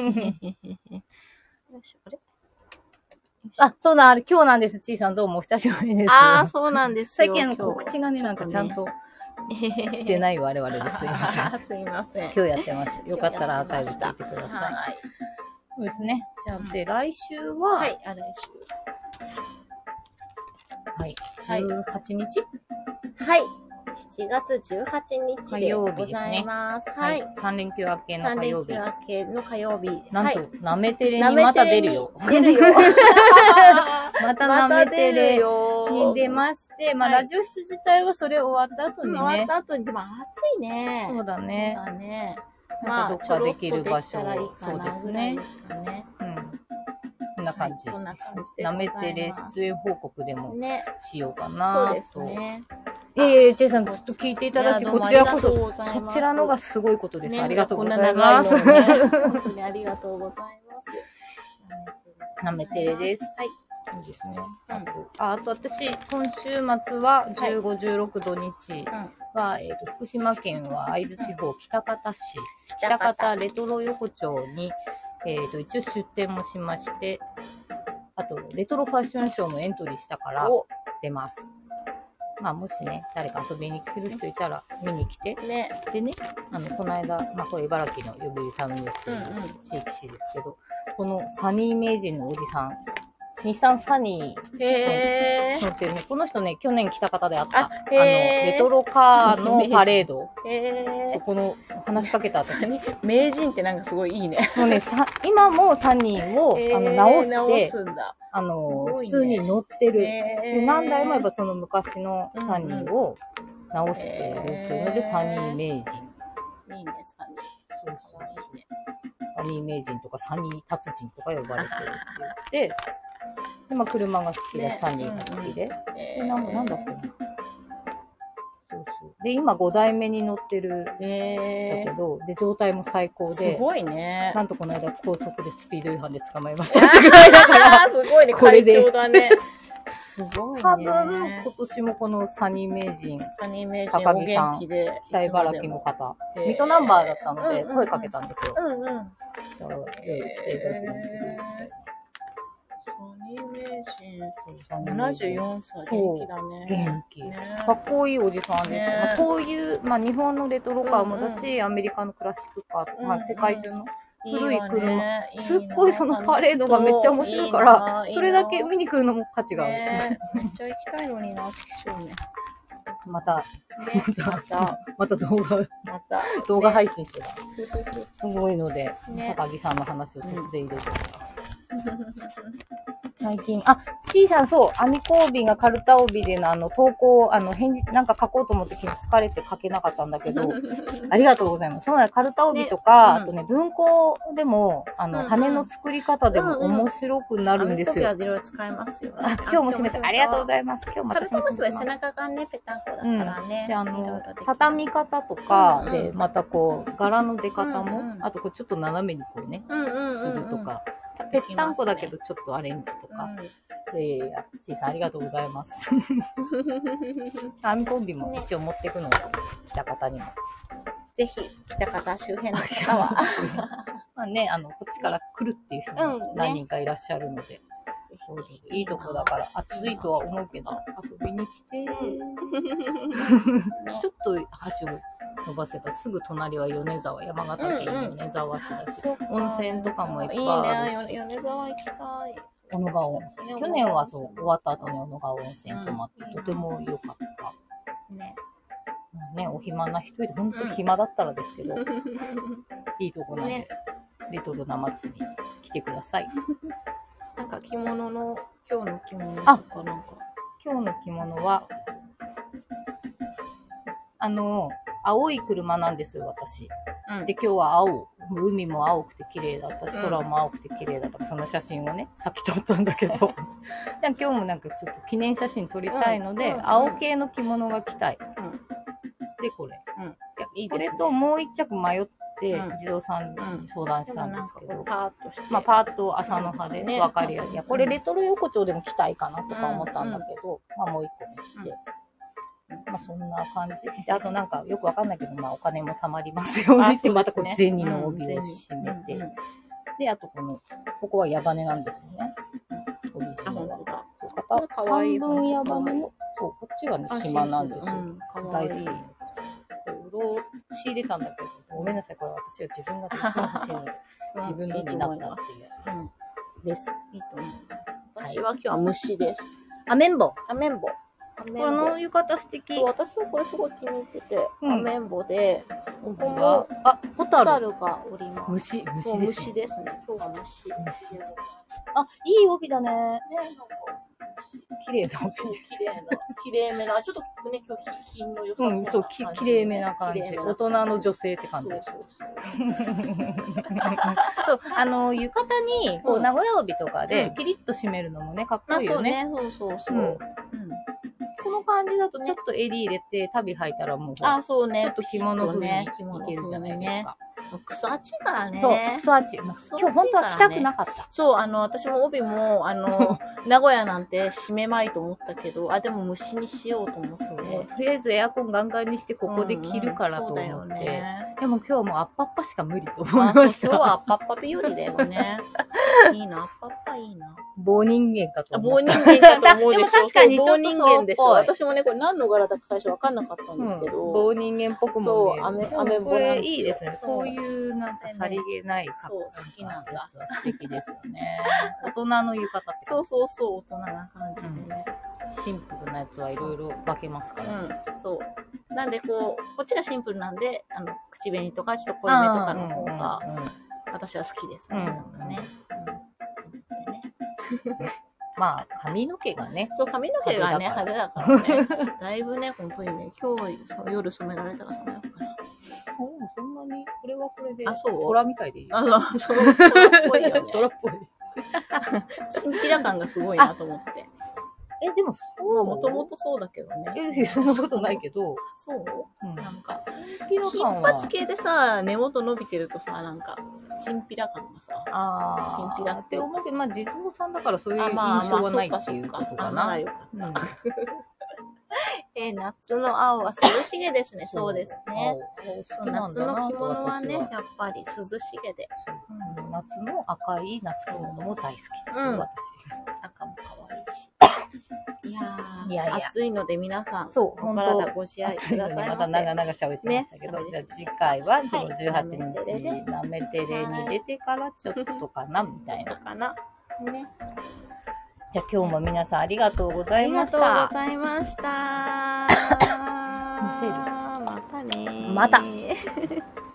Speaker 2: よいしょ、あれあ、そうだ、あれ、今日なんです。ちいさん、どうもお久しぶりです。
Speaker 1: ああ、そうなんです
Speaker 2: よ。最近の告知がね、なんかちゃんとしてない我々です。すいません。
Speaker 1: すいません。
Speaker 2: 今日やってました。よかったらアーカイブ聞いてください。はい。そうですね。じゃあ、で、来週は、
Speaker 1: はい、あ、来
Speaker 2: 週。はい。じゅうはちにち
Speaker 1: はい。しちがつじゅうはちにちでございます。はい。
Speaker 2: さん連休明けの火曜日。
Speaker 1: さん連休明けの火曜日。
Speaker 2: なんと、なめてれにまた出るよ。
Speaker 1: 出るよ。
Speaker 2: またなめてれに出まして、まあ、ラジオ室自体はそれ終わった後にね。
Speaker 1: 終わった後に、でも暑いね。
Speaker 2: そうだね。
Speaker 1: そうだね。
Speaker 2: まあ、どっかできる場所。
Speaker 1: そうですね。うん。
Speaker 2: こんな感じ。
Speaker 1: そんな感じで。
Speaker 2: なめてれ出演報告でもしようか
Speaker 1: な。そうですね。
Speaker 2: ええ、ジェイさんずっと聞いていただき、こちらこそ、そちらのがすごいことです。ありがとうございます。
Speaker 1: 本当にありがとうございます。
Speaker 2: なめてれです。はい。そうですね。あ、あと私、今週末はじゅうご、じゅうろく土日は、えっと、福島県は会津地方喜多方市、喜多方レトロ横丁に、えっと、一応出店もしまして、 あと、レトロファッションショーもエントリーしたから、出ます。まあ、もしね、誰か遊びに来る人いたら見に来て。ね。でね、あの、この間、まあ、これ茨城の呼ぶタウンですけど、うんうん、地域市ですけど、このサニー名人のおじさん、日産サニー乗ってるね。この人ね、去年来た方であった。あの、レトロカーのパレード。そこの話しかけた後に。
Speaker 1: 名人ってなんかすごいいいね。
Speaker 2: もうね、さ今もサニーを、あの直して、あの、普通に乗ってる。で何台もやっぱその昔のサニーを直しているというので、サニー名人。
Speaker 1: いいね、サニー。そうそう、いいね。
Speaker 2: サニー名人とかサニー達人とか呼ばれてるって言って、で、まあ、車が好きで、ね、サニーが好きで。うんうん、で、なんか、なんだっけな。そうそう。で、今ごだいめに乗ってるんだけど、で、状態も最高で。
Speaker 1: すごいね。
Speaker 2: なんとこの間高速でスピード違反で捕まえましたってぐらいだから。
Speaker 1: すごいね、これで。快調だね。すごいね。
Speaker 2: 多分、今年もこのサニー名人、
Speaker 1: サニー名人、
Speaker 2: 高木さん、北茨城の方、水戸ナンバーだったので、声かけたんですよ。うんうん。じゃあ、来ていただきます。
Speaker 1: サニー名人、ななじゅうよんさい、元気だね。
Speaker 2: 元気。ね、かっこいいおじさんです。ね、まあ、こういう、まあ、日本のレトロカーもだし、うんうん、アメリカのクラシックカーとか、うんうん、まあ、世界中の古い車。いいね、すっごいそのパレードがめっちゃ面白いから、それだけ見に来るのも価値がある。
Speaker 1: ね、めっちゃ行きたいのにな、チキショーね。
Speaker 2: また、ね、また、また動画、また動画配信しよう。すごいので、ね、高木さんの話を突然入れてた。最近、あ、ちいさん、そう、アミコ帯がカルタ帯でのあの投稿、あの返事、なんか書こうと思って疲れて書けなかったんだけど、ありがとうございます。そうなカルタ帯とか、ねうん、あとね、文庫でも、あの、うんうん、羽の作り方でも面白くなるんですよ。
Speaker 1: うんうん、あの時はいろいろ使えますよね。
Speaker 2: あ、今日もしめた。ありがとうございます。今日も
Speaker 1: カルタ結びは背中がね、ぺたんこだからね。
Speaker 2: うん、で、あの、畳み方とかで、またこう、柄の出方も、うんうん、あとこう、ちょっと斜めにこうね、うんうんうんうん、するとか。ぺったんこだけどちょっとアレンジとか。うん、えー、ちいさんありがとうございます。アミコンビも一応持っていくので、来た方にも。
Speaker 1: ぜひ、来た方、周辺の方は。
Speaker 2: まあね、あの、こっちから来るっていう人も何人かいらっしゃるので。うんね、そうそういいとこだから暑いとは思うけど、遊びに来て、ね、ちょっと箸を伸ばせばすぐ隣は米沢、山形県米沢市だし、うんうん、温泉とかもいっぱいあるし。
Speaker 1: いいね、米沢行きたい。
Speaker 2: 小野川温泉。去年はそう、終わった後に小野川温泉泊まって、とても良かった。ね。ね、お暇な人で、本当に暇だったらですけど、うん、いいとこなんで、ね、レトロな街に来てください。
Speaker 1: なんか着物の、今日の着物とかなんか。
Speaker 2: 今日の着物は、あの、青い車なんですよ、私。うん、で、今日は青。海も青くて綺麗だったし、空も青くて綺麗だったから、その写真をね、さっき撮ったんだけど。今日もなんかちょっと記念写真撮りたいので、うんうん、青系の着物が着たい。うん、で、これ。うん、いやいいですね、これともう一着迷って、で、児童さんに相談したんですけど、うん、パーッとして、まあ、パーッと朝の葉でね、分かりやすい。いや、これレトロ横丁でも着たいかなとか思ったんだけど、うん、まあ、もう一個にして、うん、まあ、そんな感じ。で、あとなんか、よくわかんないけど、まあ、お金も貯まりますようにって、またこう、銭の帯を締めて、うん、で、あとこの、ここは矢羽なんですよね。オリジナルは。そう、片半分矢羽の、そう、こっちはね、島なんですよ。大好き。仕入れたんだけど、ごめんなさい、これ私は自分がどうしても欲しいので、自分のになったっていうやつです。いいと思う。
Speaker 1: 私は今日は虫です。
Speaker 2: アメンボ。
Speaker 1: アメンボ。
Speaker 2: この浴衣素敵。
Speaker 1: 私はこれすごい気に入ってて、アメンボで、
Speaker 2: ここも、あ、ホタル。
Speaker 1: ホタルがおります。
Speaker 2: 虫、虫ですね。
Speaker 1: 虫ですね。今日は虫。虫。
Speaker 2: あ、いい帯だね。ね、なんか。綺麗な。
Speaker 1: そう、綺麗な。綺麗めな。ちょっとね、今日品の良さそうな感じ、ね。
Speaker 2: うん、そう、き綺麗めな感じ。大人の女性って感じ。そうそうそう。そう、あの、浴衣に、こう、名古屋帯とかで、キリッと締めるのもね、かっこいいよね。
Speaker 1: そうね、そうそうそう。うん。
Speaker 2: この感じだと、ちょっと襟入れて、旅履いたらもう、
Speaker 1: あ、そうね。
Speaker 2: ちょっと着物風にいけるじゃないですか。
Speaker 1: クソ暑いからね。
Speaker 2: そう、クソ暑い。今日本当は着たくなかった。
Speaker 1: そう、あの、私も帯も、あの、名古屋なんて締めまいと思ったけど、あ、でも虫にしようと思って。
Speaker 2: とりあえずエアコンガンガンにしてここで着るからと思って。うんうん、そうだよね。でも今日もアッパッパしか無理と思いました。
Speaker 1: 今日はアッパッパ日和だよね。 いいな、パッパいいな。
Speaker 2: 棒人間かと
Speaker 1: 思う。棒人間かと思うでしょ。
Speaker 2: でも確かにちょっと
Speaker 1: 棒人間でしょ。私もね、これ何の柄だか最初わかんなかったんですけど。
Speaker 2: うん、棒人間っぽくも
Speaker 1: そう、アメ、アメボ
Speaker 2: ランス。これいいですね。こういうなんかさりげない
Speaker 1: 格好、そう、好きなんだ。
Speaker 2: 素敵ですよね。大人の浴衣って。
Speaker 1: そうそうそう、大人な感じでね。
Speaker 2: うん、シンプルなやつはいろいろ分けますから。
Speaker 1: うん、そう。なんでこう、こっちがシンプルなんで、あの、口紅とかちょっと濃いめとかの方が、私は好きですね。なんかね。
Speaker 2: まあ、髪の毛がね。
Speaker 1: そう、髪の毛がね、派手だからね。だいぶね、本当にね、今日夜染められたら染めようかな。
Speaker 2: おそんなに、これはこれで、
Speaker 1: あ、そう。
Speaker 2: 虎みたいでいい。
Speaker 1: あ、そう、虎っぽいよね。
Speaker 2: 虎っぽい。
Speaker 1: チンピラ感がすごいなと思って。
Speaker 2: え、でもそう
Speaker 1: もともとそうだけどね。
Speaker 2: え、そんなことないけど。
Speaker 1: そう、うん、なんか、
Speaker 2: チンピラ感
Speaker 1: は。金髪系でさ、根元伸びてるとさ、なんか、チンピラ感がさ、
Speaker 2: あ
Speaker 1: チンピラ
Speaker 2: って思って、まあ、地蔵さんだからそういう印象はないっていうことかな。
Speaker 1: まあ、よかった。えー、夏の青は涼しげですね。そうですね。夏の着物はね、やっぱり涼しげで。
Speaker 2: うん、夏の赤い夏着物も大好きです、うん、私。
Speaker 1: 赤も可愛いし。いやー、
Speaker 2: いやいや
Speaker 1: 暑いので皆さん、
Speaker 2: そう、
Speaker 1: お体ご自愛くださいませ。
Speaker 2: また長々喋ってましたけど、ね、じゃあ次回はそのじゅうはちにち、なめてれに出てからちょっとかな、みたいな。
Speaker 1: かな。ね。
Speaker 2: じゃあ今日も皆さんありがとうございました。
Speaker 1: ありがとうございました。
Speaker 2: 見せる。
Speaker 1: またねー。
Speaker 2: また。